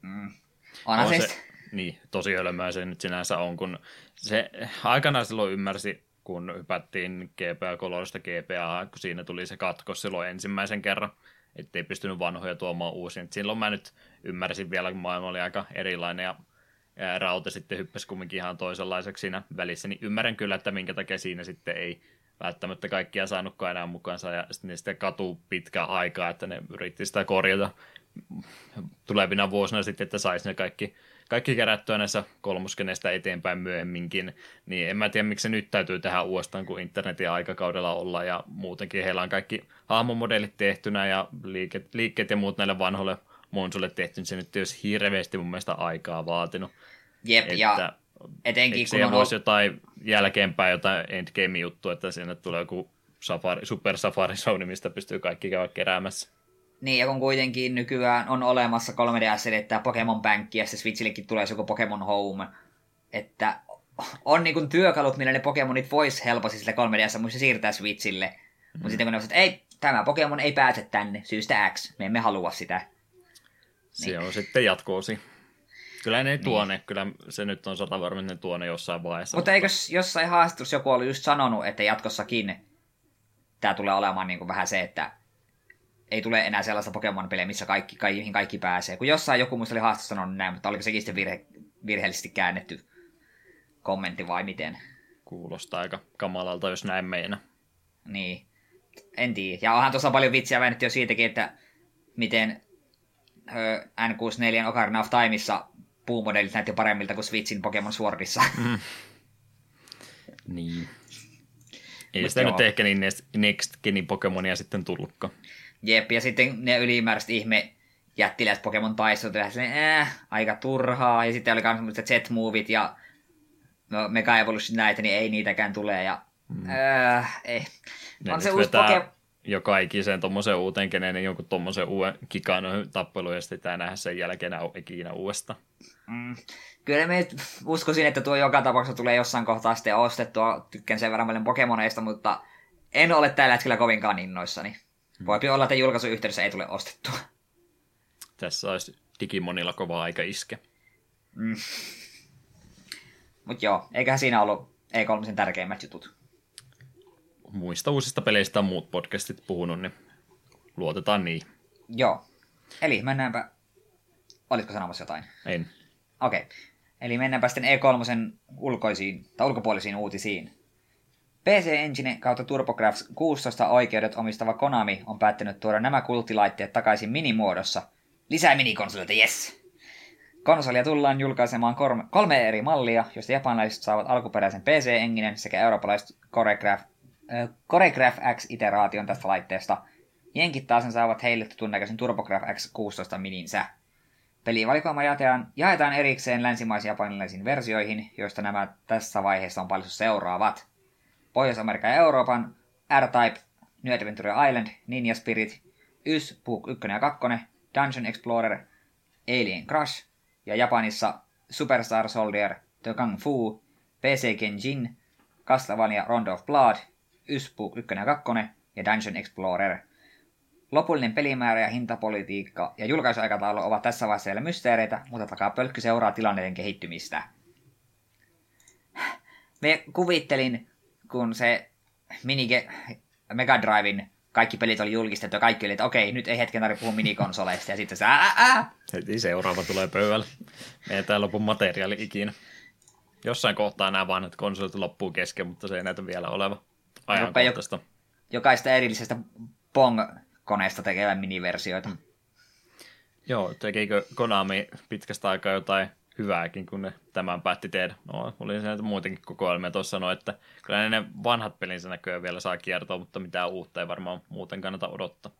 On se, niin, tosi hölmöä se nyt sinänsä on, kun se aikanaan silloin ymmärsi, kun hypättiin GPA Colorista GPA, kun siinä tuli se katkos silloin ensimmäisen kerran, ettei pystynyt vanhoja tuomaan uusiin. Silloin mä nyt ymmärsin vielä, kun maailma oli aika erilainen ja Raute sitten hyppäsi kumminkin ihan toisenlaiseksi siinä välissä, niin ymmärrän kyllä, että minkä takia siinä sitten ei välttämättä kaikkia saanutkaan enää mukaansa, ja sitten katuu pitkään aikaa, että ne yritti sitä korjata tulevina vuosina sitten, että saisi ne kaikki kerättyä näissä kolmoskeneistä eteenpäin myöhemminkin, niin en mä tiedä, miksi se nyt täytyy tehdä uudestaan, kun internetin aikakaudella olla, ja muutenkin heillä on kaikki hahmomodelit tehtynä, ja liikkeet ja muut näille vanhoille monsulle tehty, niin se nyt olisi hirveästi mun mielestä aikaa vaatinut. Jep, että ja etenkin kun on voisi jotain jälkeenpäin, jotain endgame-juttua, että sinne tulee joku Super Safari Zone, mistä pystyy kaikki käydä keräämässä. Niin, ja kun kuitenkin nykyään on olemassa 3DS, että Pokemon Bank, ja se Switchillekin tulee joku Pokemon Home, että on niin kuin työkalut, millä ne Pokemonit vois helposti sille 3DS, mutta se siirtää Switchille. Mutta sitten kun ne että ei, tämä Pokemon ei pääse tänne, syystä X, me emme halua sitä. Se niin on sitten jatkoosi. Kyllä ne tuone, kyllä se nyt on 100 varma, että ne tuone jossain vaiheessa. Mutta eikös jossain haastattelussa joku oli just sanonut, että jatkossakin tämä tulee olemaan niin kuin vähän se, että ei tule enää sellaista Pokemon-pelejä, missä kaikki pääsee. Kun jossain joku muista oli haastattelussa sanonut näin, mutta oliko sekin sitten virheellisesti käännetty kommentti vai miten? Kuulostaa aika kamalalta, jos näin meinaa. Niin, en tiedä. Ja onhan tuossa paljon vitsiä väännetty jo siitäkin, että miten N64 Ocarina of Timeissa puumodelit näytti paremmilta kuin Switchin Pokemon Swordissa. Niin. Ei sitä nyt ehkä niin Next Genin Pokemonia sitten tullutkaan. Jep, ja sitten ne ylimääräiset ihme jättiläiset Pokemon taistelut, aika turhaa, ja sitten oli myös Z-movit ja no Mega Evolution näitä, niin ei niitäkään tule. Ja, ei. Ne On se nyt uusi vetää joka ikiseen tommosen uuteen keneen, niin jonkun tommosen uuden kikanoin tappelun, ja sitten pitää nähdä sen jälkeen ikinä uudestaan. Kyllä me uskoisin, että tuo joka tapauksessa tulee jossain kohtaa sitten ostettua. Tykkään sen verran paljon Pokemoneista, mutta en ole tällä hetkellä kovinkaan innoissani. Voipi olla, että julkaisun yhteydessä ei tule ostettua. Tässä olisi Digimonilla kova aika iske. Mut joo, eiköhän siinä ollut E3 tärkeimmät jutut. Muista uusista peleistä on muut podcastit puhunut, niin luotetaan niin. Joo. Eli mennäänpä... Olitko sanomassa jotain? En. Okei. Eli mennäänpä sitten E3 ulkopuolisiin uutisiin. PC Engine kautta TurboGrafx 16 oikeudet omistava Konami on päättänyt tuoda nämä kulttilaitteet takaisin minimuodossa. Lisää minikonsoleita, yes! Konsolia tullaan julkaisemaan 3 eri mallia, joista japanilaiset saavat alkuperäisen PC Enginen sekä eurooppalaiset Choregraph X-iteraation tästä laitteesta. Jenkit taas saavat heille tutun näköisen TurboGrafx X16 mininsä. Pelivalikoima jaetaan erikseen länsimaisiin japanilaisiin versioihin, joista nämä tässä vaiheessa on paljon seuraavat. Pohjois-Amerikan ja Euroopan, R-Type, New Adventure Island, Ninja Spirit, YS, Book 1 ja 2, Dungeon Explorer, Alien Crush, ja Japanissa Superstar Soldier, The Kung Fu, PC Genjin, Castlevania Rondo of Blood, YS, Book 1 ja 2, ja Dungeon Explorer. Lopullinen pelimäärä ja hintapolitiikka ja julkaisuaikataulu ovat tässä vaiheessa vielä mysteereitä, mutta takapölkky seuraa tilanteiden kehittymistä. Me kuvittelin, kun se Mega Driven kaikki pelit oli julkistettu ja kaikki oli, että okei, nyt ei hetken tarvitse puhua minikonsoleista ja sitten se Heti seuraava tulee pöydälle. Ei tää lopu materiaali ikinä. Jossain kohtaa nämä vanhat konsolit loppuu kesken, mutta se ei näytä vielä oleva ajankohtaista. Jokaista erillisestä Pong-koneesta tekevän miniversioita. Joo, tekikö Konami pitkästä aikaa jotain hyvääkin, kun ne tämän päätti tehdä. No, oli se näitä muutenkin kokoelmia tuossa sanoa, että kyllä ne vanhat pelinsä näköjään vielä saa kiertoa, mutta mitään uutta ei varmaan muuten kannata odottaa.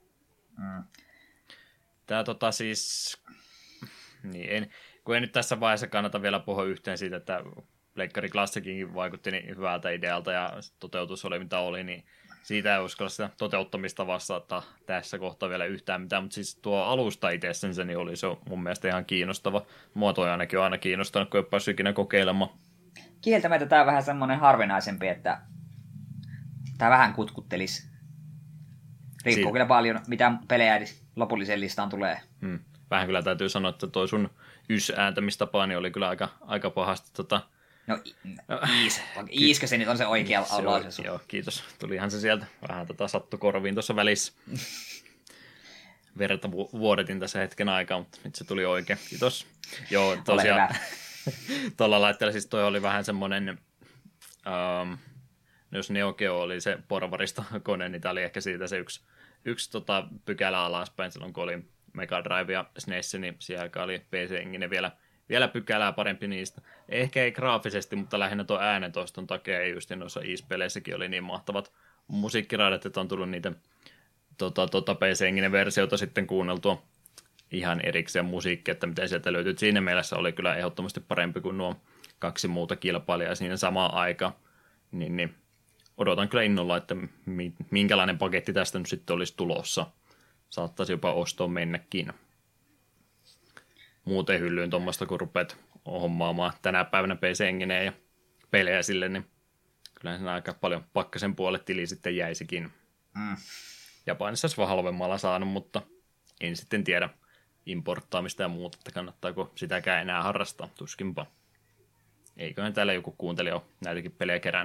Tää siis... Niin, kun ei nyt tässä vaiheessa kannata vielä puhua yhteen siitä, että Pleikkari Classicin vaikutti niin hyvältä idealta ja toteutus oli mitä oli, niin siitä ei uskalla sitä toteuttamista vastata tässä kohtaa vielä yhtään mitään, mutta siis tuo alusta itsessensä niin oli se mun mielestä ihan kiinnostava. Muotoja ainakin on aina kiinnostanut, kun ei päässyt ikinä kokeilemaan. Kieltämättä tämä on vähän semmoinen harvinaisempi, että tämä vähän kutkuttelisi. Riippuu kyllä paljon, mitä pelejä lopulliseen listaan tulee. Vähän kyllä täytyy sanoa, että toi sun YS-ääntämistapa niin oli kyllä aika pahasti No, Iiskö se nyt on se oikea lausus? Joo, kiitos. Tulihan se sieltä. Vähän sattu korviin tuossa välissä. Verta vuodetin tässä hetken aikaa, mutta nyt se tuli oikein. Kiitos. Joo, tosiaan. Tuolla laitteella siis toi oli vähän semmoinen, jos Neo Geo oli se porvarista kone, niin tämä oli ehkä siitä se yksi pykälä alaspäin silloin, kun oli Mega Drive ja SNES, niin siihen aikaan oli PC-enginen vielä pykälää parempi niistä. Ehkä ei graafisesti, mutta lähinnä tuon äänentoiston takia, ja just noissa East-peleissäkin oli niin mahtavat musiikkiraidat, että on tullut niitä PC-enginen versiota sitten kuunneltua ihan erikseen musiikkia, että miten sieltä löytyy. Siinä mielessä oli kyllä ehdottomasti parempi kuin nuo 2 muuta kilpailijaa siinä samaan aikaan. Niin odotan kyllä innolla, että minkälainen paketti tästä nyt sitten olisi tulossa. Saattaisi jopa ostoon mennäkin. Muuten hyllyyn tuommoista, kun rupeat hommaamaan tänä päivänä PC-engineen ja pelejä sille, niin kyllä sen aika paljon pakkasen puolet tili sitten jäisikin. Japanissa olisi vaan halvemmalla saanut, mutta en sitten tiedä importtaamista ja muuta, että kannattaako sitäkään enää harrastaa, tuskinpa. Eiköhän täällä joku kuuntelija ole näitäkin pelejä kerään.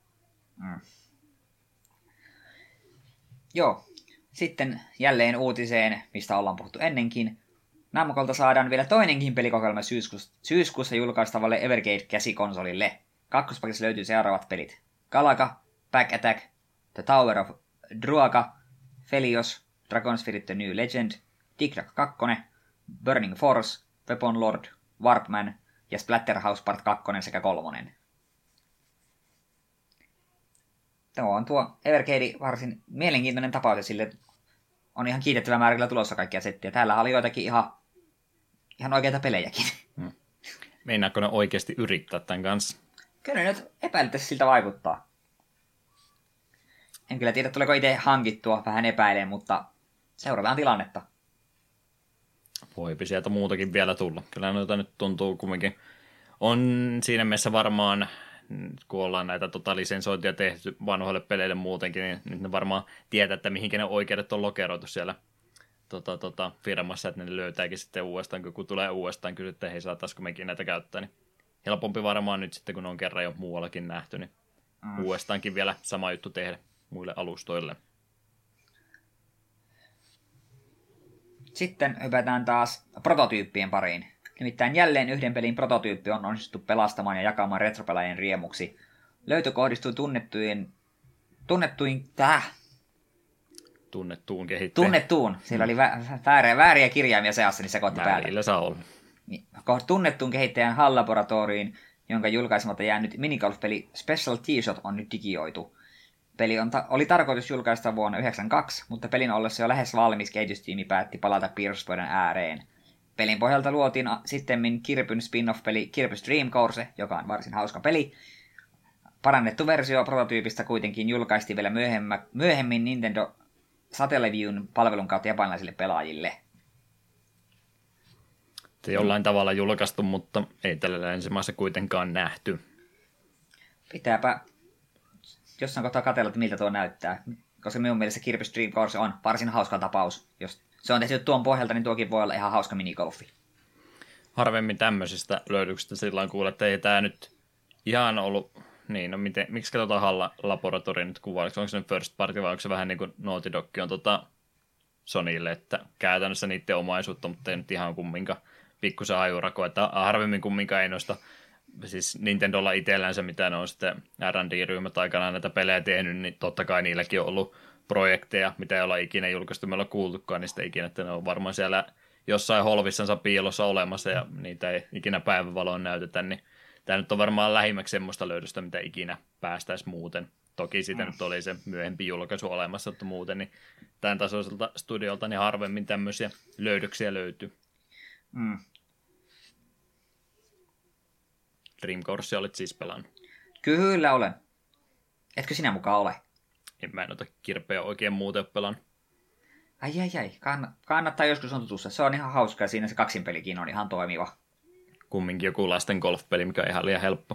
Joo, sitten jälleen uutiseen, mistä ollaan puhuttu ennenkin. Namcolta saadaan vielä toinenkin pelikokoelma syyskuussa julkaistavalle Evergate-käsikonsolille. Kakkospakissa löytyy seuraavat pelit. Galaga, Back Attack, The Tower of Druaga, Felios, Dragon Spirit The New Legend, Dig Dug 2, Burning Force, Weapon Lord, Warpman ja Splatterhouse Part 2 sekä 3. Tuo Evergate varsin mielenkiintoinen tapaus ja sille on ihan kiitettävä määrä kyllä tulossa kaikkia settiä. Täällä oli joitakin ihan oikeita pelejäkin. Meinaatko ne oikeasti yrittää tämän kanssa? Kyllä ne nyt epäilyttäisi siltä vaikuttaa. En kyllä tiedä, tuleeko itse hankittua, vähän epäilen, mutta seurataan tilannetta. Voipi sieltä muutakin vielä tulla. Kyllä noita nyt tuntuu kumminkin. On siinä mielessä varmaan, kun ollaan näitä lisensointia tehty vanhoille peleille muutenkin, niin nyt ne varmaan tietää, että mihinkä ne oikeudet on lokeroitu siellä firmassa, että ne löytääkin sitten uudestaan, kun tulee uudestaan kysyä, että hei, saataisiko mekin näitä käyttää, niin helpompi varmaan nyt sitten, kun ne on kerran jo muuallakin nähty, niin uudestaankin vielä sama juttu tehdä muille alustoille. Sitten hypätään taas prototyyppien pariin. Nimittäin jälleen yhden pelin prototyyppi on onnistuttu pelastamaan ja jakamaan retropelaajien riemuksi. Löytö kohdistui tunnettuun kehittäjään. Tunnettuun. Siellä oli vääriä kirjaimia seassa, niin sekoitti päälle. Välillä saa olla. Tunnettuun kehittäjän HAL Laboratoriin, jonka julkaisematta jäänyt minigolf-peli Special T-Shot on nyt digioitu. Peli oli tarkoitus julkaista vuonna 1992, mutta pelin ollessa jo lähes valmis kehitystiimi päätti palata piirrospöydän ääreen. Pelin pohjalta luotiin sittemmin Kirpyn spin-off-peli Kirby's Dream Course, joka on varsin hauska peli. Parannettu versio prototyypistä kuitenkin julkaistiin vielä myöhemmin Nintendo Satelleviewn palvelun kautta japanilaisille pelaajille. Se jollain tavalla julkaistu, mutta ei tällä länsimaassa kuitenkaan nähty. Pitääpä jossain kohtaa katsella, että miltä tuo näyttää. Koska minun mielestä Kirby's Dream Course on varsin hauska tapaus. Jos se on tehty tuon pohjalta, niin tuokin voi olla ihan hauska minigolfi. Harvemmin tämmöisistä löydyksistä silloin kuulee, että ei tämä nyt ihan ollut. Niin, no miksi katsotaan HAL-laboratorio nyt kuvailiksi? Onko se nyt first party vai onko se vähän niin kuin Naughty Dog on Sonylle, että käytännössä niiden omaisuutta, mutta ei nyt ihan kumminkaan pikkusen ajurako, että harvemmin kumminkaan ei noista, siis Nintendolla itsellänsä, mitä ne on sitten R&D-ryhmät aikanaan näitä pelejä tehnyt, niin totta kai niilläkin on ollut projekteja, mitä ei olla ikinä julkaistu, meillä on kuultukaan niistä ikinä, että ne on varmaan siellä jossain holvissansa piilossa olemassa ja niitä ei ikinä päivänvaloon näytetä, niin tämä nyt on varmaan lähimmäksi semmoista löydöstä, mitä ikinä päästäisiin muuten. Toki siitä nyt oli se myöhempi julkaisu olemassa, mutta muuten niin tämän tasoiselta studiolta niin harvemmin tämmöisiä löydöksiä löytyy. Dream Course olet siis pelannut. Kyllä olen. Etkö sinä mukaan ole? Mä en ota kirpeä oikein muuten pelannut. Ai. Kannattaa joskus on tutussa. Se on ihan hauska ja siinä se kaksinpelikin on ihan toimiva. Kumminkin joku lasten golfpeli, mikä on ihan liian helppo.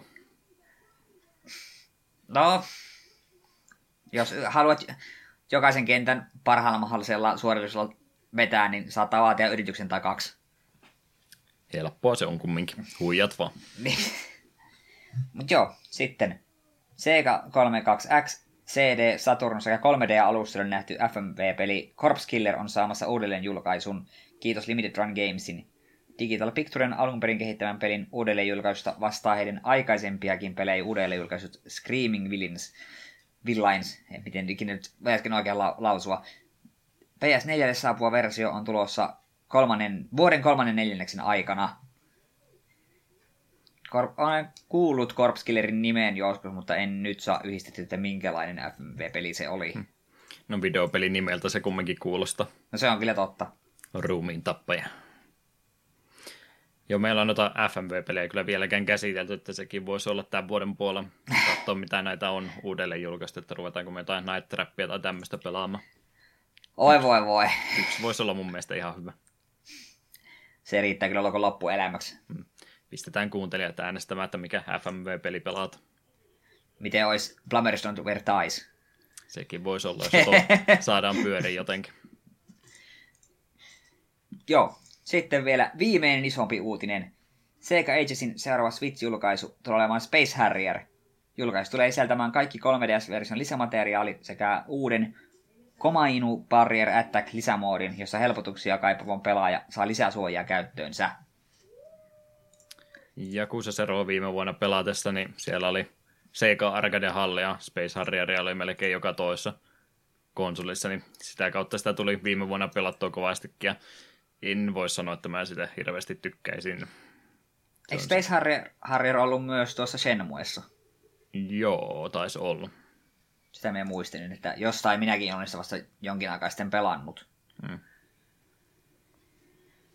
No, jos haluat jokaisen kentän parhaalla mahdollisella suoritusella vetää, niin saattaa vaatia yrityksen tai 2. Helppoa se on kumminkin. Huijat vaan. Mutta joo, sitten Sega 32X, CD, Saturn sekä 3D-alustoilla nähty FMV-peli Corpse Killer on saamassa uudelleen julkaisun. Kiitos Limited Run Gamesin. Digital Picturen alunperin kehittämän pelin uudelleenjulkaisusta vastaa heidän aikaisempiakin pelejä uudelleenjulkaisut Screaming Villains, miten ikinä nyt äsken oikein lausua. PS4 saapuva versio on tulossa vuoden 3/4 aikana. Olen kuullut Corpse Killerin nimen joskus, mutta en nyt saa yhdistettyä, että minkälainen FMV-peli se oli. No videopelin nimeltä se kumminkin kuulostaa. No se on kyllä totta. Ruumiin tappaja. Joo, meillä on noita FMV-pelejä kyllä vieläkään käsitelty, että sekin voisi olla tämän vuoden puolella. Katsoa, mitä näitä on uudelleen julkaistu, että ruvetaanko me jotain Night Trappia tai tämmöistä pelaamaan. Voi. Yksi voisi olla mun mielestä ihan hyvä. Se riittää kyllä loppuelämäksi. Pistetään kuuntelijat äänestämään, että mikä FMV-peli pelaat. Miten olisi Plumbers Don't Wear Ties? Sekin voisi olla, jos saadaan pyöriä jotenkin. Joo. Sitten vielä viimeinen isompi uutinen. Sega Agesin seuraava Switch-julkaisu tulee olemaan Space Harrier. Julkaisu tulee sisältämään kaikki 3DS-version lisämateriaalit sekä uuden Komainu Barrier Attack lisämoodin, jossa helpotuksia kaipavan pelaaja saa lisää suojaa käyttöönsä. Ja kun se Zero viime vuonna pelatessa, niin siellä oli Sega Arcade Hall ja Space Harrier oli melkein joka toisessa konsolissa, niin sitä kautta sitä tuli viime vuonna pelattua kovastikin. Ja en voi sanoa, että mä sitä hirveästi tykkäisin. Eikö Space Harrier ollut myös tuossa Shenmuessa? Joo, taisi olla. Sitä mä muistin, että jostain minäkin olen sitä vasta jonkin aikaa sitten pelannut.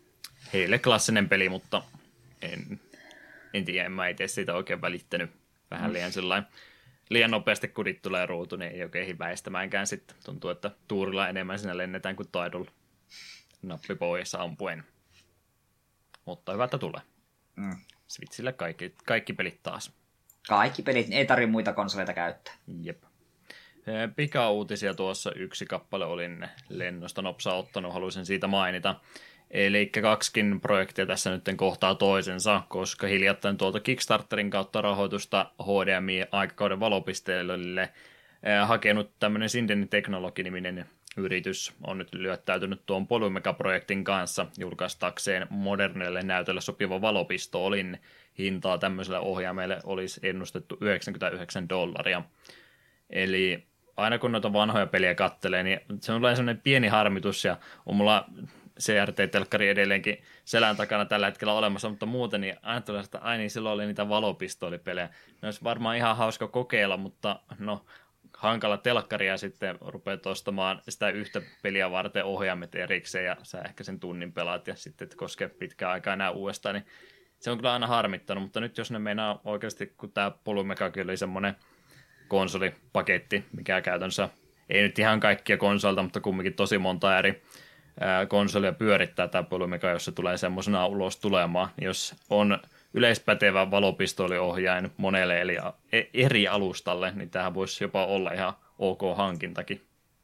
Heille klassinen peli, mutta en tiedä, mä itse siitä oikein välittänyt vähän liian nopeasti kudit tulee ruutu, niin ei oikein väistämäänkään sitten. Tuntuu, että tuurilla enemmän siinä lennetään kuin taidolla nappi pohjassa ampuen. Mutta hyvä, että tulee. Switchille kaikki pelit taas. Kaikki pelit, ei tarvitse muita konsoleita käyttää. Jep. Pika-uutisia tuossa yksi kappale olin lennosta nopsaa ottanut, haluaisin siitä mainita. Eli 2 projektia tässä nyt kohtaa toisensa, koska hiljattain tuolta Kickstarterin kautta rahoitusta HDMI-aikakauden valopisteille hakenut tämmöinen Sindeni Technology-niminen yritys on nyt lyöttäytynyt tuon Polymega-projektin kanssa julkaistakseen modernille näytölle sopiva valopistoolin. Hintaa tämmöiselle ohjaimelle olisi ennustettu $99. Eli aina kun noita vanhoja peliä kattelee, niin se on sellainen pieni harmitus ja on mulla CRT-telkkari edelleenkin selän takana tällä hetkellä olemassa, mutta muuten niin ajattelin, että ai niin, silloin oli niitä valopistoolipelejä. Ne olisi varmaan ihan hauska kokeilla, mutta no hankala telkkaria sitten rupeat ostamaan sitä yhtä peliä varten ohjaimet erikseen ja sä ehkä sen tunnin pelaat ja sitten et koske pitkään aikaa enää uudestaan, niin se on kyllä aina harmittanut, mutta nyt jos ne meinaa oikeasti, kun tämä Polymegakin oli semmoinen konsolipaketti, mikä käytännössä ei nyt ihan kaikkia konsolta, mutta kumminkin tosi monta eri konsolia pyörittää tämä Polymega, jos se tulee semmoisena ulos tulemaan. Jos on yleispätevä valopistooliohjain monelle eli eri alustalle, niin tämähän voisi jopa olla ihan ok hankintakin.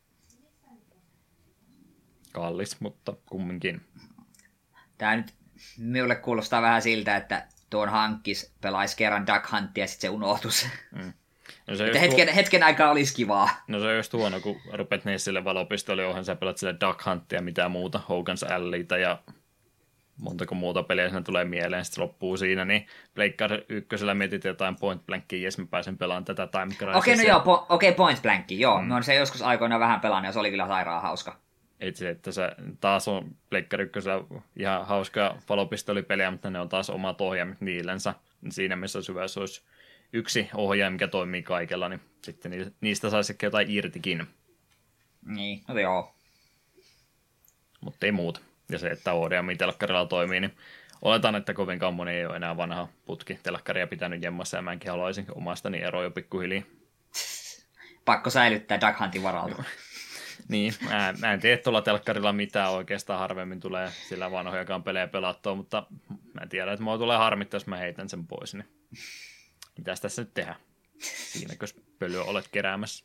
Kallis, mutta kumminkin. Tämä nyt minulle kuulostaa vähän siltä, että tuon hankkis pelaisi kerran Duck Huntia ja sitten se unohtus. No se hetken aikaa olisi kivaa. No se on just huono, kun rupet sille valopistooliohjaan, sä pelat sille Duck Huntia ja mitään muuta, Hogan's Alleyta ja montako muuta peliä siinä tulee mieleen, sitten loppuu siinä, niin Pleikkar 1 mietit jotain Point Blankia, jes mä pääsen pelaamaan tätä Time Crisicia. Okei, no joo, Point Blankia, joo. Mä oon se joskus aikoina vähän pelannut ja se oli kyllä sairaan hauska. Itse, että se taas on Pleikkar 1 ihan hauska valopistoolipeliä, mutta ne on taas omat ohjaimet niillensä. Siinä missä syvässä olisi yksi ohjain, mikä toimii kaikella, niin sitten niistä saisi ehkä jotain irtikin. Niin, no joo. Mutta ei muuta. Ja se, että HDMI-telkkarilla toimii, niin oletan, että kovinkaan moni ei ole enää vanha putki telkkaria pitänyt jemmassa, ja mäkin haluaisin omastani eroa jo pikkuhiljaa. Pakko säilyttää Duck Huntin varalta. Niin, mä en tiedä tuolla telkkarilla mitään oikeastaan, harvemmin tulee sillä vanhojakaan pelejä pelattua, mutta mä tiedän, että mua tulee harmittaa, jos mä heitän sen pois, niin mitäs tässä nyt tehdään? Siinäkö pölyä olet keräämässä?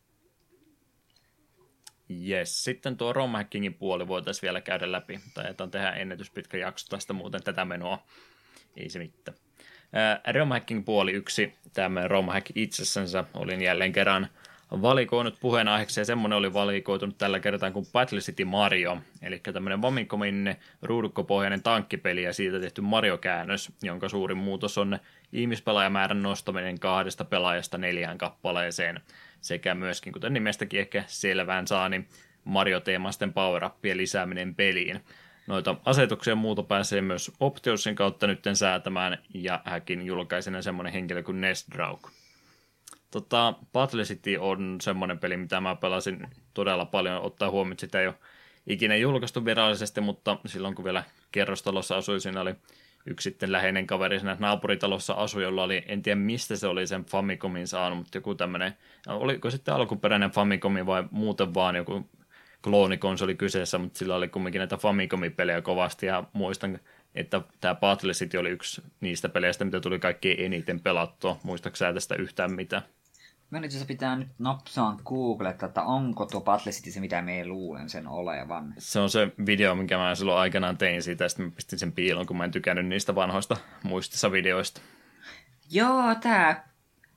Jes, sitten tuo ROM hackingin puoli voitaisiin vielä käydä läpi. Tai tehdä ennätyspitkä jakso tästä muuten tätä menoa. Ei se mitään. ROM hacking puoli 1, tämä ROM hack itsessänsä, olin jälleen kerran valikoinut puheenaiheeksi, ja semmoinen oli valikoitunut tällä kertaa kuin Battle City Mario, eli tämmöinen Famicomin ruudukkopohjainen tankkipeli ja siitä tehty Mario-käännös, jonka suurin muutos on ihmispelaajamäärän nostaminen 2 pelaajasta 4 kappaleeseen, sekä myöskin, kuten nimestäkin ehkä selvään saa, niin Mario-teemasten power-uppien lisääminen peliin. Noita asetuksia ja muuta pääsee myös Optionsin kautta nytten säätämään, ja hackin julkaisena semmoinen henkilö kuin Nesdraug. Battle City on semmoinen peli, mitä mä pelasin todella paljon, ottaa huomioon, että sitä ei ole ikinä julkaistu virallisesti, mutta silloin kun vielä kerrostalossa asui, siinä oli yksi sitten läheinen kaveri siinä naapuritalossa asui, jolla oli, en tiedä mistä se oli sen Famicomin saanut, mutta joku tämmöinen, oliko sitten alkuperäinen Famicomi vai muuten vaan joku kloonikonsoli kyseessä, mutta sillä oli kumminkin näitä Famicomi-pelejä kovasti, ja muistan, että tämä Battle City oli yksi niistä peleistä, mitä tuli kaikkein eniten pelattua. Muistatko sä tästä yhtään mitään? Mä nyt jos pitää nyt napsaan googletta, että onko tuo Battle City se, mitä me luulen sen olevan. Se on se video, minkä mä silloin aikanaan tein siitä, ja sitten mä pistin sen piilon, kun mä en tykännyt niistä vanhoista muistissa videoista. Joo, tää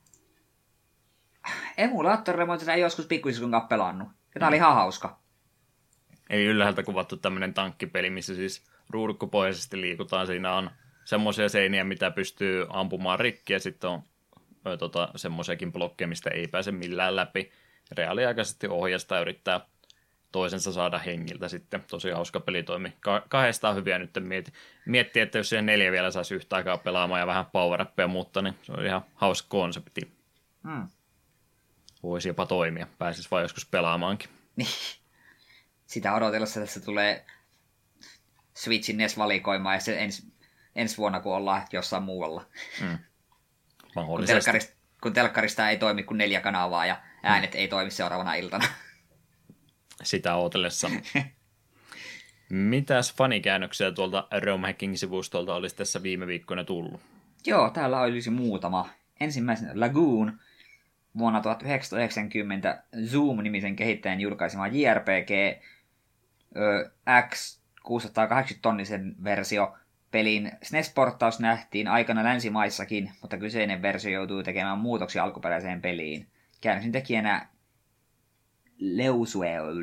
emulaattorilla mä tätä joskus pikkuisen kanssa pelannut. Ja tää oli ihan hauska. Eli ylhäältä kuvattu tämmönen tankkipeli, missä siis ruudukkopohjaisesti liikutaan. Siinä on semmoisia seiniä, mitä pystyy ampumaan rikki, ja sitten on semmoisiakin blokkeja, mistä ei pääse millään läpi. Reaaliaikaisesti ohjastaa yrittää toisensa saada hengiltä sitten. Tosi hauska peli toimi. Kahdesta on hyviä nyt miettiä, että jos siihen 4 vielä saisi yhtä aikaa pelaamaan ja vähän power-upia muuttaa, niin se on ihan hauska konsepti. Voisi jopa toimia. Pääsisi vaan joskus pelaamaankin. Sitä odotellessa tässä tulee Switchin NES-valikoimaan ja se ensi vuonna, kun ollaan jossain muualla. Mahdollisesti. kun telkkarista ei toimi kuin 4 kanavaa ja äänet ei toimi seuraavana iltana. Sitä ootellessa. Mitäs fanikäännöksiä tuolta Rome Hacking-sivustolta olisi tässä viime viikkoina tullut? Joo, täällä olisi muutama. Ensimmäisenä Lagoon, vuonna 1990 Zoom-nimisen kehittäjän julkaisema JRPG X 680-tonnisen versio. Pelin SNES-porttaus nähtiin aikana länsimaissakin, mutta kyseinen versio joutui tekemään muutoksia alkuperäiseen peliin. Käännöksen tekijänä Leusueul.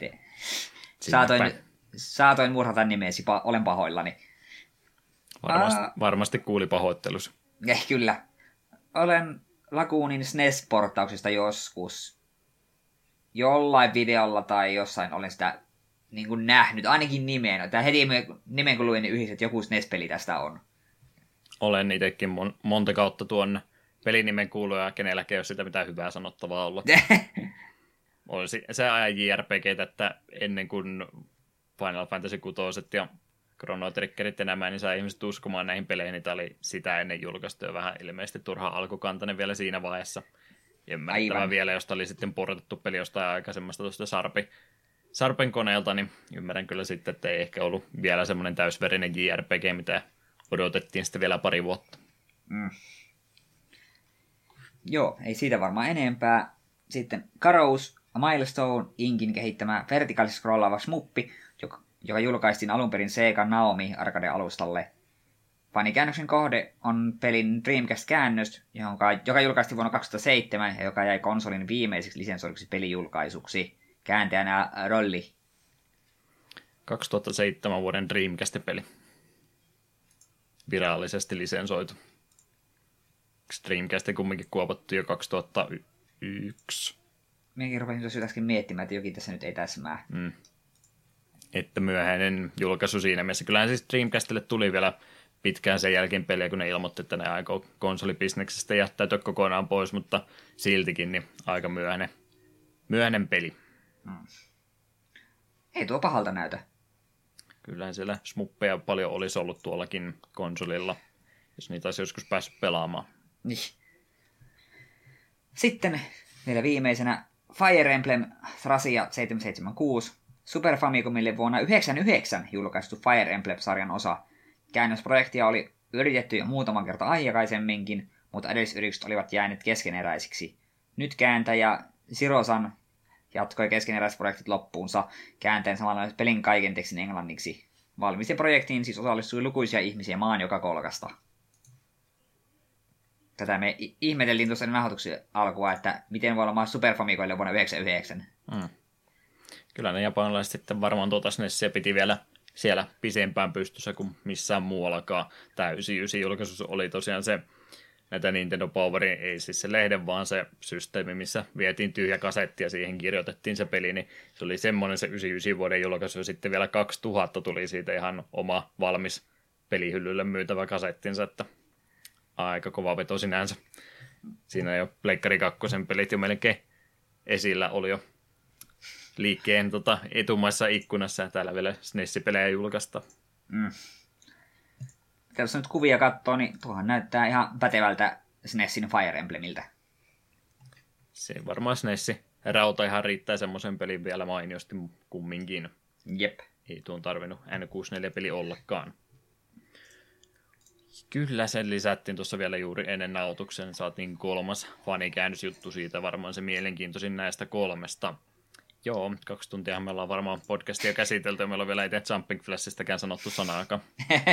Saatoin murhata nimesi, olen pahoillani. Varmasti kuuli pahoittelus. Kyllä. Olen Lagoonin SNES-porttauksesta joskus jollain videolla tai jossain olen sitä niin kuin nähnyt, ainakin nimeen. Tämä heti nimen kun luin, niin yhdessä, että joku SNES-peli tästä on. Olen itsekin monta kautta tuon pelinimen kuullut ja kenelläkin ei ole sitä mitään hyvää sanottavaa ollut. Olisi se ajan JRPG, että ennen kuin Final Fantasy 6 ja Chrono Triggerit ja nämä, niin sai ihmiset uskomaan näihin peleihin. Niitä oli sitä ennen julkaistu ja vähän ilmeisesti turha alkukantainen vielä siinä vaiheessa. Ymmärrettävää vielä, josta oli sitten portattu peli jostain aikaisemmasta tuosta Sarpen koneelta, niin ymmärrän kyllä sitten, että ei ehkä ollut vielä semmoinen täysverinen JRPG, mitä odotettiin sitten vielä pari vuotta. Joo, ei siitä varmaan enempää. Sitten Karous, Milestone Inkin kehittämä vertikaalisesti scrollaava smuppi, joka julkaistiin alun perin Sega Naomi arcade-alustalle. Fanikäännöksen kohde on pelin Dreamcast-käännös, joka julkaistiin vuonna 2007 ja joka jäi konsolin viimeiseksi lisensoiduksi pelijulkaisuksi. Kääntäjänä Rolli. 2007 vuoden Dreamcast-peli. Virallisesti lisensoitu. Dreamcast kumminkin kuopattu jo 2001. Minäkin rupesin tuossa jotakin miettimään, että jokin tässä nyt ei täsmää. Että myöhäinen julkaisu siinä mielessä. Kyllähän siis Dreamcastille tuli vielä pitkään sen jälkeen peliä, kun ne ilmoitti, että ne aikoo konsolibisneksestä jättäytyä kokonaan pois, mutta siltikin niin aika myöhäinen peli. Ei tuo pahalta näytä. Kyllähän siellä smuppeja paljon olisi ollut tuollakin konsolilla, jos niitä olisi joskus päässyt pelaamaan. Niin. Sitten vielä viimeisenä Fire Emblem Thracia 776. Super Famicomille vuonna 1999 julkaistu Fire Emblem-sarjan osa. Käännösprojektia oli yritetty jo muutaman kerta aikaisemminkin, mutta edellisyritykset olivat jääneet keskeneräisiksi. Nyt kääntäjä Sirosan jatkoi keskeneräiset projektit loppuunsa, kääntäen samalla pelin kaiken tekstin englanniksi. Valmisti projektiin siis osallistui lukuisia ihmisiä maan joka kolkasta. Tätä me ihmeteltiin tuossa nauhoituksen alkua, että miten voi olla maa Super Famicoille vuonna 1999. Kyllä ne japanilaiset sitten varmaan tuota SNESiä piti vielä siellä pisempään pystyssä kuin missään muuallakaan. Tämä 99 julkaisu oli tosiaan se, näitä Nintendo Powerin, ei siis se lehden, vaan se systeemi, missä vietiin tyhjä kasetti ja siihen kirjoitettiin se peli, niin se oli semmoinen se 99 vuoden julkaisu, ja sitten vielä 2000 tuli siitä ihan oma valmis pelihyllylle myytävä kasettinsa, että aika kova veto sinänsä. Siinä jo Pleikkari 2 pelit jo melkein esillä oli jo liikkeen etumaissa ikkunassa, ja täällä vielä SNES-pelejä julkaista. Jos nyt kuvia katsoo, niin tuohan näyttää ihan pätevältä SNESin Fire Emblemiltä. Se varmaan SNES rauta ihan riittää semmoisen pelin vielä mainiosti kumminkin. Jep. Ei tuon tarvinnut N64-peli ollakaan. Kyllä sen lisättiin tuossa vielä juuri ennen nautuksen. Saatiin 3. fanikäännösjuttu siitä, varmaan se mielenkiintoisin näistä 3. Joo, 2 tuntia me ollaan varmaan podcastia käsitelty, ja meillä on vielä itse Jumping Flashistäkään sanottu sanaakaan.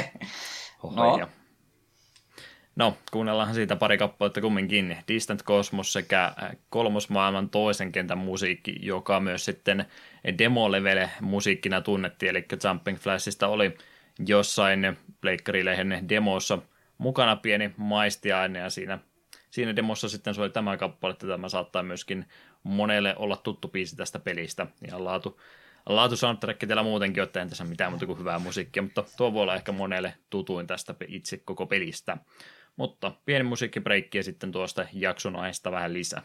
No, kuunnellaanhan siitä pari kappaletta kumminkin. Distant Cosmos sekä kolmosmaailman toisen kentän musiikki, joka myös sitten demo-level musiikkina tunnettiin, eli Jumping Flashista oli jossain Pleikkari-lehden demossa mukana pieni maistiaine, ja siinä demossa sitten se oli tämä kappale, että tämä saattaa myöskin monelle olla tuttu biisi tästä pelistä. Ja laatu soundtrack teillä muutenkin, että en tässä mitään muuta kuin hyvää musiikkia, mutta tuo voi olla ehkä monelle tutuin tästä itse koko pelistä. Mutta pieni musiikkibreikki ja sitten tuosta jakson aiheesta vähän lisää.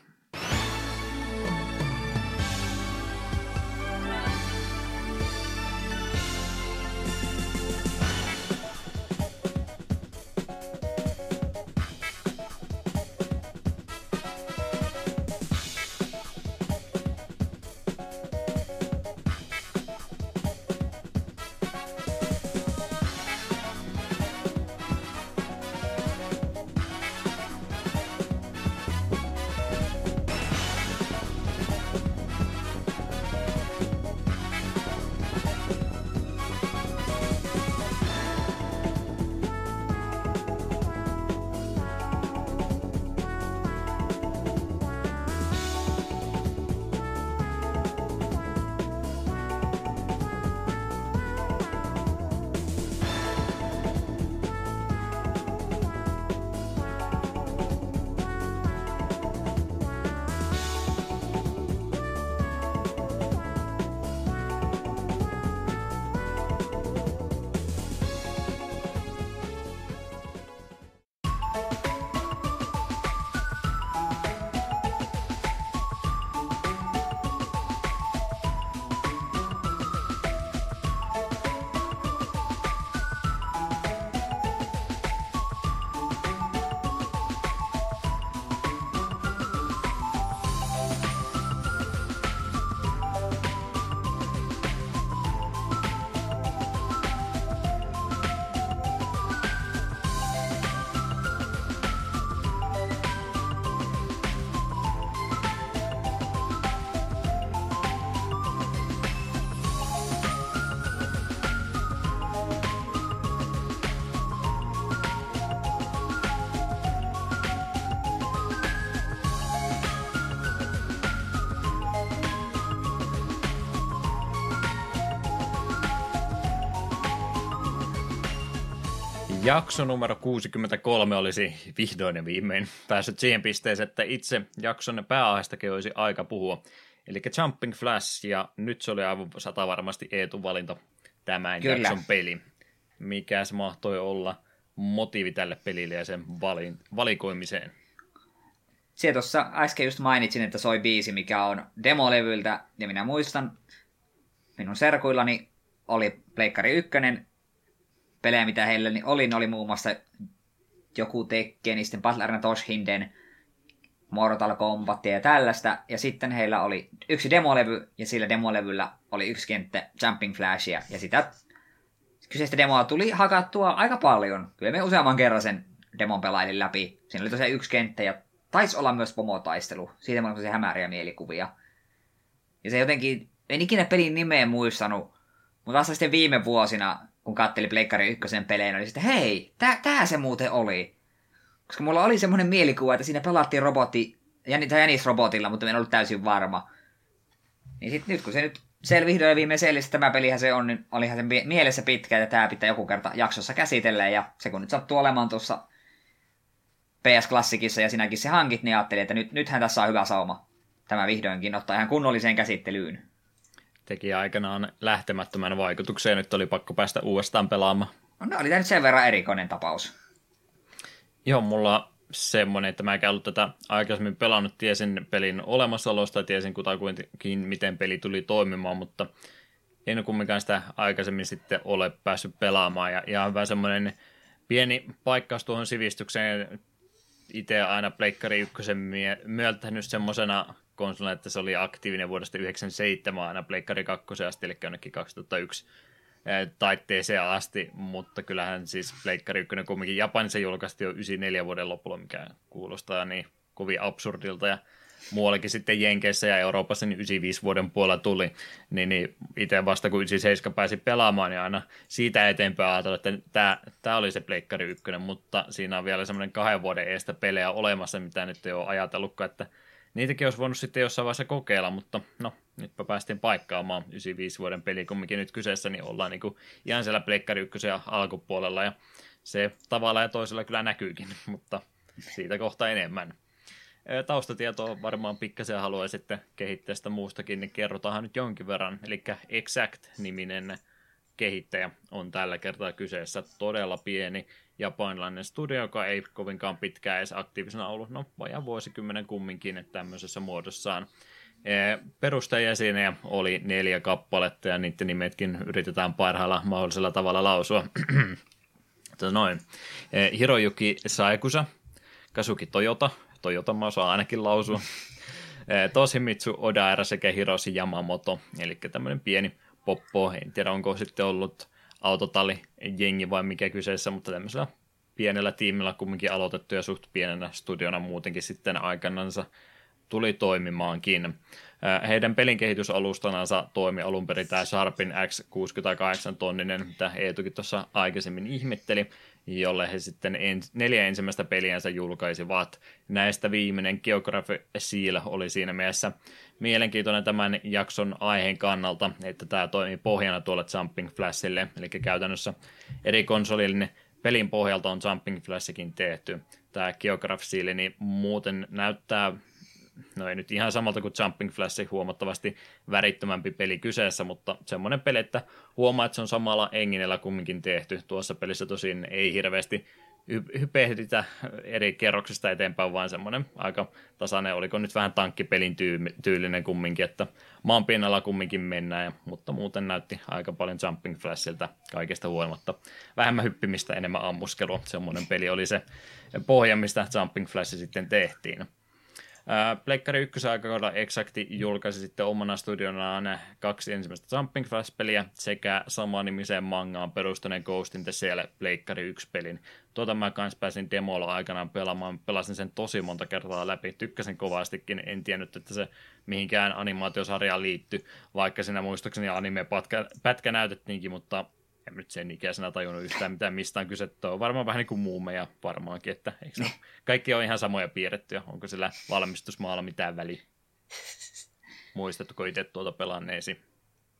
Jakso numero 63 olisi vihdoin ja viimein päässyt siihen pisteeseen, että itse jakson pääaiheestakin olisi aika puhua. Eli Jumping Flash, ja nyt se oli aivan varmasti Eetun valinta tämän jakson peli. Mikä se mahtoi olla motiivi tälle pelille ja sen valikoimiseen? Se tuossa äsken just mainitsin, että soi biisi, mikä on demolevyltä, ja minä muistan, minun serkuillani oli Pleikkari 1, pelejä, mitä heillä oli muun muassa joku Tekken, sitten Battle Arena Toshinden, Mortal Kombat ja tällaista. Ja sitten heillä oli yksi demolevy, ja sillä demolevyllä oli yksi kenttä Jumping Flashia. Ja sitä kyseistä demoa tuli hakattua aika paljon. Kyllä me useamman kerran sen demon pelailin läpi. Siinä oli tosiaan yksi kenttä, ja taisi olla myös pomotaistelu. Siitä mulla on se hämäriä mielikuvia. Ja se jotenkin, en ikinä pelin nimeä muistanut, mutta vasta sitten viime vuosina, kun katteli Pleikkari 1 pelejä, oli sitten, hei, tää se muuten oli. Koska mulla oli semmoinen mielikuva, että siinä pelattiin jänisrobotilla, mutta en ollut täysin varma. Niin sitten nyt, kun se nyt vihdoin ja viimein selvisi, että tämä pelihän se on, niin olihan se mielessä pitkä, että tämä pitää joku kerta jaksossa käsitellä. Ja se kun nyt sattuu olemaan tuossa PS Classicissa ja sinäkin se hankit, niin ajattelin, että nythän tässä on hyvä sauma. Tämä vihdoinkin ottaa ihan kunnolliseen käsittelyyn. Teki aikanaan lähtemättömän vaikutuksen, nyt oli pakko päästä uudestaan pelaamaan. No oli tämä nyt sen verran erikoinen tapaus. Joo, mulla semmoinen, että mä en ollut tätä aikaisemmin pelannut, tiesin pelin olemassaolosta ja tiesin kutakuinkin, miten peli tuli toimimaan, mutta en kumminkaan sitä aikaisemmin sitten ole päässyt pelaamaan. Ja ihan vähän semmoinen pieni paikkaus tuohon sivistykseen, itse aina Pleikkari 1 myöltänyt semmoisena konsolina, että se oli aktiivinen vuodesta 1997 aina Pleikkari 2 asti, eli jonnekin 2001 taitteeseen asti, mutta kyllähän siis Pleikkari 1 kumminkin Japanissa julkaistiin jo 94 vuoden lopulla, mikä kuulostaa niin kovin absurdilta, ja muuallakin sitten Jenkeissä ja Euroopassa niin 95 vuoden puolella tuli, niin itse vasta kun 97 pääsi pelaamaan, niin aina siitä eteenpäin ajatella, että tämä oli se Pleikkari 1, mutta siinä on vielä semmoinen 2 vuoden eestä pelejä olemassa, mitä nyt ei ole ajatellutkaan, että niitäkin olisi voinut sitten jossain vaiheessa kokeilla, mutta no, nytpä päästiin paikkaamaan 95 vuoden peli, kumminkin nyt kyseessä, niin ollaan niin kuin ihan siellä Pleikkari 1 alkupuolella, ja se tavalla ja toisella kyllä näkyykin, mutta siitä kohta enemmän. Taustatietoa varmaan pikkasen haluaisitte kehittää sitä muustakin, niin kerrotaanhan nyt jonkin verran, eli Exact-niminen kehittäjä on tällä kertaa kyseessä, todella pieni japanilainen studio, joka ei kovinkaan pitkään edes aktiivisena ollut, no vajaan vuosikymmenen kumminkin tämmöisessä muodossaan. Perustajajäseniä oli 4 kappaletta, ja niiden nimetkin yritetään parhaalla mahdollisella tavalla lausua. Hiroyuki Saekusa, Kazuki Toyota mä osaan ainakin lausua, Toshimitsu Odaira sekä Hiroshi Yamamoto, eli tämmöinen pieni poppo, en tiedä onko sitten ollut autotalli-jengi vai mikä kyseessä, mutta tämmöisellä pienellä tiimillä kumminkin aloitettu ja suht pienenä studiona muutenkin sitten aikanansa tuli toimimaankin. Heidän pelinkehitysalustanansa toimi alun perin tämä Sharpin X68-tonninen, mitä Eetukin tuossa aikaisemmin ihmetteli, jolle he sitten 4 ensimmäistä peliänsä julkaisivat. Näistä viimeinen Geography Seal oli siinä mielessä mielenkiintoinen tämän jakson aiheen kannalta, että tämä toimii pohjana tuolle Jumping Flashille, eli käytännössä eri konsolille pelin pohjalta on Jumping Flashikin tehty. Tämä Geography Seal niin muuten näyttää, no ei nyt ihan samalta kuin Jumping Flash, huomattavasti värittömämpi peli kyseessä, mutta semmoinen peli, että huomaa, että se on samalla enginellä kumminkin tehty. Tuossa pelissä tosin ei hirveästi hypehditä eri kerroksista eteenpäin, vaan semmoinen aika tasainen, oliko nyt vähän tankkipelin tyylinen kumminkin, että maan pinnalla kumminkin mennään, mutta muuten näytti aika paljon Jumping Flashilta kaikesta huolimatta. Vähemmän hyppimistä, enemmän ammuskelua. Semmoinen peli oli se pohja, mistä Jumping Flash sitten tehtiin. Pleikkari 1 aikakaudella Exacti julkaisi sitten omana studionaan 2 ensimmäistä Jumping Flash-peliä sekä samanimiseen mangaan perustuneen Ghost in the Shell Pleikkari 1-pelin. Tuota mä kans pääsin demolla aikanaan pelaamaan, pelasin sen tosi monta kertaa läpi, tykkäsin kovastikin, en tiennyt, että se mihinkään animaatiosarjaan liittyi, vaikka siinä muistaakseni anime-pätkä näytettiinkin, mutta en nyt sen ikäisenä tajunnut yhtään mitään mistä on kyse. Tuo on varmaan vähän niin kuin muumeja varmaankin, että eikö se kaikki on ihan samoja piirrettyjä. Onko sillä valmistusmaalla mitään väliä? Muistatko itse tuota pelanneesi?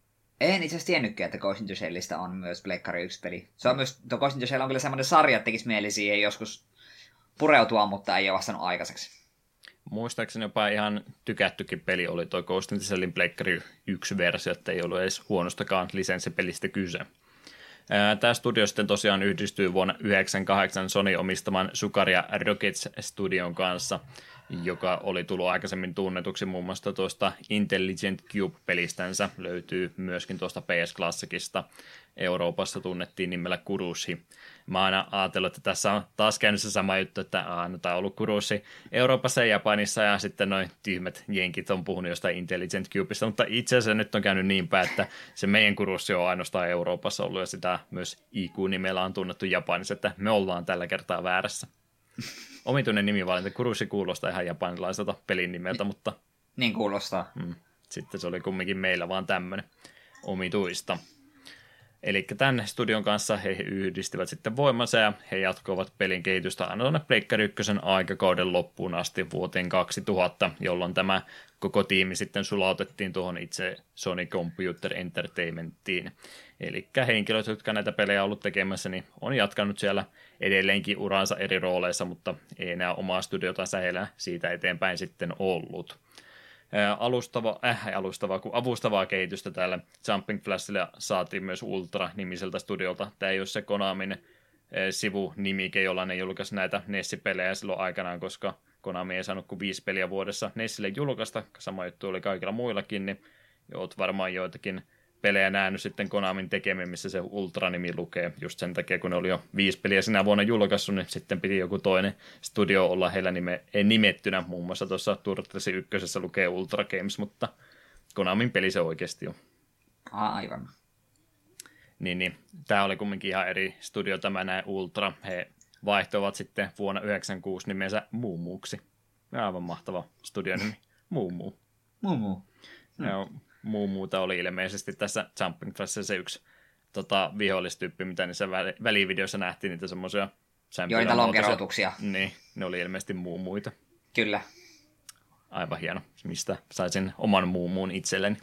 En itse asiassa tiennytkään, että Ghost in the Shellistä on myös Pleikkari 1-peli. Se on myös, tuo Ghost in the Shell on kyllä semmoinen sarja, että tekisi mieli siihen joskus pureutua, mutta ei ole vastannut aikaiseksi. Muistaakseni jopa ihan tykättykin peli oli tuo Ghost in the Shellin Pleikkari 1-versio, että ei ollut edes huonostakaan lisenssipelistä kyse. Tämä studio sitten tosiaan yhdistyy vuonna 1998 Sony omistaman Sukaria Rockets-studion kanssa, joka oli tullut aikaisemmin tunnetuksi muun muassa tuosta Intelligent Cube-pelistänsä, löytyy myöskin tuosta PS Classicista. Euroopassa tunnettiin nimellä Kurushi. Mä oon aina ajatellut, että tässä on taas käynyt se sama juttu, että tämä on ollut Kurushi Euroopassa ja Japanissa, ja sitten noin tyhmät jenkit on puhunut jostain Intelligent Cubeista, mutta itse asiassa nyt on käynyt niin päin, että se meidän Kurushi on ainoastaan Euroopassa ollut, ja sitä myös IQ-nimellä on tunnettu Japanissa, että me ollaan tällä kertaa väärässä. Omituinen nimivalinta. Kurushi kuulostaa ihan japanilaiselta pelin nimeltä, mutta... Niin kuulostaa. Sitten se oli kumminkin meillä vaan tämmöinen omituista. Eli tämän studion kanssa he yhdistivät sitten voimansa ja he jatkoivat pelin kehitystä aina tuonne Pleikkari 1 aikakauden loppuun asti vuoteen 2000, jolloin tämä koko tiimi sitten sulautettiin tuohon itse Sony Computer Entertainmentiin. Eli henkilöt, jotka näitä pelejä on ollut tekemässä, niin on jatkanut siellä edelleenkin uransa eri rooleissa, mutta ei enää omaa studiotansa heillä siitä eteenpäin sitten ollut. Avustavaa kehitystä täällä Jumping Flashille saatiin myös Ultra-nimiseltä studiolta. Tämä ei ole se Konamin sivunimike, jolla ne julkaisi näitä NES-pelejä silloin aikanaan, koska Konami ei saanut kuin 5 peliä vuodessa NESille julkaista. Sama juttu oli kaikilla muillakin, niin olet varmaan joitakin pelejä nähnyt sitten Konamin tekemään, missä se Ultra-nimi lukee. Just sen takia, kun ne oli jo 5 peliä sinä vuonna julkaissut, niin sitten piti joku toinen studio olla heillä nimettynä. Muun muassa tuossa Turtles 1 lukee Ultra Games, mutta Konamin peli se oikeasti on. Aivan. Niin. Tämä oli kumminkin ihan eri studio tämä näin Ultra. He vaihtoivat sitten vuonna 1996 nimensä Muumuuksi. Aivan mahtava studionimi. Muumuu. Muumuuta oli ilmeisesti tässä Jumping Flashissa se yksi vihollistyyppi, mitä niissä välivideoissa nähtiin, niitä semmoisia joita lonkerotuksia. Niin, ne oli ilmeisesti muumuita. Kyllä. Aivan hieno, mistä saisin oman muumuun itselleni.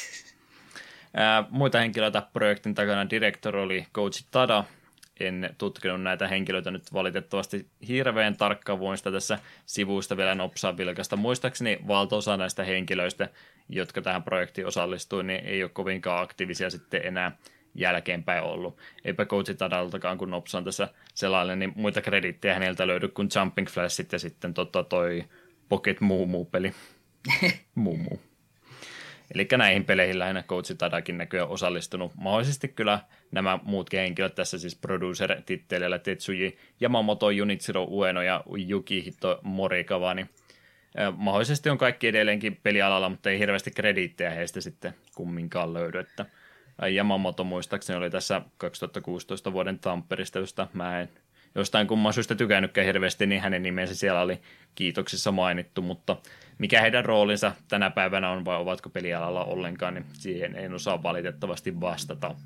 Muita henkilöitä projektin takana direktor oli Koji Tada. En tutkinut näitä henkilöitä nyt valitettavasti hirveän tarkkaan, voin sitä tässä sivuista vielä nopsaa vilkasta. Muistaakseni valtaosa näistä henkilöistä, jotka tähän projektiin osallistui, niin ei ole kovinkaan aktiivisia sitten enää jälkeenpäin ollut. Eipä Koji Tadaltakaan, kun nopsaan tässä selaille, niin muita krediittejä häneltä löydy kuin Jumping Flashit ja sitten toi Pocket Moo-peli. Moo. Eli näihin peleihin lähinnä Koji Tadakin näkyy osallistunut. Mahdollisesti kyllä nämä muutkin henkilöt tässä siis producer-tittelillä Tetsuji Yamamoto, Junichiro Ueno ja Yukihito Morikawa, niin mahdollisesti on kaikki edelleenkin pelialalla, mutta ei hirveästi krediittejä heistä sitten kumminkaan löydy. Että Yamamoto muistaakseni oli tässä 2016 vuoden Tamperista, josta mä en jostain kumman syystä tykännytkään hirveästi, niin hänen nimensä siellä oli kiitoksissa mainittu, mutta mikä heidän roolinsa tänä päivänä on vai ovatko pelialalla ollenkaan, niin siihen en osaa valitettavasti vastata.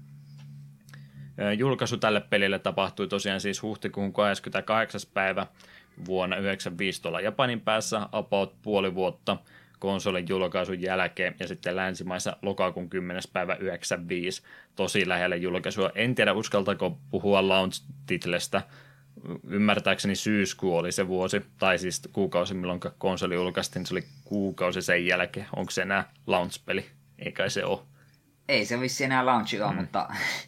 Julkaisu tälle pelille tapahtui tosiaan siis huhtikuun 28. päivä vuonna 1995 tuolla Japanin päässä, about puoli vuotta konsolin julkaisun jälkeen, ja sitten länsimaissa lokakuun 10. päivä 1995 tosi lähellä julkaisua. En tiedä, uskaltaako puhua launch-titlestä. Ymmärtääkseni syyskuu oli se vuosi, tai siis kuukausi, milloin konsoli julkaistiin, se oli kuukausi sen jälkeen. Onko se enää launch-peli? Ei kai se ole. Ei se vissi enää launch mutta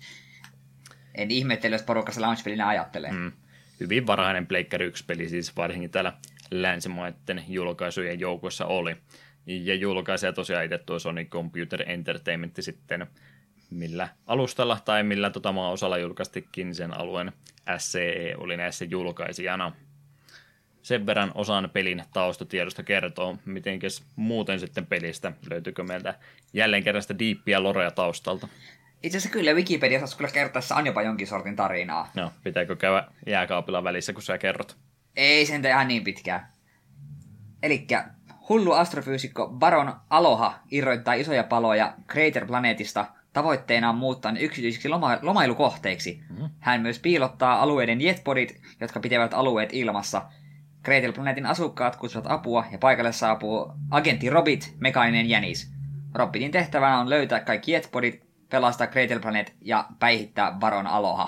en ihmettele, jos porukassa launch-pelinä ajattelee. Hyvin varhainen Pleikkari 1-peli siis varsinkin täällä länsimaiden julkaisujen joukossa oli. Ja julkaisija tosiaan itse tuo Sony Computer Entertainment sitten millä alustalla tai millä maa-osalla julkaistikin sen alueen SCE oli näissä julkaisijana. Sen verran osan pelin taustatiedosta kertoo, mitenkäs muuten sitten pelistä, löytyykö meiltä jälleen kerran sitä diippiä lorea taustalta. Itse asiassa kyllä Wikipediassa kyllä kertaessa on jopa jonkin sortin tarinaa. No, pitääkö käydä jääkaapilla välissä, kun sä kerrot? Ei sen ihan niin pitkään. Elikkä hullu astrofyysikko Baron Aloha irroittaa isoja paloja Crater-planeetista tavoitteenaan muuttaa ne yksityisiksi lomailukohteiksi. Hän myös piilottaa alueiden jetpodit, jotka pitävät alueet ilmassa. Crater-planeetin asukkaat kutsuvat apua ja paikalle saapuu agentti Robit, mekaaninen jänis. Robitin tehtävänä on löytää kaikki jetpodit, pelastaa Greater Planet ja päihittää Baron Aloha.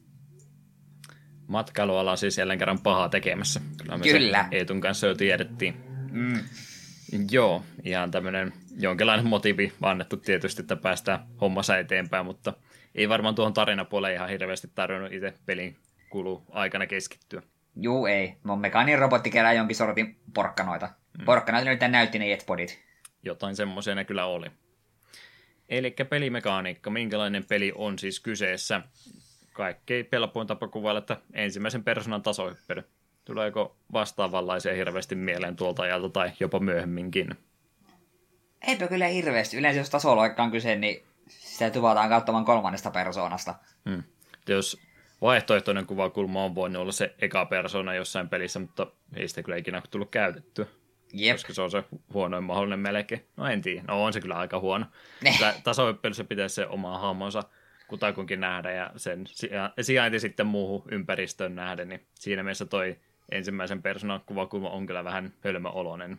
Matkailuala on siis jälleen kerran pahaa tekemässä. Kyllä. Se Eetun kanssa jo tiedettiin. Mm. Joo, ihan tämmöinen jonkinlainen motiivi annettu tietysti, että päästään hommassa eteenpäin, mutta ei varmaan tuohon tarinapuoleen ihan hirveästi tarvinnut itse pelin kulu aikana keskittyä. Juu, ei. Mun mekaaninen robotti kerää jonkin sortin porkkanoita. Porkkanoita nyt näytti ne jetpodit. Jotain semmoisia ne kyllä oli. Elikkä pelimekaniikka, minkälainen peli on siis kyseessä? Kaikkein helpoin tapa kuvailla, että ensimmäisen persoonan tasohyppely. Tuleeko vastaavanlaisia hirveästi mieleen tuolta ajalta tai jopa myöhemminkin? Eipä kyllä hirveästi. Yleensä jos tasoloikka on kyse, niin sitä tuvataan katsomaan 3. persoonasta. Jos vaihtoehtoinen kuvakulma on voinut olla se eka persona jossain pelissä, mutta ei sitä kyllä ikinä tullut käytettyä. Jep. Koska se on se huonoin mahdollinen melkein. No en tiedä. No on se kyllä aika huono. Tasohyppelyssä pitäisi se oma hahmonsa kutakuinkin nähdä ja sen sijainti sitten muuhun ympäristöön nähdä, niin siinä mielessä toi ensimmäisen persoonan kuvakulma on kyllä vähän hölmöoloinen.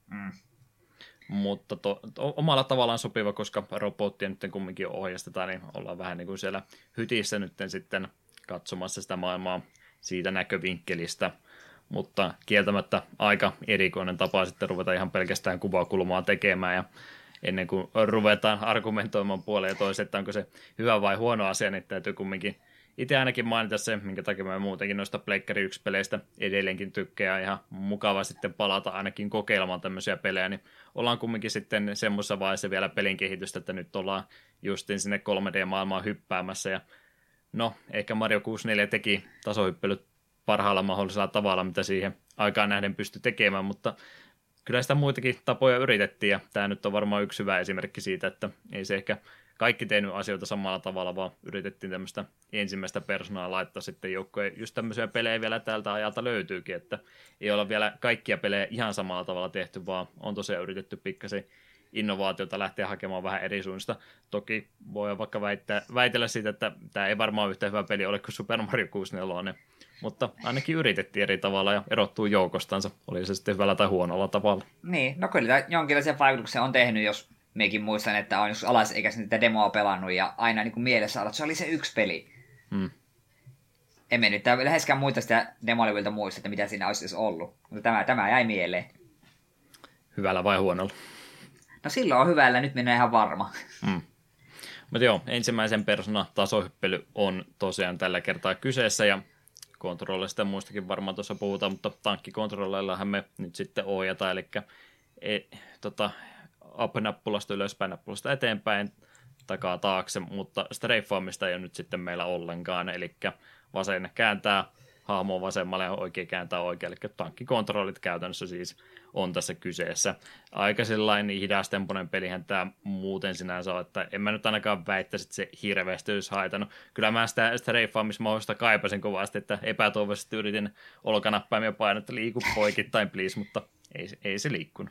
Mutta omalla tavallaan sopiva, koska robottia nyt kumminkin ohjastetaan, niin ollaan vähän niin kuin siellä hytissä nyt sitten katsomassa sitä maailmaa siitä näkövinkkelistä. Mutta kieltämättä aika erikoinen tapa sitten ruveta ihan pelkästään kuvakulmaa tekemään ja ennen kuin ruvetaan argumentoimaan puoleen ja toiseen, että onko se hyvä vai huono asia, niin täytyy kumminkin itse ainakin mainita se, minkä takia mä muutenkin noista Pleikkari 1-peleistä edelleenkin tykkää ihan mukava sitten palata ainakin kokeilemaan tämmöisiä pelejä, niin ollaan kumminkin sitten semmoisessa vaiheessa vielä pelin kehitystä, että nyt ollaan justiin sinne 3D-maailmaan hyppäämässä ja no, ehkä Mario 64 teki tasohyppelyt parhaalla mahdollisella tavalla, mitä siihen aikaan nähden pystyi tekemään, mutta kyllä sitä muitakin tapoja yritettiin, ja tämä nyt on varmaan yksi hyvä esimerkki siitä, että ei se ehkä kaikki tehnyt asioita samalla tavalla, vaan yritettiin tämmöistä ensimmäistä persoonaa laittaa sitten joukkoon. Just tämmöisiä pelejä vielä tältä ajalta löytyykin, että ei olla vielä kaikkia pelejä ihan samalla tavalla tehty, vaan on tosiaan yritetty pikkasen innovaatiota lähteä hakemaan vähän eri suunnista. Toki voi vaikka väitellä siitä, että tämä ei varmaan yhtä hyvä peli ole kuin Super Mario 64, mutta ainakin yritettiin eri tavalla ja erottuu joukostansa, oli se sitten hyvällä tai huonolla tavalla. Niin, no kyllä jonkinlaisen vaikutuksen on tehnyt, jos mekin muistan, että on joskus alaikäisenä niitä demoa pelannut ja aina niin kuin mielessä olla, että se oli se yksi peli. Emme nyt läheskään muista sitä demolevyiltä muista, että mitä siinä olisi edes ollut, mutta tämä jäi mieleen. Hyvällä vai huonolla? No silloin on hyvällä, nyt minä ihan varma. Mutta joo, ensimmäisen persoonan tasohyppely on tosiaan tällä kertaa kyseessä ja kontrolleista ja muistakin varmaan tuossa puhutaan, mutta tankkikontrolleillahan me nyt sitten ohjataan, eli up-nappulasta ylöspäin, nappulasta eteenpäin, takaa taakse, mutta strafaamista ei ole nyt sitten meillä ollenkaan, eli vasen kääntää hahmoa vasemmalle ja oikein kääntää oikealle, eli tankkikontrollit käytännössä siis on tässä kyseessä. Aika sellainen hidastempoinen pelihän tämä muuten sinänsä on, että en mä nyt ainakaan väittäisi, että se hirveästi olisi haitannut. Kyllä mä sitä reifaamismahdollisuutta kaipasin kovasti, että epätoivoisesti yritin olkanappaimia painaa, että liiku poikittain please, mutta ei se liikkunut.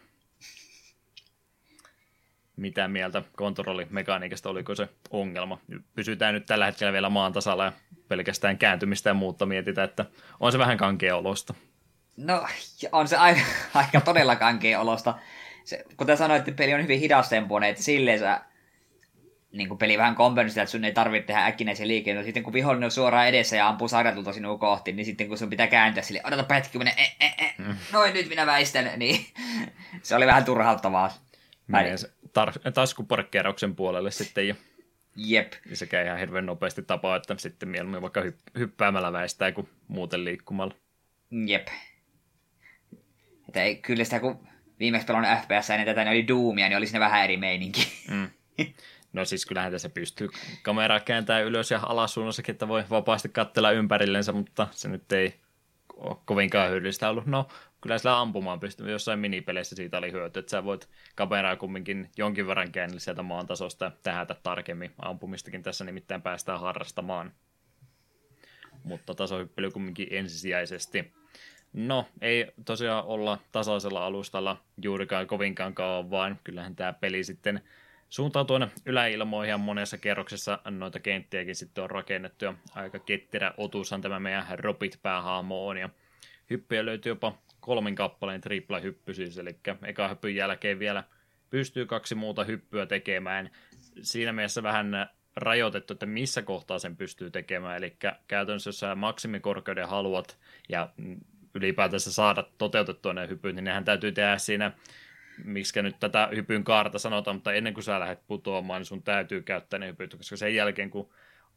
Mitä mieltä kontrollimekaniikasta, oliko se ongelma? Pysytään nyt tällä hetkellä vielä maan tasalla ja pelkästään kääntymistä ja muutta mietitään, että on se vähän kankea olosta. No, on se aika todella kankea olosta. Se, kuten sanoit, että peli on hyvin hidastempoinen, että silleen sä niin peli vähän kompensoi, että sun ei tarvitse tehdä äkkinäisiä liikkeitä. Sitten kun vihollinen on suoraan edessä ja ampuu sarjatulta sinua kohti, niin sitten kun sun pitää kääntää silleen, odota pätki, kun noin nyt minä väistän, niin se oli vähän turhauttavaa. Menee taskuparkkeerauksen puolelle sitten jo. Jep. Ja se käy ihan hirveän nopeasti tapaa, että sitten mieluummin vaikka hyppäämällä väistää kuin muuten liikkumalla. Jep. Että ei, kyllä sitä kun viimeksi pelannut FPS ennen tätä, niin oli Doomia, niin oli siinä vähän eri meininki. No siis kyllähän tässä pystyy kameraa kääntämään ylös ja alassuunnassakin, että voi vapaasti katsella ympärillensä, mutta se nyt ei ole kovinkaan hyödyllistä ollut. No, kyllä sillä ampumaan pystyy. Jossain minipeleissä siitä oli hyöty, että sä voit kameraa kumminkin jonkin verran käännellä sieltä maan tasosta ja tähätä tarkemmin. Ampumistakin tässä nimittäin päästään harrastamaan. Mutta tasohyppely kumminkin ensisijaisesti. No, ei tosiaan olla tasaisella alustalla juurikaan kovinkaan kauan, vaan kyllähän tämä peli sitten suuntaa tuonne yläilmoihin ja monessa kerroksessa noita kenttiäkin sitten on rakennettu ja aika ketterä otushan tämä meidän Robit-päähahmo on ja hyppyjä löytyy jopa 3 kappaleen tripla-hyppy siis, eli eka hyppyn jälkeen vielä pystyy 2 muuta hyppyä tekemään. Siinä mielessä vähän rajoitettu, että missä kohtaa sen pystyy tekemään. Eli käytännössä, jos sä maksimikorkeuden haluat ja ylipäätänsä saada toteutettua ne hypyt, niin nehän täytyy tehdä siinä, miksi nyt tätä hypyn kaarta sanotaan, mutta ennen kuin sä lähdet putoamaan, niin sun täytyy käyttää ne hypyt, koska sen jälkeen, kun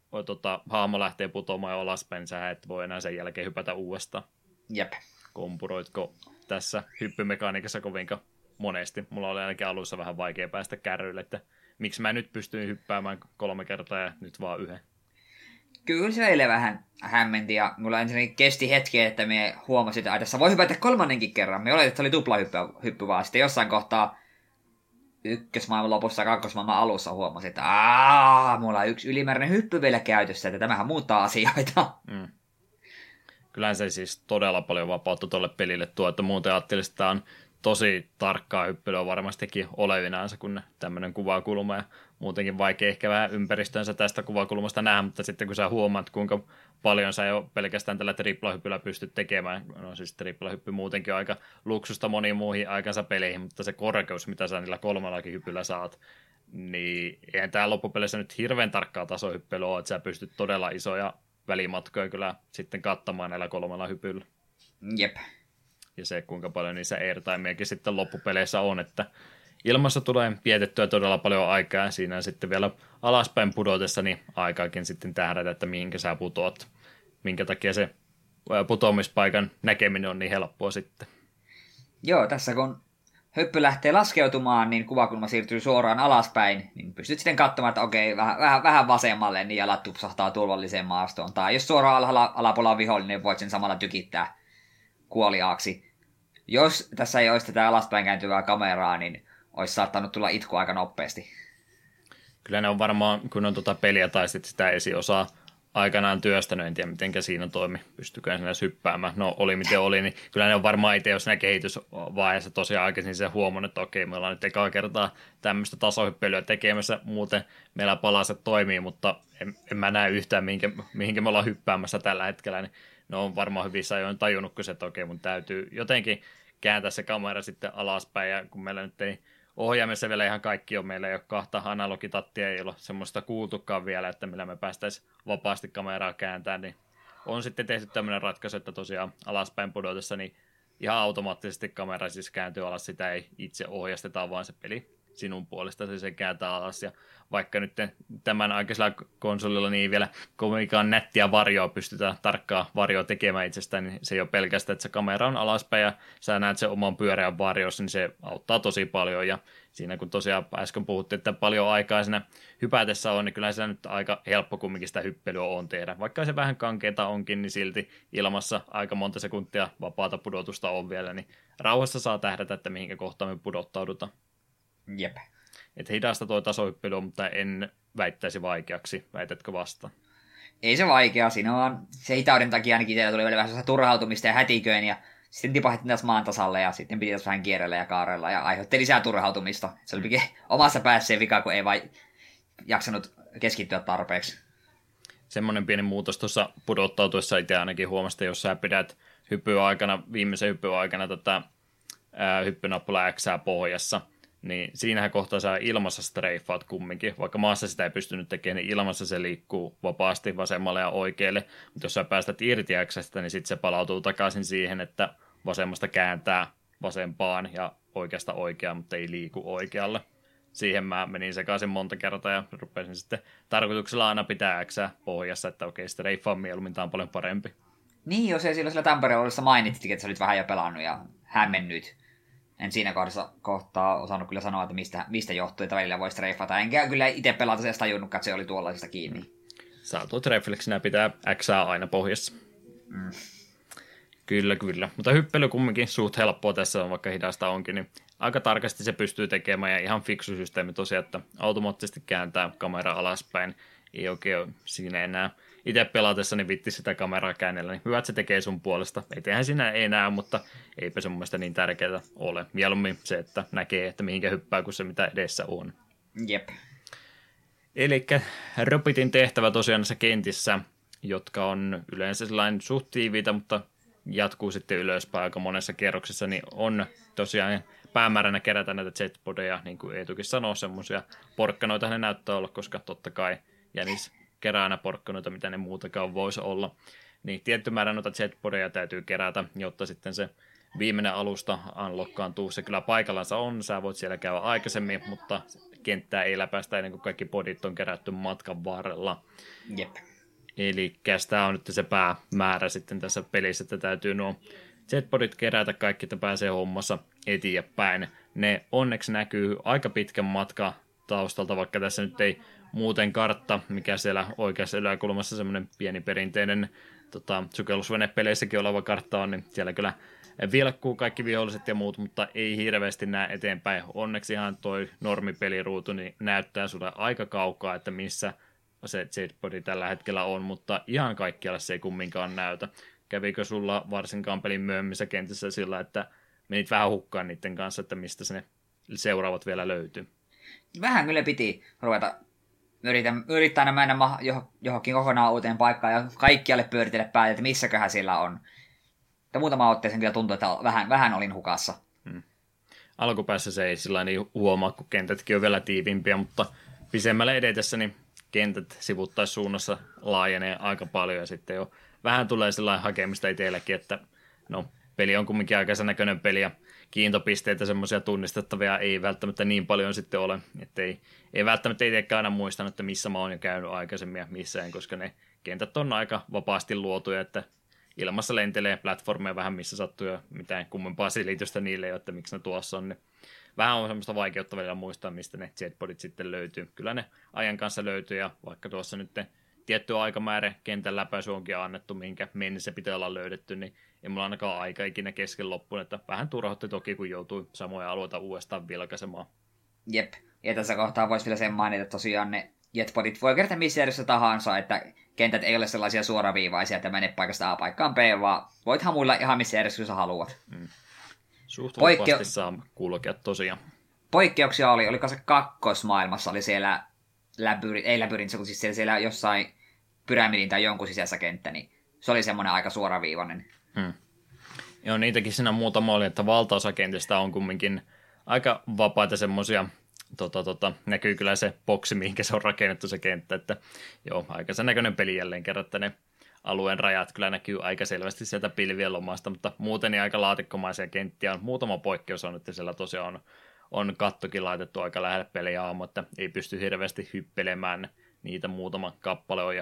haamo lähtee putoamaan ja alaspäin, niin sä et voi enää sen jälkeen hypätä uudestaan. Jep. Kompuroitko tässä hyppymekaniikassa kovinkaan monesti? Mulla oli ainakin alussa vähän vaikea päästä kärryille, että miksi mä nyt pystyin hyppäämään 3 kertaa ja nyt vaan 1. Kyllä se meille vähän hämmenti ja mulla ensinnäkin kesti hetki, että me huomasin, että tässä voi hypätä 3. kerran. Me oletettiin, että oli tuplahyppy vaan. Sitten jossain kohtaa ykkösmaailman lopussa ja kakkosmaailman alussa huomasin, että mulla on yksi ylimääräinen hyppy vielä käytössä, että tämähän muuttaa asioita. Kyllähän se siis todella paljon vapautta tuolle pelille tuo, että muuten ajattelisin, että tämä on tosi tarkkaa hyppelyä varmastikin olevinaansa, kun tämmöinen kuvakulma ja muutenkin vaikea ehkä vähän ympäristönsä tästä kuvakulmasta nähdä, mutta sitten kun sä huomaat, kuinka paljon sä jo pelkästään tällä triplahyppyllä pystyt tekemään, no siis triplahyppy muutenkin on aika luksusta moniin muihin aikansa peleihin, mutta se korkeus, mitä sä niillä 3 hypyllä saat, niin eihän tämä loppupeleissä nyt hirveän tarkkaa tasohyppelyä ole, että sä pystyt todella isoja välimatkoja kyllä sitten kattamaan näillä 3 hypyllä. Jep. Ja se, kuinka paljon niissä airtimeakin sitten loppupeleissä on, että ilmassa tulee vietettyä todella paljon aikaa, ja siinä sitten vielä alaspäin pudotessa, niin aikaakin sitten tähdätä, että mihinkä sä putoat. Minkä takia se putoamispaikan näkeminen on niin helppoa sitten. Joo, tässä kun höppy lähtee laskeutumaan, niin kuvakulma siirtyy suoraan alaspäin, niin pystyt sitten katsomaan, että okei, vähän vasemmalle, niin jalat tupsahtaa turvalliseen maastoon. Tai jos suoraan alhaalla alapuolella on vihollinen, niin voit sen samalla tykittää kuoliaaksi. Jos tässä ei olisi tätä alaspäin kääntyvää kameraa, niin olisi saattanut tulla itku aika nopeasti. Kyllä ne on varmaan, kun on peliä tai sitten sitä esiosaa aikanaan työstänyt, en tiedä miten siinä toimi, pystykään sinä hyppäämään. No oli miten oli, niin kyllä ne on varmaan itse, jos siinä kehitysvaiheessa tosiaan aikaisin se huomannut, että okei, me ollaan nyt ekaa kertaa tämmöistä tasohyppelyä tekemässä, muuten meillä palaset toimii, mutta en mä näe yhtään, mihinkä me ollaan hyppäämässä tällä hetkellä, niin ne on varmaan hyvissä ajoin tajunnut, että okei, mun täytyy jotenkin kääntää se kamera sitten alaspäin, ja kun meillä nyt ei ohjaimessa vielä ihan kaikki on, meillä ei ole 2 analogitattia, ei ole semmoista kuultukaan vielä, että millä me päästäisiin vapaasti kameraa kääntämään, niin on sitten tehty tämmöinen ratkaisu, että tosiaan alaspäin pudotessa, niin ihan automaattisesti kamera siis kääntyy alas, sitä ei itse ohjasteta, vaan se peli sinun puolesta se kääntää alas, ja vaikka nyt tämän aikaisella konsolilla niin vielä kovinkaan nättiä varjoa pystytään tarkkaa varjoa tekemään itsestään, niin se ei ole pelkästään, että se kamera on alaspäin ja sä näet sen oman pyöreän varjossa, niin se auttaa tosi paljon, ja siinä kun tosiaan äsken puhuttiin, että paljon aikaa siinä hypätessä on, niin kyllä se nyt aika helppo kumminkin sitä hyppelyä on tehdä. Vaikka se vähän kankeeta onkin, niin silti ilmassa aika monta sekuntia vapaata pudotusta on vielä, niin rauhassa saa tähdätä, että mihinkä kohtaan me pudottaudutaan. Jep. Että hidasta tuo tasohyppely on, mutta en väittäisi vaikeaksi. Väitätkö vastaan? Ei se vaikea. Siinä on se hitauden takia ainakin teillä tuli vähän turhautumista ja hätiköin. Ja sitten tipahtiin taas maan tasalle ja sitten piti taas vähän kierrellä ja kaarella ja aiheutti lisää turhautumista. Se oli omassa päässeen vika, kun ei vain jaksanut keskittyä tarpeeksi. Semmoinen pieni muutos tuossa pudottautuessa itse ainakin huomasta, jos sä pidät viimeisen hyppyn aikana tätä hyppynappula X:ää pohjassa, niin siinähän kohtaa sä ilmassa streifaat kumminkin. Vaikka maassa sitä ei pystynyt tekemään, niin ilmassa se liikkuu vapaasti vasemmalle ja oikealle. Mutta jos sä päästät irti X:stä, niin sitten se palautuu takaisin siihen, että vasemmasta kääntää vasempaan ja oikeasta oikeaan, mutta ei liiku oikealle. Siihen mä menin sekaisin monta kertaa ja rupesin sitten tarkoituksella aina pitää X:ää pohjassa, että okei, streifaa mieluummin, tää on paljon parempi. Niin, jos ei silloin sillä Tampereen ollessa mainittikin, että sä olit vähän jo pelannut ja hämmennyt. En siinä kohtaa osannut kyllä sanoa, että mistä johtui, että välillä voi streifata. Enkä kyllä itse pelata edes tajunnutkaan, että se oli tuollaisesta kiinni. Sä tuot refleksinä pitää Xää aina pohjassa. Mm. Kyllä. Mutta hyppely kumminkin suht helppoa tässä on, vaikka hidasta onkin, niin aika tarkasti se pystyy tekemään ja ihan fiksu systeemi tosiaan, että automaattisesti kääntää kamera alaspäin. Ei oikein ole siinä enää. Itse pelatessa niin vitti sitä kameraa käännellä, niin hyvä, että se tekee sun puolesta. Eteenhän siinä ei näe, mutta eipä se mun mielestä niin tärkeää ole. Mieluummin se, että näkee, että mihinkä hyppää, kuin se mitä edessä on. Jep. Eli Robitin tehtävä tosiaan näissä kentissä, jotka on yleensä sellainen suht tiiviitä, mutta jatkuu sitten ylöspäin aika monessa kierroksessa, niin on tosiaan päämääränä kerätä näitä jetpodeja, niin kuin Eetukin sanoo, semmoisia porkkanoita ne näyttää olla, koska totta kai jänis kerää aina porkkanoita, mitä ne muutakaan voisi olla. Niin tietty määrä noita jetpodeja täytyy kerätä, jotta sitten se viimeinen alusta unlockkaantuu. Se kyllä paikallansa on, sä voit siellä käydä aikaisemmin, mutta kenttää ei läpäistä ennen kuin kaikki podit on kerätty matkan varrella. Jep. Eli tämä on nyt se päämäärä sitten tässä pelissä, että täytyy nuo jetpodit kerätä kaikki, että pääsee hommassa eteenpäin. Ne onneksi näkyy aika pitkän matka taustalta, vaikka tässä nyt ei muuten kartta, mikä siellä oikeassa yläkulmassa semmoinen pieni perinteinen sukellusvenepeleissäkin oleva kartta on, niin siellä kyllä vilkkuu kaikki viholliset ja muut, mutta ei hirveästi näe eteenpäin. Onneksi ihan toi normipeliruutu niin näyttää sulle aika kaukaa, että missä se jetpodi tällä hetkellä on, mutta ihan kaikkialle se ei kumminkaan näytä. Kävikö sulla varsinkaan pelin myöhemmissä kentissä sillä, että menit vähän hukkaan niiden kanssa, että mistä ne seuraavat vielä löytyy? Vähän kyllä piti ruveta yrittää aina mennä johonkin kokonaan uuteen paikkaan ja kaikkialle pyöritellä päälle, että missäköhän siellä on. Mutta muutama otteeseen kyllä tuntui, että vähän olin hukassa. Alkupäässä se ei sillä niin huomaa, kun kentätkin on vielä tiivimpiä, mutta pisemmälle edetessä niin kentät sivuttaissuunnassa laajenee aika paljon ja sitten jo vähän tulee sellainen hakemista itselläkin, että no, peli on kumminkin aikaisen näköinen peli ja kiintopisteitä semmoisia tunnistettavia ei välttämättä niin paljon sitten ole, että ei välttämättä itsekään aina muistanut, että missä mä oon jo käynyt aikaisemmin ja missä en, koska ne kentät on aika vapaasti luotuja, että ilmassa lentelee platformeja vähän missä sattuu ja mitään kummempaa selitystä niille ei ole, että miksi ne tuossa on. Vähän on semmoista vaikeutta välillä muistaa, mistä ne jetpodit sitten löytyy. Kyllä ne ajan kanssa löytyy ja vaikka tuossa nyt tietty aikamäärä kentän läpäisy onkin annettu, minkä mennessä pitää olla löydetty, niin ei mulla ainakaan aika ikinä kesken loppuun, että vähän turhautti toki, kun joutui samoja alueita uudestaan vilkaisemaan. Jep, ja tässä kohtaa voisi vielä sen mainita, että tosiaan ne jetpodit voi kertaa missä järjessä tahansa, että kentät ei ole sellaisia suoraviivaisia, että mene paikasta A paikkaan B, vaan voit hamuilla ihan missä järjestyksessä haluat. Suht vapaasti saa kulkea tosiaan. Poikkeuksia oliko se kakkosmaailmassa, oli siellä ei labyrintissä, kun siis siellä jossain pyramidin tai jonkun sisässä kenttä, niin se oli semmoinen aika suoraviivainen. Joo, niitäkin siinä muutama oli, että valtaosa kentistä on kumminkin aika vapaita semmoisia, näkyy kyllä se boksi, mihinkä se on rakennettu se kenttä, että joo, aika sen näköinen peli jälleen kerran, että ne alueen rajat kyllä näkyy aika selvästi sieltä pilvien lomasta, mutta muuten niin aika laatikkomaisia kenttiä on. Muutama poikkeus on, että siellä tosiaan on kattokin laitettu aika lähelle peliä aamu, että ei pysty hirveästi hyppelemään niitä muutama kappale on ja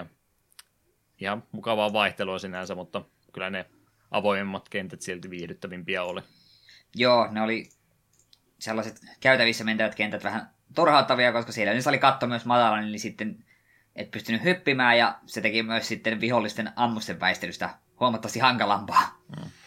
ihan mukavaa vaihtelua sinänsä, mutta kyllä ne avoimemmat kentät silti viihdyttävimpiä oli. Joo, ne oli sellaiset käytävissä mentävät kentät vähän turhauttavia, koska siellä niissä oli katto myös matala, niin sitten et pystynyt hyppimään ja se teki myös sitten vihollisten ammusten väistelystä huomattavasti hankalampaa.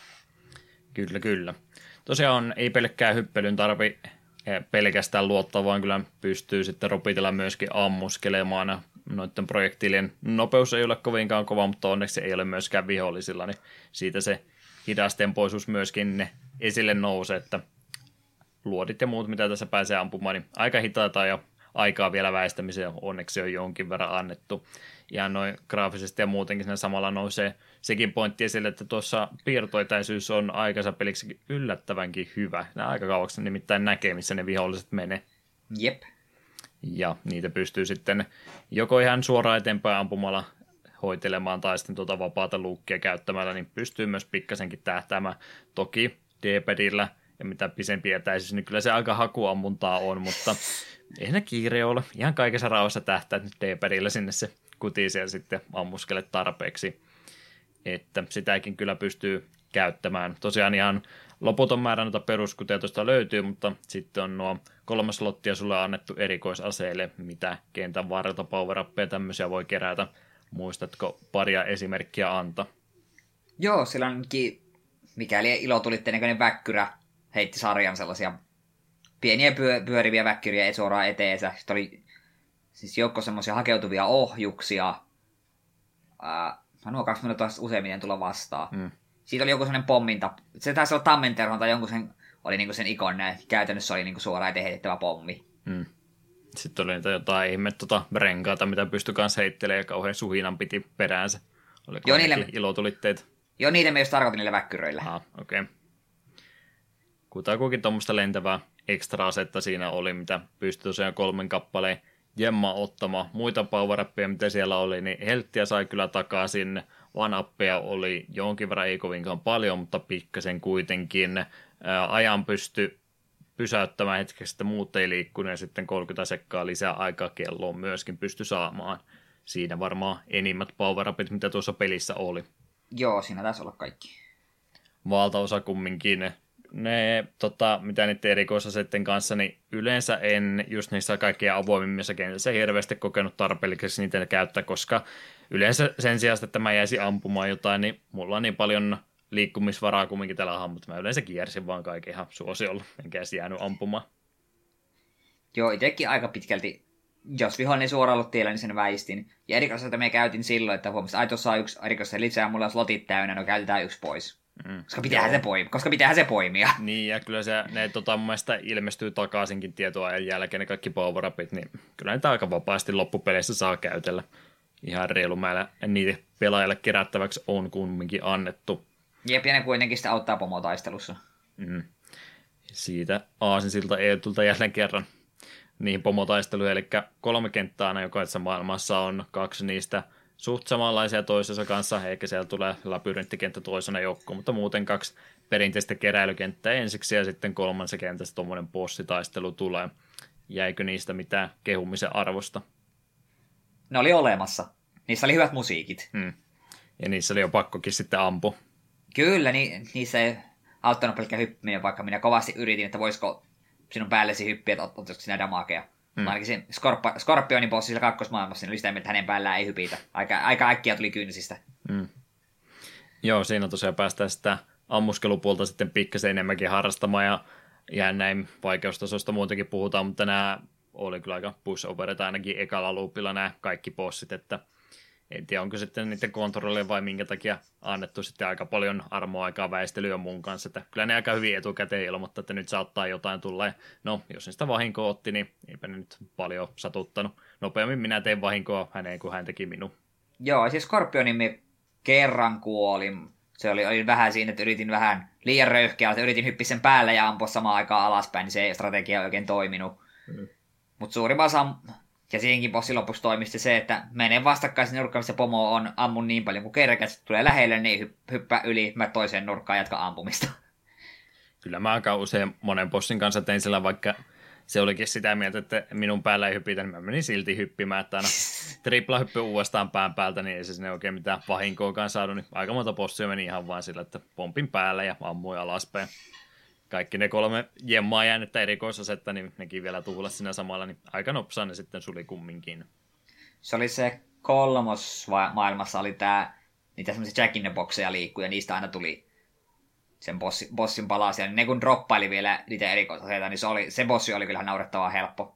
Kyllä. Tosiaan ei pelkkää hyppelyn tarvi pelkästään luottaa, vaan kyllä pystyy sitten ropitella myöskin ammuskelemaan. Noiden projektiilien nopeus ei ole kovinkaan kova, mutta onneksi ei ole myöskään vihollisilla, niin siitä se hidastempoisuus myöskin esille nousee, että luodit ja muut, mitä tässä pääsee ampumaan, niin aika hitaita ja aikaa vielä väistämiseen onneksi on jonkin verran annettu. Ja noin graafisesti ja muutenkin siinä samalla nousee sekin pointti esille, että tuossa piirtoetäisyys on aikansa peliksi yllättävänkin hyvä. Nämä aika kauaksi nimittäin näkee, missä ne viholliset menee. Jep. Ja niitä pystyy sitten joko ihan suoraan eteenpäin ampumalla hoitelemaan tai sitten vapaata luukkia käyttämällä, niin pystyy myös pikkasenkin tähtäämään. Toki D-padilla ja mitä pisempi etäisyys, niin kyllä se aika hakuammuntaa on, mutta ei ne kiire ole. Ihan kaikessa rauhassa tähtäät nyt D-padilla sinne se kutisi ja sitten ammuskele tarpeeksi. Että sitäkin kyllä pystyy käyttämään. Tosiaan ihan loputon määrä noita peruskuteja tuosta löytyy, mutta sitten on nuo 3 slottia sulle annettu erikoisaseille, mitä kentän varrelta power-uppeja tämmöisiä voi kerätä. Muistatko paria esimerkkiä antaa? Joo, sillä onkin, mikäli ilotulitteen näköinen väkkyrä, heitti sarjan sellaisia pieniä pyöriviä väkkyriä ei suoraan eteensä. Sitten oli siis joukko semmoisia hakeutuvia ohjuksia. Nuo 2 minuuttia useimmiten tulla vastaan. Siitä oli joku sellainen pomminta. Se taisi olla tammenterhon tai jonkun sen, oli niinku sen ikone. Käytännössä oli niinku suoraan eteen heitettävä pommi. Sitten oli niitä jotain ihme renkaata, mitä pystyi kanssa heittelemään ja kauhean suhinan piti peräänsä. Oliko ilotulitteita? Joo, niitä me just tarkoitin niillä väkkyröillä. Okei. Kutakuinkin tuommoista lentävää ekstra-asetta siinä oli, mitä pystyi tosiaan 3 kappaleen jemma ottama muita power mitä siellä oli, niin helttiä sai kyllä takaisin, one-uppeja oli jonkin verran, ei kovinkaan paljon, mutta pikkasen kuitenkin. Ajan pysty pysäyttämään hetkeksi, että muut ei liikkunut, ja sitten 30 sekkaa lisää aikaa kelloon myöskin pysty saamaan. Siinä varmaan enimmät power mitä tuossa pelissä oli. Joo, siinä taisi olla kaikki. Valtaosa kumminkin. Ne, mitä niiden erikoisaseiden kanssa, niin yleensä en just niissä kaikkia avoimimmissa kentässä hirveästi kokenut tarpeelliseksi niitä käyttää, koska yleensä sen sijaan, että mä jäisin ampumaan jotain, niin mulla on niin paljon liikkumisvaraa kumminkin tällä hahmot. Mä yleensä kiersin vaan kaiken ihan suosiolla, enkä edes jäänyt ampumaan. Joo, itsekin aika pitkälti, jos vihollinen suoraan ollut tiellä, niin sen väistin. Ja erikoisaseita me käytin silloin, että huomasin, että tuossa on yksi erikoisase lisää, mulla on slotit täynnä, no käytetään yksi pois. Koska pitäähän se poimia. Niin, ja kyllä ne mun mielestä ilmestyy takaisinkin tietoajan jälkeen ne kaikki power-upit, niin kyllä niitä aika vapaasti loppupeleissä saa käytellä. Ihan reilu määrä niitä pelaajalle kerättäväksi on kumminkin annettu. Jep, ja ne kuitenkin sitä auttaa pomotaistelussa. Siitä aasinsilta Eetulta jälleen kerran niihin pomotaisteluihin, eli 3 kenttää aina jokaisessa maailmassa on 2 niistä suht samanlaisia toisensa kanssa, eikä siellä tulee labyrinttikenttä toisena joukkoon, mutta muuten 2 perinteistä keräilykenttää ensiksi ja sitten 3. kentässä tuommoinen bossitaistelu tulee. Jäikö niistä mitään kehumisen arvosta? Ne oli olemassa. Niissä oli hyvät musiikit. Ja niissä oli jo pakkokin sitten ampua. Kyllä, niissä ei auttanut pelkkä hyppiminen, vaikka minä kovasti yritin, että voisiko sinun päällesi hyppiä, että ottaisiko sinä damakea. Ainakin se Skorpionin bossi siellä kakkosmaailmassa niin oli sitä, että hänen päällään ei hypitä. Aika äkkiä tuli kyynisistä. Joo, siinä tosiaan päästään sitä ammuskelupuolta sitten pikkasen enemmänkin harrastamaan ja näin vaikeustasosta muutenkin puhutaan, mutta nämä oli kyllä aika push-overita ainakin ekalla loopilla nämä kaikki bossit, että en tiedä onko sitten niiden kontrollien vai minkä takia annettu sitten aika paljon armoaikaa väistelyä mun kanssa, että kyllä ne aika hyvin etukäteen ilmoittaa, että nyt saattaa jotain tulla ja no jos ne sitä vahinkoa otti, niin eipä ne nyt paljon satuttanut. Nopeammin minä tein vahinkoa häneen kuin hän teki minun. Joo, siis Skorpionin me kerran kuolin. Se oli vähän siinä, että yritin vähän liian röyhkeä, että yritin hyppiä sen päälle ja ampua samaan aikaan alaspäin, niin se strategia ei oikein toiminut. Mutta suurin osa, ja siihenkin bossin lopuksi toimisti se, että menee vastakkaisen nurkkaan, missä pomo on, ammun niin paljon kuin kerran, että tulee lähelle, niin hyppää yli, mä toiseen nurkkaan jatka ampumista. Kyllä mä aika usein monen bossin kanssa tein sillä, vaikka se olikin sitä mieltä, että minun päällä ei hypitä, niin mä menin silti hyppimään, että aina tripla hyppy uudestaan pään päältä, niin ei se sinne oikein mitään vahinkoakaan saanut, niin aika monta bossia meni ihan vaan sillä, että pompin päälle ja ammuin alaspäin. Kaikki ne 3 jemmaa jäänyttä erikoisasetta, niin nekin vielä tuhlas siinä samalla, niin aika nopsaan ne sitten suli kumminkin. Se oli se 3. maailmassa, oli niitä semmoisia Jack in the Boxeja liikkuu, ja niistä aina tuli sen bossin palasia. Niin ne kun droppaili vielä niitä erikoisaseita, niin se bossi oli kyllä naurettavaa helppo.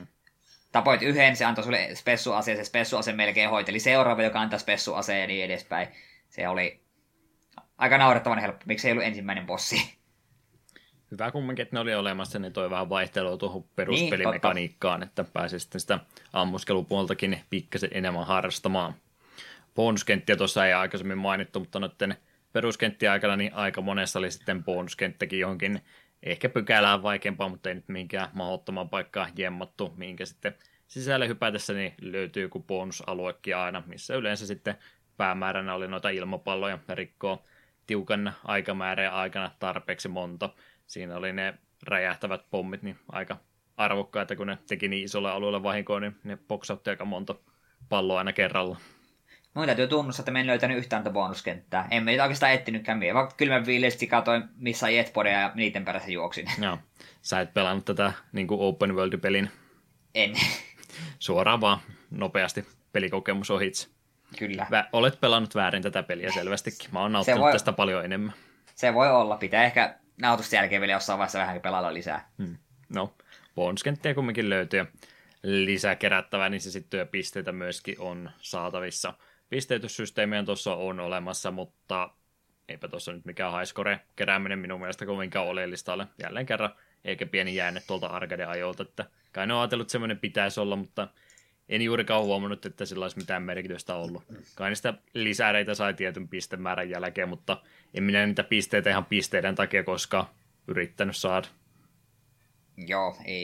Tapoit yhden, se antoi sulle spessuaseen, se spessuase melkein hoiteli seuraava, joka antaa spessuaseen ja niin edespäin. Se oli aika naurettavan helppo, miksi ei ollut ensimmäinen bossi. Hyvä kumminkin, että ne oli olemassa, niin toi vähän vaihtelua tuohon peruspelimekaniikkaan, niin, että pääsi sitten sitä ammuskelupuoltakin pikkasen enemmän harrastamaan. Bonuskenttiä tuossa ei aikaisemmin mainittu, mutta noiden peruskenttien aikana niin aika monessa oli sitten bonuskenttäkin johonkin ehkä pykälään vaikeampaa, mutta ei nyt minkään mahdottoman paikkaa jemmattu, minkä sitten sisälle hypätessä niin löytyy joku bonusaluekin aina, missä yleensä sitten päämääränä oli noita ilmapalloja rikkoo tiukan aikamäärän aikana tarpeeksi monta. Siinä oli ne räjähtävät pommit, niin aika arvokkaita, kun ne teki niin isolle alueelle vahinkoa, niin ne boksautti aika monta palloa aina kerralla. Mun täytyy tunnustaa, että me en löytänyt yhtään bonuskenttää. En me oikeastaan etsinytkään mie, vaan kylmän viileesti katsoin, missä on jetpodeja ja niiden perässä juoksin. Joo, sä et pelannut tätä niin kuin open world-pelin. En. Suoraan vaan nopeasti pelikokemus ohitse. Kyllä. Olet pelannut väärin tätä peliä selvästikin. Mä oon nauttinut tästä paljon enemmän. Se voi olla. Pitää ehkä nautusta jälkeen vielä jossain vaiheessa vähän pelailla lisää. No, bonuskenttiä kumminkin löytyy. Lisää kerättävää, niin se sitten pisteitä myöskin on saatavissa. Pisteytyssysteemiä tuossa on olemassa, mutta eipä tuossa nyt mikään highscore kerääminen minun mielestä kovinkaan oleellista ole. Jälleen kerran, eikä pieni jäänne tuolta arcade-ajolta, että kai ne on ajatellut, että semmoinen pitäisi olla, mutta en juurikaan huomannut, että sillä olisi mitään merkitystä ollut. Kai niistä lisäreitä sai tietyn pistemäärän jälkeen, mutta en minä niitä pisteitä ihan pisteiden takia koskaan yrittänyt saada. Joo,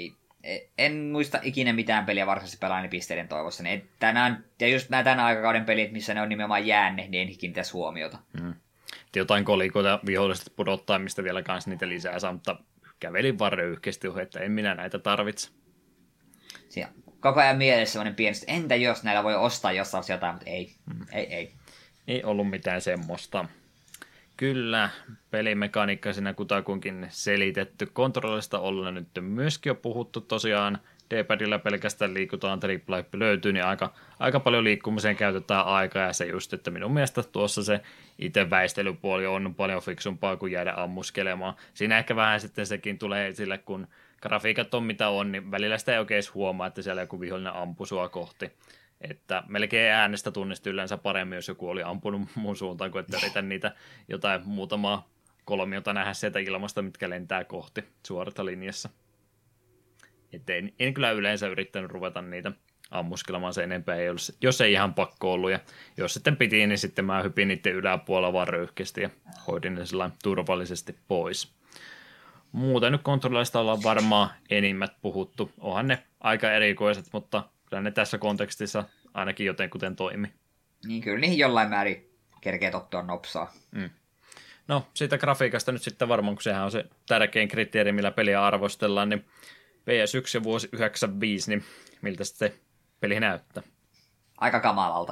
En muista ikinä mitään peliä varsinaisesti pelaani pisteiden toivossa. Niin tänään, ja just nämä tämän aikakauden pelit, missä ne on nimenomaan jäänne, niin en kiinnittäisi huomiota. Jotain kolikoita viholliset pudottaa, mistä vielä kans niitä lisää saa, mutta kävelin vaan röyhkeästi ohi, että en minä näitä tarvitse. Siinä koko ajan mielessä semmoinen pieni, entä jos näillä voi ostaa jossain jotain, mutta ei. Ei. Ei ollut mitään semmoista. Kyllä, pelimekaniikka siinä kutakuinkin selitetty. Kontrollista ollaan nyt myöskin jo puhuttu tosiaan. D-padilla pelkästään liikutaan, triple löytyy, niin aika paljon liikkumiseen käytetään aikaa, ja se just, että minun mielestä tuossa se itse väistelypuoli on paljon fiksumpaa kuin jäädä ammuskelemaan. Siinä ehkä vähän sitten sekin tulee esille, kun grafiikat on mitä on, niin välillä sitä ei oikein huomaa, että siellä joku vihollinen ampuu sua kohti. Että melkein äänestä tunnisti yleensä paremmin, jos joku oli ampunut mun suuntaan, kun että yritän niitä jotain muutamaa kolmiota nähdä sieltä ilmasta, mitkä lentää kohti suorata linjassa. Että en kyllä yleensä yrittänyt ruveta niitä ammuskelemaan sen enempää, jos ei ihan pakko ollut. Ja jos sitten piti, niin sitten mä hypin niiden yläpuolella vaan röyhkeästi ja hoidin ne sellainen turvallisesti pois. Muuten nyt kontrollista ollaan varmaan enimmät puhuttu. Onhan ne aika erikoiset, mutta kyllä ne tässä kontekstissa ainakin jotenkuten toimi. Niin kyllä niihin jollain määrin kerkeä tottua nopsaa. No siitä grafiikasta nyt sitten varmaan, kun sehän on se tärkein kriteeri, millä peliä arvostellaan, niin PS1 ja vuosi 95, niin miltä se peli näyttää? Aika kamalalta.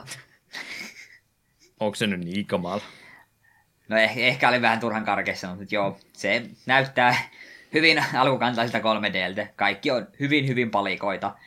Onko se nyt niin kamala? No ehkä oli vähän turhan karkeassa, mutta joo, se näyttää hyvin alkukantaisilta 3D:ltä. Kaikki on hyvin palikoita.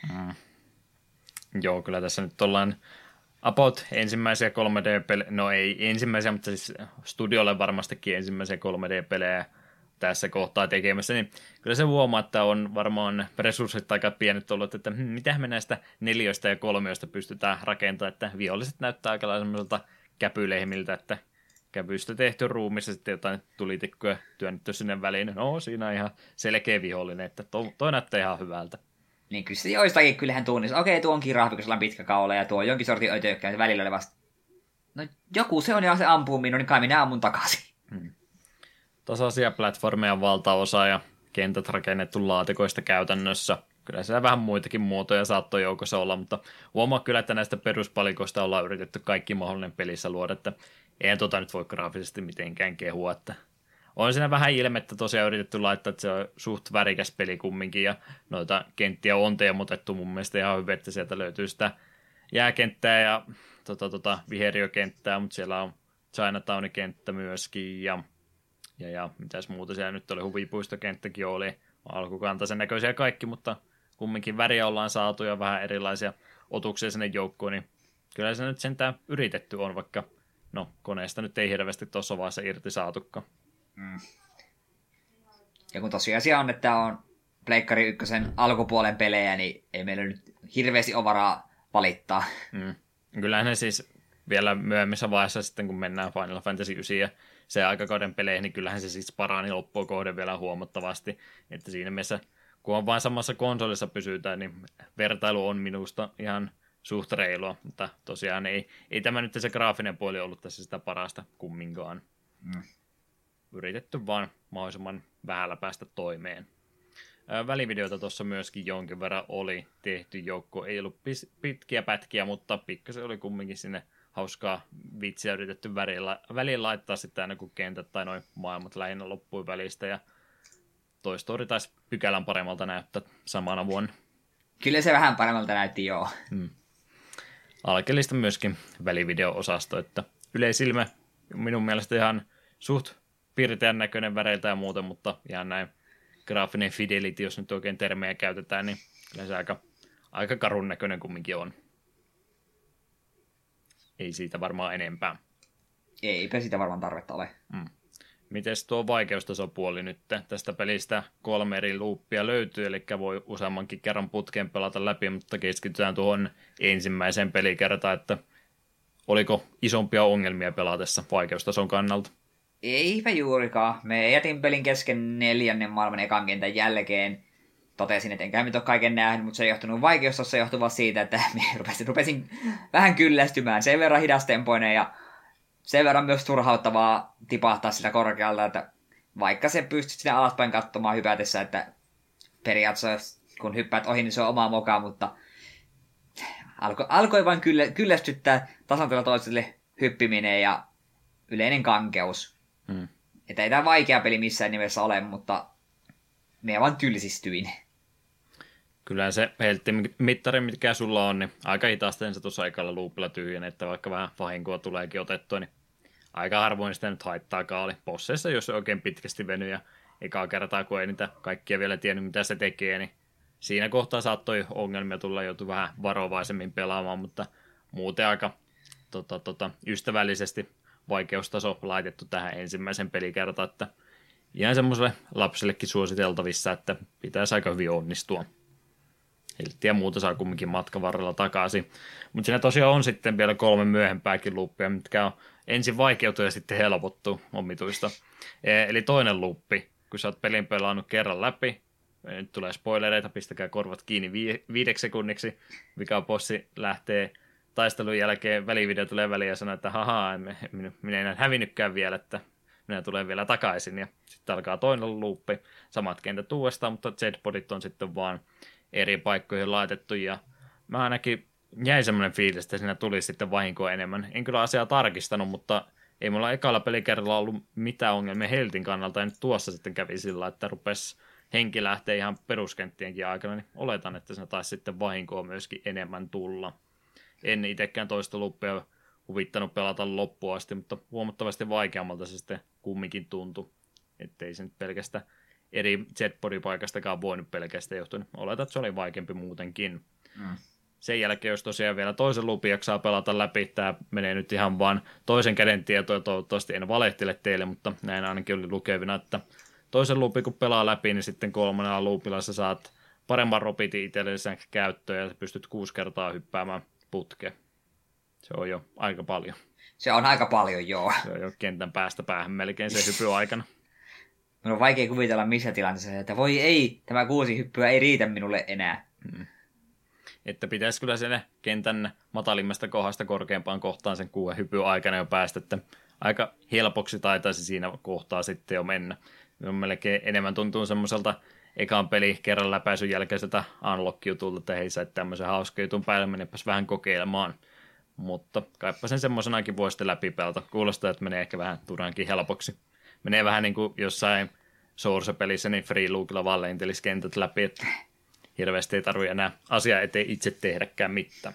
Joo, kyllä tässä nyt ollaan about ensimmäisiä 3D-pelejä, no ei ensimmäisiä, mutta siis studiolle varmastikin ensimmäisiä 3D-pelejä tässä kohtaa tekemässä, niin kyllä se huomaa, että on varmaan resurssit aika pienet ollut, että mitä me näistä 4 ja 3 pystytään rakentamaan, että viholliset näyttää aika lailla semmoiselta käpylehmiltä, että käpystä tehty ruumissa sitten jotain tulitikkuja työnnetty sinne väliin. No siinä on ihan selkeä vihollinen, että toi näyttää ihan hyvältä. Niin kyllä se joistakin kyllähän tunnissa. Okei, tuo onkin rahvikossa on pitkä kaula ja tuo jonkin sortin ötökkä ja välillä oli vasta. No joku se on ja se ampuu minun, niin kai minä ammun takaisin. Tasaisia platformeja valtaosa ja kentät rakennettu laatikoista käytännössä. Kyllä siellä vähän muitakin muotoja saattoi joukossa olla, mutta huomaa kyllä, että näistä peruspalikoista ollaan yritetty kaikki mahdollinen pelissä luoda, että eihän nyt voi graafisesti mitenkään kehua, että on siinä vähän ilmettä tosiaan yritetty laittaa, että se on suht värikäs peli kumminkin, ja noita kenttiä on teemotettu mun mielestä ihan hyvin, että sieltä löytyy sitä jääkenttää ja viheriökenttää, mutta siellä on Chinatown-kenttä myöskin, ja mitäs muuta siellä nyt oli, huvipuistokenttäkin oli, alkukantaisen näköisiä kaikki, mutta kumminkin väriä ollaan saatu ja vähän erilaisia otuksia sinne joukkoon, niin kyllä se nyt sentään yritetty on, vaikka no koneesta nyt ei hirveästi tuossa vaiheessa irti saatukaan. Ja kun tosiasia on, että on Pleikkari 1 alkupuolen pelejä, niin ei meillä nyt hirveästi ole varaa valittaa. Kyllähän ne siis vielä myöhemmissä vaiheessa sitten, kun mennään Final Fantasy 9 ja se aikakauden peleihin, niin kyllähän se siis parani loppua kohden vielä huomattavasti. Että siinä mielessä, kun on vain samassa konsolissa pysytään, niin vertailu on minusta ihan suht reilua. Mutta tosiaan ei tämä nyt se graafinen puoli ollut tässä sitä parasta kumminkaan. Yritetty vaan mahdollisimman vähällä päästä toimeen. Välivideoita tuossa myöskin jonkin verran oli tehty joukko. Ei ollut pitkiä pätkiä, mutta pikkasen oli kumminkin sinne hauskaa vitsiä yritetty väliin laittaa sitten aina kun kentät tai noin maailmat lähinnä loppui välistä. Ja Toy Story taisi pykälän paremmalta näyttää samana vuonna. Kyllä se vähän paremmalta näytti, joo. Alkeellista myöskin välivideo-osasto, että yleisilmä minun mielestä ihan suht pirteän näköinen väreiltä ja muuten, mutta ihan näin graafinen fidelity, jos nyt oikein termejä käytetään, niin kyllä se aika karun näköinen kumminkin on. Ei siitä varmaan enempää. Eipä siitä varmaan tarvetta ole. Mites tuo vaikeustasopuoli nyt? Tästä pelistä 3 eri loopia löytyy, eli voi useammankin kerran putkeen pelata läpi, mutta keskitytään tuohon ensimmäiseen pelikertaan, että oliko isompia ongelmia pelatessa vaikeustason kannalta? Eipä juurikaan. Me jätin pelin kesken 4. maailman ekan kentän jälkeen. Totesin, että enkä nyt ole kaiken nähnyt, mutta se ei johtunut vaikeustossa johtuva siitä, että rupesin vähän kyllästymään. Sen verran hidastempoinen ja sen verran myös turhauttavaa tipahtaa sitä korkealta, että vaikka se pystyt sinne alaspäin katsomaan hypätessä, että periaatteessa kun hyppäät ohi, niin se on oma moka, mutta alkoi vain kyllästyttää tasanteella toiselle hyppiminen ja yleinen kankeus. Että ei tämä vaikea peli missään nimessä ole, mutta me vaan tylsistyin. Kyllä se helttimittari, mikä sulla on, niin aika hitaasti se tuossa ekalla loopilla tyhjän, että vaikka vähän vahinkoa tuleekin otettua, niin aika harvoin sitä nyt haittaakaan oli. Bosseissa, jos se oikein pitkästi venyy ja ekaa kertaa, kun ei niitä kaikkia vielä tiennyt, mitä se tekee, niin siinä kohtaa saattoi ongelmia tulla, joutui vähän varovaisemmin pelaamaan, mutta muuten aika ystävällisesti vaikeustaso laitettu tähän ensimmäisen pelikertaan, että ihan semmoiselle lapsellekin suositeltavissa, että pitäisi aika hyvin onnistua. Helttiä muuta saa kumminkin matkan varrella takaisin. Mutta siinä tosiaan on sitten vielä 3 myöhempääkin loopia, mitkä on ensin vaikeutuu ja sitten helpottuu omituista. Eli toinen loopi, kun sä oot pelin pelannut kerran läpi, nyt tulee spoilereita, pistäkää korvat kiinni 5 sekunniksi, mikä bossi lähtee taistelun jälkeen, välivideo tulee väliin ja sanoo, että haha, minä en enää hävinnytkään vielä, että minä tulen vielä takaisin. Ja sitten alkaa toinen loopi, samat kentät uudestaan, mutta jetpodit on sitten vaan eri paikkoihin laitettu, ja mä ainakin jäi semmoinen fiilis, että siinä tuli sitten vahinkoa enemmän. En kyllä asiaa tarkistanut, mutta ei mulla ekalla pelikerralla ollut mitään ongelmia Heltin kannalta, ja nyt tuossa sitten kävi sillä, että rupesi henki lähtee ihan peruskenttienkin aikana, niin oletan, että siinä taisi sitten vahinkoa myöskin enemmän tulla. En itsekään toista loopia huvittanut pelata loppuun asti, mutta huomattavasti vaikeammalta se sitten kumminkin tuntui, ettei se nyt pelkästään eri jetpodipaikastakaan voinut pelkästään johtua. Oletan, että se oli vaikeampi muutenkin. Sen jälkeen, jos tosiaan vielä toisen loopin jaksaa pelata läpi, tämä menee nyt ihan vaan toisen käden tietoa, toivottavasti en valehtele teille, mutta näin ainakin oli lukevina, että toisen loopin kun pelaa läpi, niin sitten 3. loopilla sä saat paremman robitin itsellesi käyttöön ja pystyt 6 kertaa hyppäämään putkeen. Se on jo aika paljon. Se on aika paljon, joo. Se on jo kentän päästä päähän melkein se hypy aikana. Minun on vaikea kuvitella missä tilanteessa, että voi ei, tämä 6 hyppyä ei riitä minulle enää. Että pitäisi kyllä sen kentän matalimmasta kohdasta korkeampaan kohtaan sen 6 hypyn aikana jo päästä, että aika helpoksi taitaisi siinä kohtaa sitten jo mennä. Minun melkein enemmän tuntuu semmoiselta ekan peli kerran läpäisyn jälkeiseltä unlock-jutulta, että hei sä tämmöisen hauska jutun päälle menepäs vähän kokeilemaan. Mutta kaipa sen semmoisenakin voi sitten läpipelata. Kuulostaa, että menee ehkä vähän turhankin helpoksi. Menee vähän niin kuin jossain Source-pelissä, niin Free Lookilla vaan lentelisi kentät läpi, että hirveästi ei tarvitse enää asiaa eteen itse tehdäkään mitään.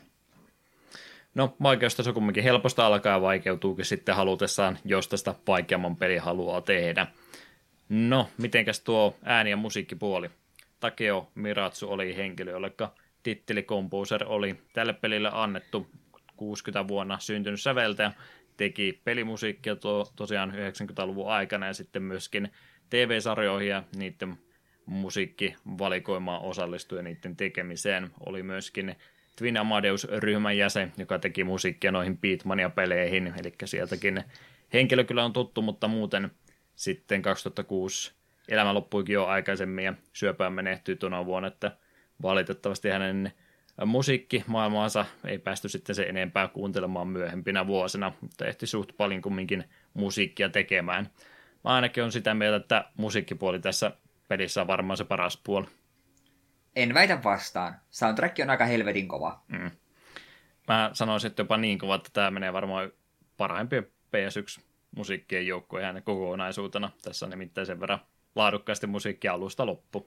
No, vaikeustaso kumminkin helposta alkaa ja vaikeutuukin sitten halutessaan, jos tästä vaikeamman peli haluaa tehdä. No, mitenkäs tuo ääni- ja musiikkipuoli? Takeo Miratsu oli henkilö, jolle titteli Composer oli tälle pelille annettu 60 vuonna syntynyt säveltäjä. Teki pelimusiikkia tosiaan 90-luvun aikana ja sitten myöskin TV-sarjoihin ja niiden musiikkivalikoimaan osallistui ja niiden tekemiseen. Oli myöskin Twin Amadeus-ryhmän jäsen, joka teki musiikkia noihin Beatmania-peleihin, eli sieltäkin henkilö kyllä on tuttu, mutta muuten sitten 2006 elämä loppuikin jo aikaisemmin ja syöpään menehtyi tuona vuonna, että valitettavasti hänen musiikkimaailmaansa ei päästy sitten se enempää kuuntelemaan myöhempinä vuosina, mutta ehti suht paljon kumminkin musiikkia tekemään. Mä ainakin on sitä mieltä, että musiikkipuoli tässä pelissä on varmaan se paras puoli. En väitä vastaan. Soundtrack on aika helvetin kova. Mä sanoisin, että jopa niin kova, että tämä menee varmaan parhaimpien PS1-musiikkien joukkoon ihan kokonaisuutena. Tässä on nimittäin sen verran laadukkaasti musiikkia alusta loppu.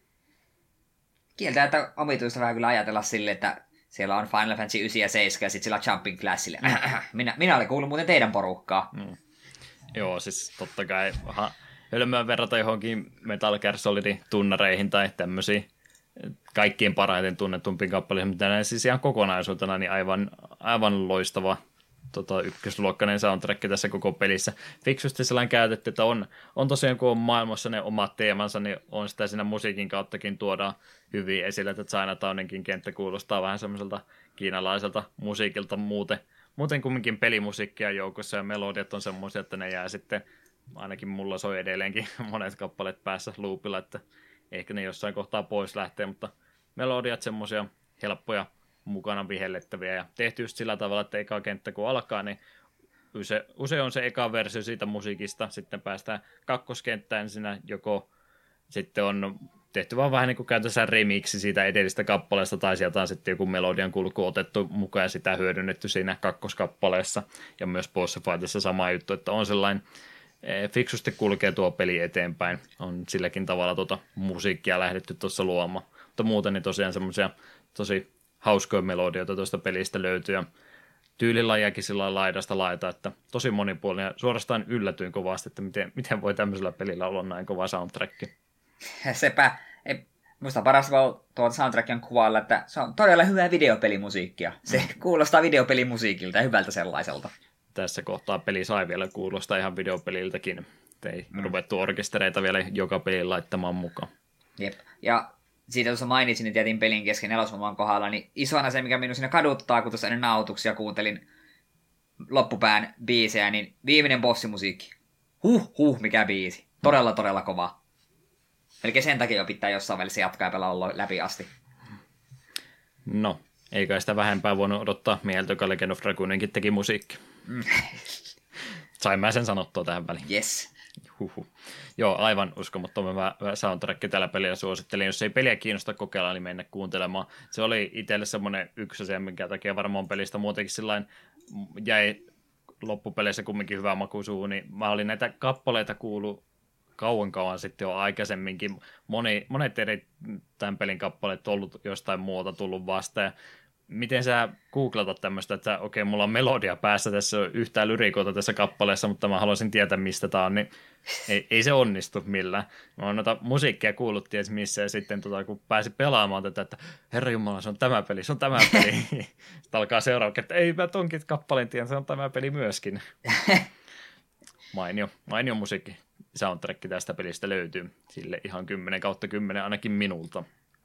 Kieltää, omituista vähän kyllä ajatella sille, että siellä on Final Fantasy 9 ja 7 ja sitten siellä Jumping Classille. Minä olen kuullut muuten teidän porukkaa. Joo, siis totta kai hölmöä verrata johonkin Metal Gear Solidin tunnareihin tai tämmöisiin kaikkien parhaiten tunnetumpiin kappaleisiin, mutta näin siis ihan kokonaisuutena niin aivan loistava ykkösluokkainen soundtrack tässä koko pelissä. Fiksusti sellainen käytetty, että on tosiaan kun on maailmassa ne omat teemansa, niin on sitä siinä musiikin kauttakin tuodaan hyvin esille, että Chinatowninkin kenttä kuulostaa vähän semmoiselta kiinalaiselta musiikilta muuten kumminkin pelimusiikkia joukossa ja melodiat on semmoisia, että ne jää sitten, ainakin mulla soi edelleenkin monet kappaleet päässä loopilla, että ehkä ne jossain kohtaa pois lähtee, mutta melodiat semmoisia helppoja mukana vihellettäviä ja tehty just sillä tavalla, että eka kenttä kun alkaa, niin usein on se eka versio siitä musiikista, sitten päästään kakkoskenttään, siinä joko sitten on tehty vaan vähän niin kuin käytössä remiksi siitä edellistä kappaleesta, tai sieltä on sitten joku melodian kulku otettu mukaan ja sitä hyödynnetty siinä kakkoskappaleessa, ja myös Boss Fightissa sama juttu, että on sellainen fiksusti kulkee tuo peli eteenpäin, on silläkin tavalla musiikkia lähdetty tuossa luomaan, mutta muuten niin tosiaan semmoisia tosi hauskoja melodioita tuosta pelistä löytyy, ja tyylilajiakin sillä laidasta laita, että tosi monipuolinen, ja suorastaan yllätyin kovasti, että miten voi tämmöisellä pelillä olla näin kova soundtrack. Sepä. Musta paras tuon soundtrackin kuvailla, että se on todella hyvää videopelimusiikkia. Se kuulostaa videopelimusiikilta ja hyvältä sellaiselta. Tässä kohtaa peli sai vielä kuulostaa ihan videopeliltäkin. Ei ruvettu orkestereita vielä joka pelin laittamaan mukaan. Jep. Ja siitä tuossa mainitsin, niin jätin pelin kesken nelosvoman kohdalla, niin isona se, mikä minun siinä kaduttaa, kun tuossa ennen nautuksia kuuntelin loppupään biisejä, niin viimeinen bossimusiikki. Mikä biisi. Todella, todella kova. Eli sen takia jo pitää jossain välissä jatkaa ja pelaa läpi asti. No, eikä sitä vähempää voinut odottaa mieltä, joka Legend of Dragooninkin teki musiikki. Sain mä sen sanottua tähän väliin. Yes. Joo, aivan uskomattoman soundtrack tällä pelillä suosittelin. Jos ei peliä kiinnosta kokeilla, niin mennä kuuntelemaan. Se oli itselle semmoinen yksi asia, minkä takia varmaan pelistä muutenkin sillain jäi loppupeleissä kumminkin hyvä maku suuhun, niin mä olin näitä kappaleita kuullut kauan sitten jo aikaisemminkin. Monet eri tämän pelin kappaleet on ollut jostain muuta tullut vastaan. Miten sä googlatat tämmöistä, että okei, mulla on melodia päässä, tässä on yhtään lyrikoita tässä kappaleessa, mutta mä haluaisin tietää, mistä tää on, niin ei se onnistu millään. Mä oon noita musiikkia kuullut ties missä, ja sitten kun pääsi pelaamaan tätä, että herranjumala, se on tämä peli. Sitten alkaa seuraava, että ei mä tonkin kappaleen tiedän, se on tämä peli myöskin. Mainio musiikki. Soundtrack tästä pelistä löytyy. Sille ihan 10/10 ainakin minulta.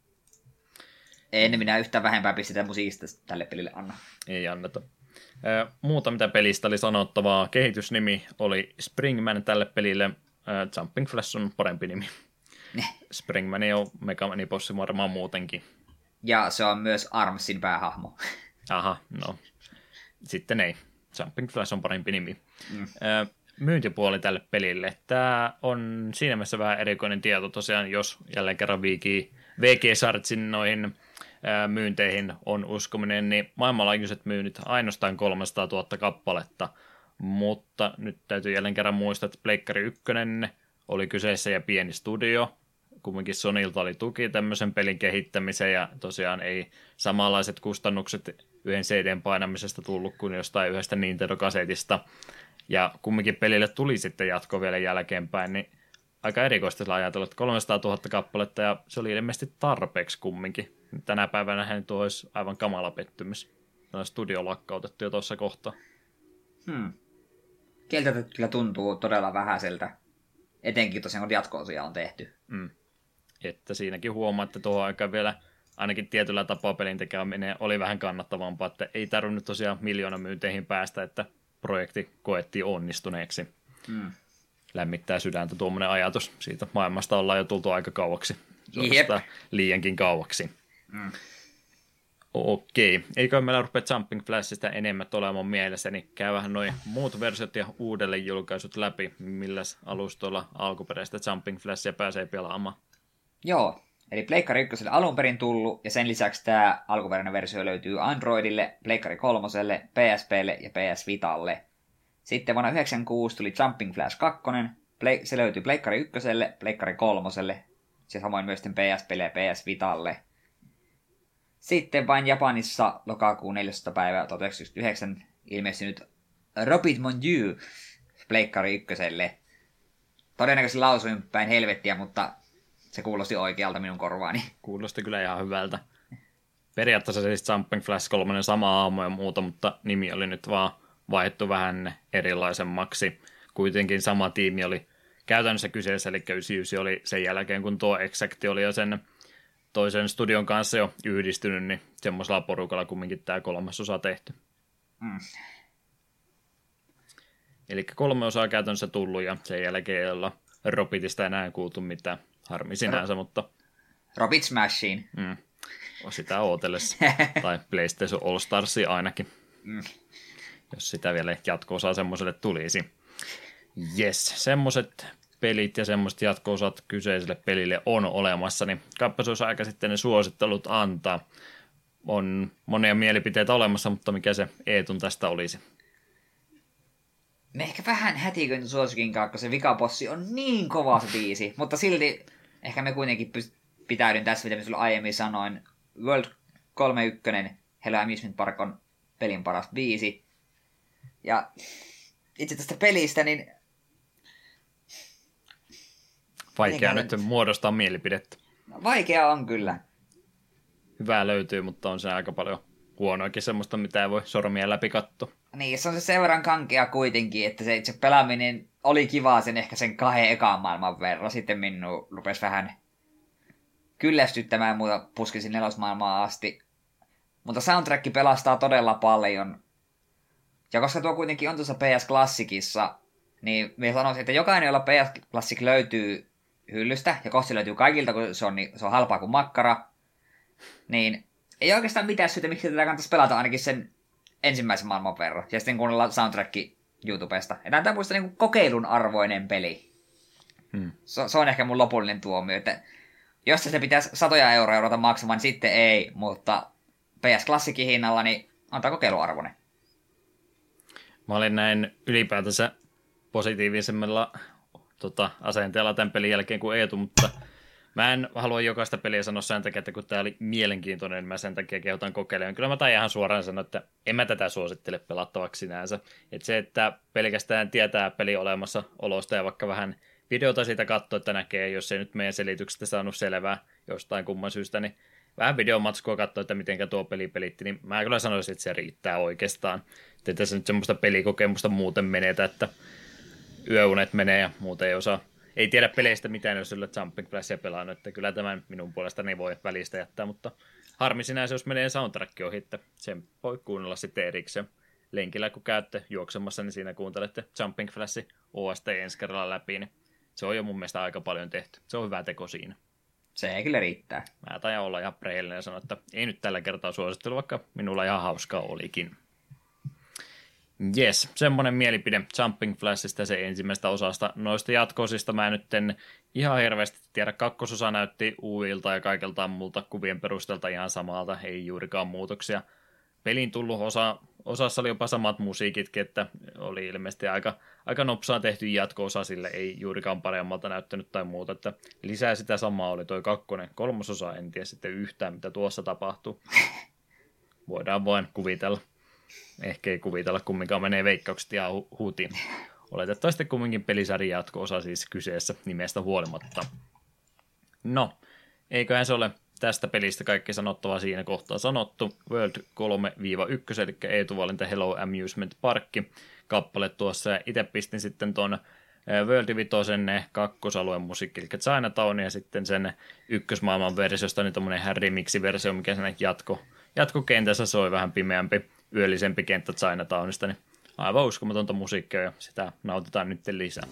En minä yhtään vähempää pistetä musiikista tälle pelille anna. Ei anneta. Muuta mitä pelistä oli sanottavaa. Kehitysnimi oli Springman tälle pelille. Jumping Flash on parempi nimi. Springman on Mega Man bossi varmaan muutenkin. Ja se on myös Armsin päähahmo. Aha, no. Sitten ei. Jumping Flash on parempi nimi. Myyntipuoli tälle pelille. Tämä on siinä mielessä vähän erikoinen tieto tosiaan, jos jälleen kerran VG-sartsin noihin myynteihin on uskominen, niin maailmanlaajuiset myynnit ainoastaan 300 000 kappaletta, mutta nyt täytyy jälleen kerran muistaa, että Pleikkari 1 oli kyseessä ja pieni studio, kumminkin Sonylta oli tuki tämmöisen pelin kehittämiseen ja tosiaan ei samanlaiset kustannukset yhden CDn painamisesta tullut kuin jostain yhdestä Nintendo-kasetista, ja kumminkin pelille tuli sitten jatko vielä jälkeenpäin, niin aika erikoista sillä ajatella, että 300 000 kappaletta, ja se oli ilmeisesti tarpeeksi kumminkin. Tänä päivänä hän tuo olisi aivan kamala pettymys. No, studio lakkautettu jo tuossa kohtaa. Kieltä kyllä tuntuu todella vähäiseltä, etenkin tosiaan kun jatko-osia on tehty. Että siinäkin huomaa, että tuohon aikaan vielä ainakin tietyllä tapaa pelin tekeminen oli vähän kannattavampaa, että ei tarvinnut tosiaan myynteihin päästä, että projekti koettiin onnistuneeksi. Lämmittää sydäntä tuommoinen ajatus. Siitä maailmasta ollaan jo tultu aika kauaksi. Liiankin kauaksi. Okei. Eikö meillä rupea Jumping Flashista enemmän olemaan mielessä, niin käy vähän noin muut versiot ja uudelleen julkaisut läpi, millä alustoilla alkuperäistä Jumping Flashia pääsee pelaamaan. Joo, eli Pleikkari 1 alun perin tullut, ja sen lisäksi tämä alkuperäinen versio löytyy Androidille, Pleikkari 3, PSPlle ja PS Vitalle. Sitten vuonna 1996 tuli Jumping Flash 2, se löytyy Pleikkari 1, Pleikkari 3, ja samoin myös PSPlle ja PS Vitalle. Sitten vain Japanissa lokakuun 14. päivä 1999 ilmestynyt Robit Mon Dieu Pleikkari 1. Todennäköisesti lausuin päin helvettiä, mutta se kuulosti oikealta minun korvaani. Kuulosti kyllä ihan hyvältä. Periaatteessa siis Jumping Flash 3 sama aamu ja muuta, mutta nimi oli nyt vaan vaihdettu vähän erilaisemmaksi. Kuitenkin sama tiimi oli käytännössä kyseessä, eli 99 oli sen jälkeen, kun tuo Exact oli jo sen toisen studion kanssa jo yhdistynyt, niin semmoisella porukalla kumminkin tämä 3. osa tehty. Eli 3 osaa käytännössä tullut, ja sen jälkeen ei olla Robitista enää kuultu mitään. Harmi sinänsä, mutta... Robit Smashiin. Sitä ootellessa. Tai PlayStation All Starsia ainakin. Jos sitä vielä jatko-osaa semmoiselle tulisi. Jes, semmoiset pelit ja semmoiset jatko-osat kyseiselle pelille on olemassa, niin kappas olisi aika sitten ne suosittelut antaa. On monia mielipiteitä olemassa, mutta mikä se Eetun tästä olisi? Me ehkä vähän hätiköinti suosikin kanssa, kun se vikapossi on niin kova se biisi, mutta silti ehkä me kuitenkin pitäydyn tässä, mitä sulla aiemmin sanoin. World 3.1 Hello Amusement Park on pelin paras biisi. Ja itse tästä pelistä, niin vaikea nyt muodostaa mielipidettä. Vaikea on kyllä. Hyvää löytyy, mutta on se aika paljon huonoakin semmoista, mitä ei voi sormia läpi katsoa. Niin, se on se sen verran kankea kuitenkin, että se itse pelaaminen oli kivaa ehkä sen 2 ekan maailman verran. Sitten minun rupesi vähän kyllästyttämään muuta puskisin 4. maailmaan asti. Mutta soundtrack pelastaa todella paljon. Ja koska tuo kuitenkin on tuossa PS Classicissa, niin minä sanoisin, että jokainen, jolla PS Classic löytyy hyllystä, ja kohta löytyy kaikilta, kun se on halpaa kuin makkara, niin ei oikeastaan mitään syytä, miksi tätä kannattaisi pelata ainakin sen ensimmäisen maailman verran. Ja sitten kuunnella soundtrack YouTubesta. Ja tämä on muista niin kuin kokeilun arvoinen peli. Se on ehkä mun lopullinen tuomio, että jos se pitäisi 100 euroa ruveta maksamaan, niin sitten ei, mutta PS Classicin hinnalla, niin antaa kokeiluarvoinen. Mä olin näin ylipäätänsä positiivisemmalla asenteella tämän pelin jälkeen kuin Eetu, mutta mä en halua jokaista peliä sanoa sen takia, että kun tää oli mielenkiintoinen, niin mä sen takia kehotan kokeilemaan. Kyllä mä tain ihan suoraan sanoa, että en mä tätä suosittele pelattavaksi sinänsä. Että se, että pelkästään tietää peli olemassa olosta ja vaikka vähän videota siitä katsoo, että näkee, jos ei nyt meidän selityksestä saanut selvää jostain kumman syystä, niin vähän videomatskua katsoa, että mitenkä tuo peli pelitti, niin mä kyllä sanoisin, että se riittää oikeastaan. Että tässä nyt semmoista pelikokemusta muuten menetä, että yöunet menee ja muuten ei osaa. Ei tiedä peleistä mitään, jos sillä Jumping Flassia pelannut, että kyllä tämän minun puolestani voi välistä jättää, mutta harmi sinänsä, jos menee soundtrack ohi, että sen voi kuunnella sitten erikseen. Lenkillä kun käytte juoksemassa, niin siinä kuuntelette Jumping Flashin OST ensi kerralla läpi, niin se on jo mun mielestä aika paljon tehty. Se on hyvä teko siinä. Se ei kyllä riittää. Mä taidan olla ihan rehellinen ja sanoa, että ei nyt tällä kertaa suosittelu, vaikka minulla ihan hauskaa olikin. Jes, semmoinen mielipide Jumping Flashista se ensimmäistä osasta. Noista jatko-osista mä nyt en ihan hirveästi tiedä. 2. osa näytti UIlta ja kaikeltaan multa kuvien perusteelta ihan samalta, ei juurikaan muutoksia. Pelin tullut osassa oli jopa samat musiikitkin, että oli ilmeisesti aika nopsaa tehty jatko-osa, sille ei juurikaan paremmalta näyttänyt tai muuta, että lisää sitä samaa oli toi 2. 3. osa, en tiedä sitten yhtään mitä tuossa tapahtuu. Voidaan vain kuvitella. Ehkä ei kuvitella, kumminkaan menee veikkaukset ihan huutiin. Oletettavasti kumminkin pelisarjan jatko-osa siis kyseessä nimestä huolimatta. No, eiköhän se ole tästä pelistä kaikki sanottavaa siinä kohtaa sanottu. World 3-1, eli Eetu-valinta Hello Amusement Park kappale tuossa. Ja itse pistin sitten tuon World 5 kakkosalueen musiikki, eli Chinatown, ja sitten sen ykkösmaailman versiosta niin tommonen remixi-versio, mikä sen jatkokentässä soi vähän pimeämpi, yöllisempi kenttä Chinatownista, niin aivan uskomatonta musiikkia, ja sitä nautitaan nyt lisää.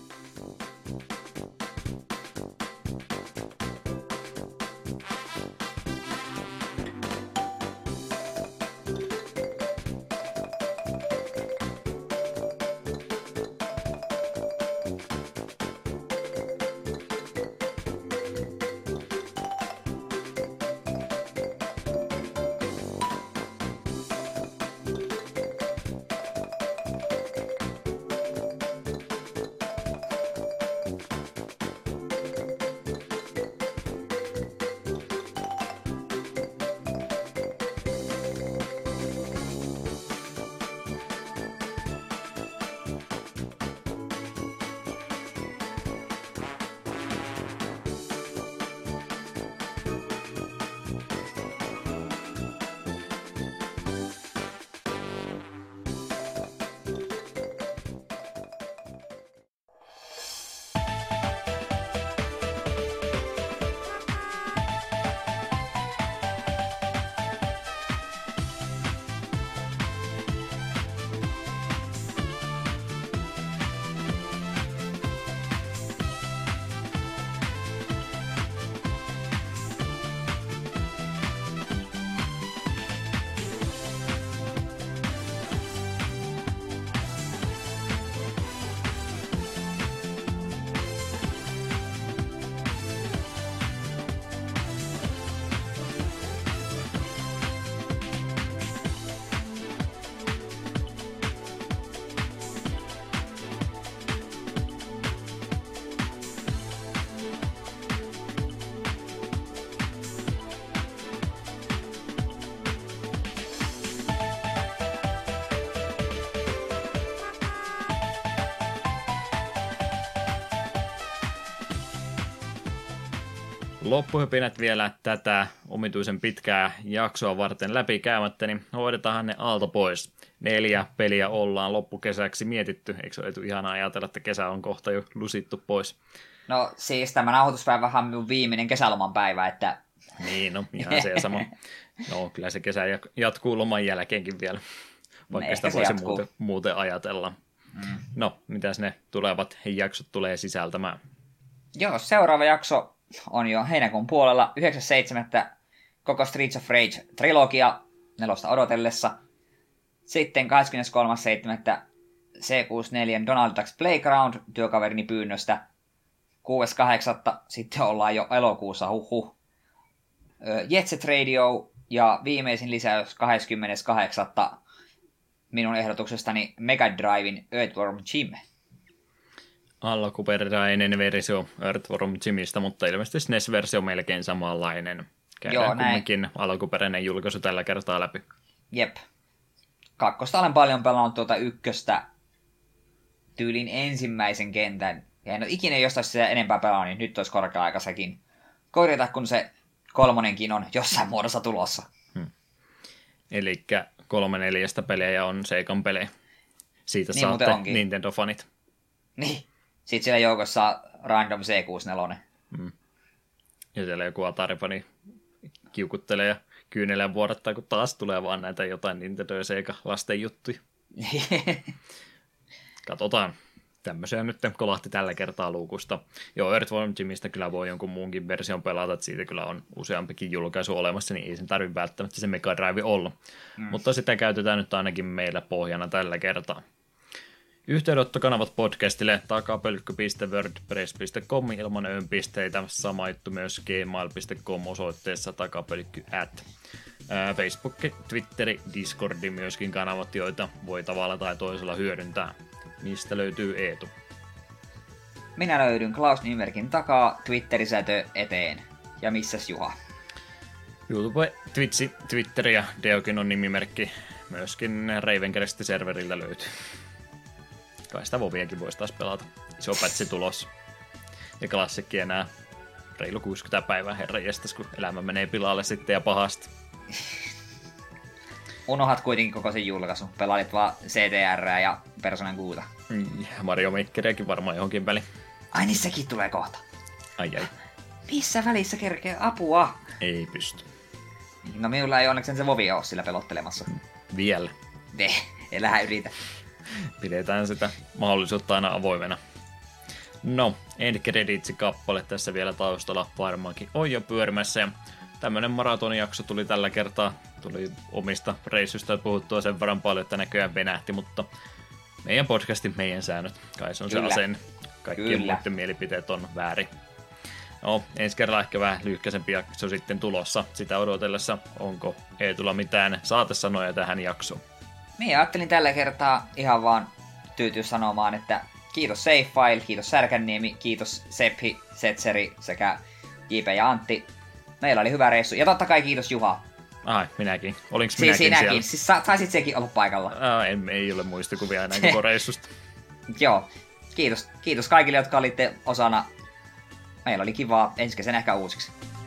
loppuhypinät vielä tätä omituisen pitkää jaksoa varten läpikäymättä, niin hoidetaan ne alta pois. 4 peliä ollaan loppukesäksi mietitty. Eikö se ole ihanaa ajatella, että kesä on kohta jo lusittu pois? No siis tämä nauhoituspäivähän on minun viimeinen kesäloman päivä, että... Niin, no ihan se sama. No kyllä se kesä jatkuu loman jälkeenkin vielä, vaikka sitä voisi muuten ajatella. No, mitäs ne tulevat jaksot tulee sisältämään? Joo, seuraava jakso on jo heinäkuun puolella, 9.7. koko Streets of Rage-trilogia 4 odotellessa. Sitten 23.7. C64 Donald Ducks Playground työkaverini pyynnöstä. 6.8. sitten ollaan jo elokuussa, Jet Set Radio ja viimeisin lisäys 28. minun ehdotuksestani Mega Driven Earthworm Jim. Alkuperäinen versio Earthworm Jimistä, mutta ilmeisesti SNES-versio melkein samanlainen. Käydään kumminkin alkuperäinen julkaisu tällä kertaa läpi. Jep. 2. olen paljon pelannut tuota 1. tyylin ensimmäisen kentän. Ja en ole ikinä jostain sitä enempää pelannut, niin nyt olisi korkea aika sekin korjata, kun se 3 on jossain muodossa tulossa. Elikkä 3/4 pelejä on Seikan pelejä. Siitä niin, saatte Nintendo-fanit. Niin. Sitten siellä joukossa Random C64. Ja siellä joku Atari-fani kiukuttelee ja kyynelään vuodattaa, kun taas tulee vaan näitä jotain Nintendo ja Sega lasten juttuja. Katsotaan. Tämmöisiä nyt kolahti tällä kertaa luukusta. Joo, Earthworm Jimistä kyllä voi jonkun muunkin version pelata, että siitä kyllä on useampikin julkaisu olemassa, niin ei sen tarvitse välttämättä se Mega Drive olla. Mutta sitä käytetään nyt ainakin meillä pohjana tällä kertaa. Yhteydenottokanavat podcastille takapölkky.wordpress.com ilman öönpisteitä. Sama juttu myös gmail.com osoitteessa takapölkky@. Facebook, Twitteri, Discordi myöskin kanavat, joita voi tavalla tai toisella hyödyntää. Mistä löytyy Eetu? Minä löydyn Klaus-nimimerkin takaa, Twitteri-sätö eteen. Ja missäs Juha? YouTube, Twitchi, Twitter ja Deokin on nimimerkki. Myöskin Ravencrest-serveriltä löytyy. Kai sitä Voviakin voisi taas pelata. Iso pätsi tulossa. Ja klassikki enää reilu 60 päivää herranjestas, kun elämä menee pilalle sitten ja pahasti. Unohat kuitenkin koko sen julkaisun. Pelaalit vaan CTR ja Persona 6. Mario Makeriakin varmaan johonkin väliin. Ai niin sekin tulee kohta. Ai. Missä välissä kerkee apua? Ei pysty. No minulla ei onneksi se Vovia ole sillä pelottelemassa. Vielä. Elähän yritä. Pidetään sitä mahdollisuutta aina avoimena. No, End Credits-kappale tässä vielä taustalla varmaankin on jo pyörimässä. Ja tämmönen maratonijakso tuli tällä kertaa. Tuli omista reissuista puhuttua sen verran paljon, että näköjään venähti, mutta meidän podcastin meidän säännöt. Kai se on se asenne. Kaikkien muiden mielipiteet on väärin. No, ensi kerralla ehkä vähän lyhkäisempi jakso sitten tulossa. Sitä odotellessa, onko Eetulla mitään saatesanoja tähän jaksoon? Minä ajattelin tällä kertaa ihan vaan tyytyä sanomaan, että kiitos SafeFile, kiitos Särkänniemi, kiitos Seppi, Setseri sekä JP ja Antti. Meillä oli hyvä reissu. Ja totta kai kiitos Juha. Ai, minäkin. Olinko siis minäkin sinäkin. siellä? Siis taisit sekin olla paikalla. Ei ole muistikuvia enää koko reissusta. Joo. Kiitos kaikille, jotka olitte osana. Meillä oli kivaa. Ensi kesänä ehkä uusiksi.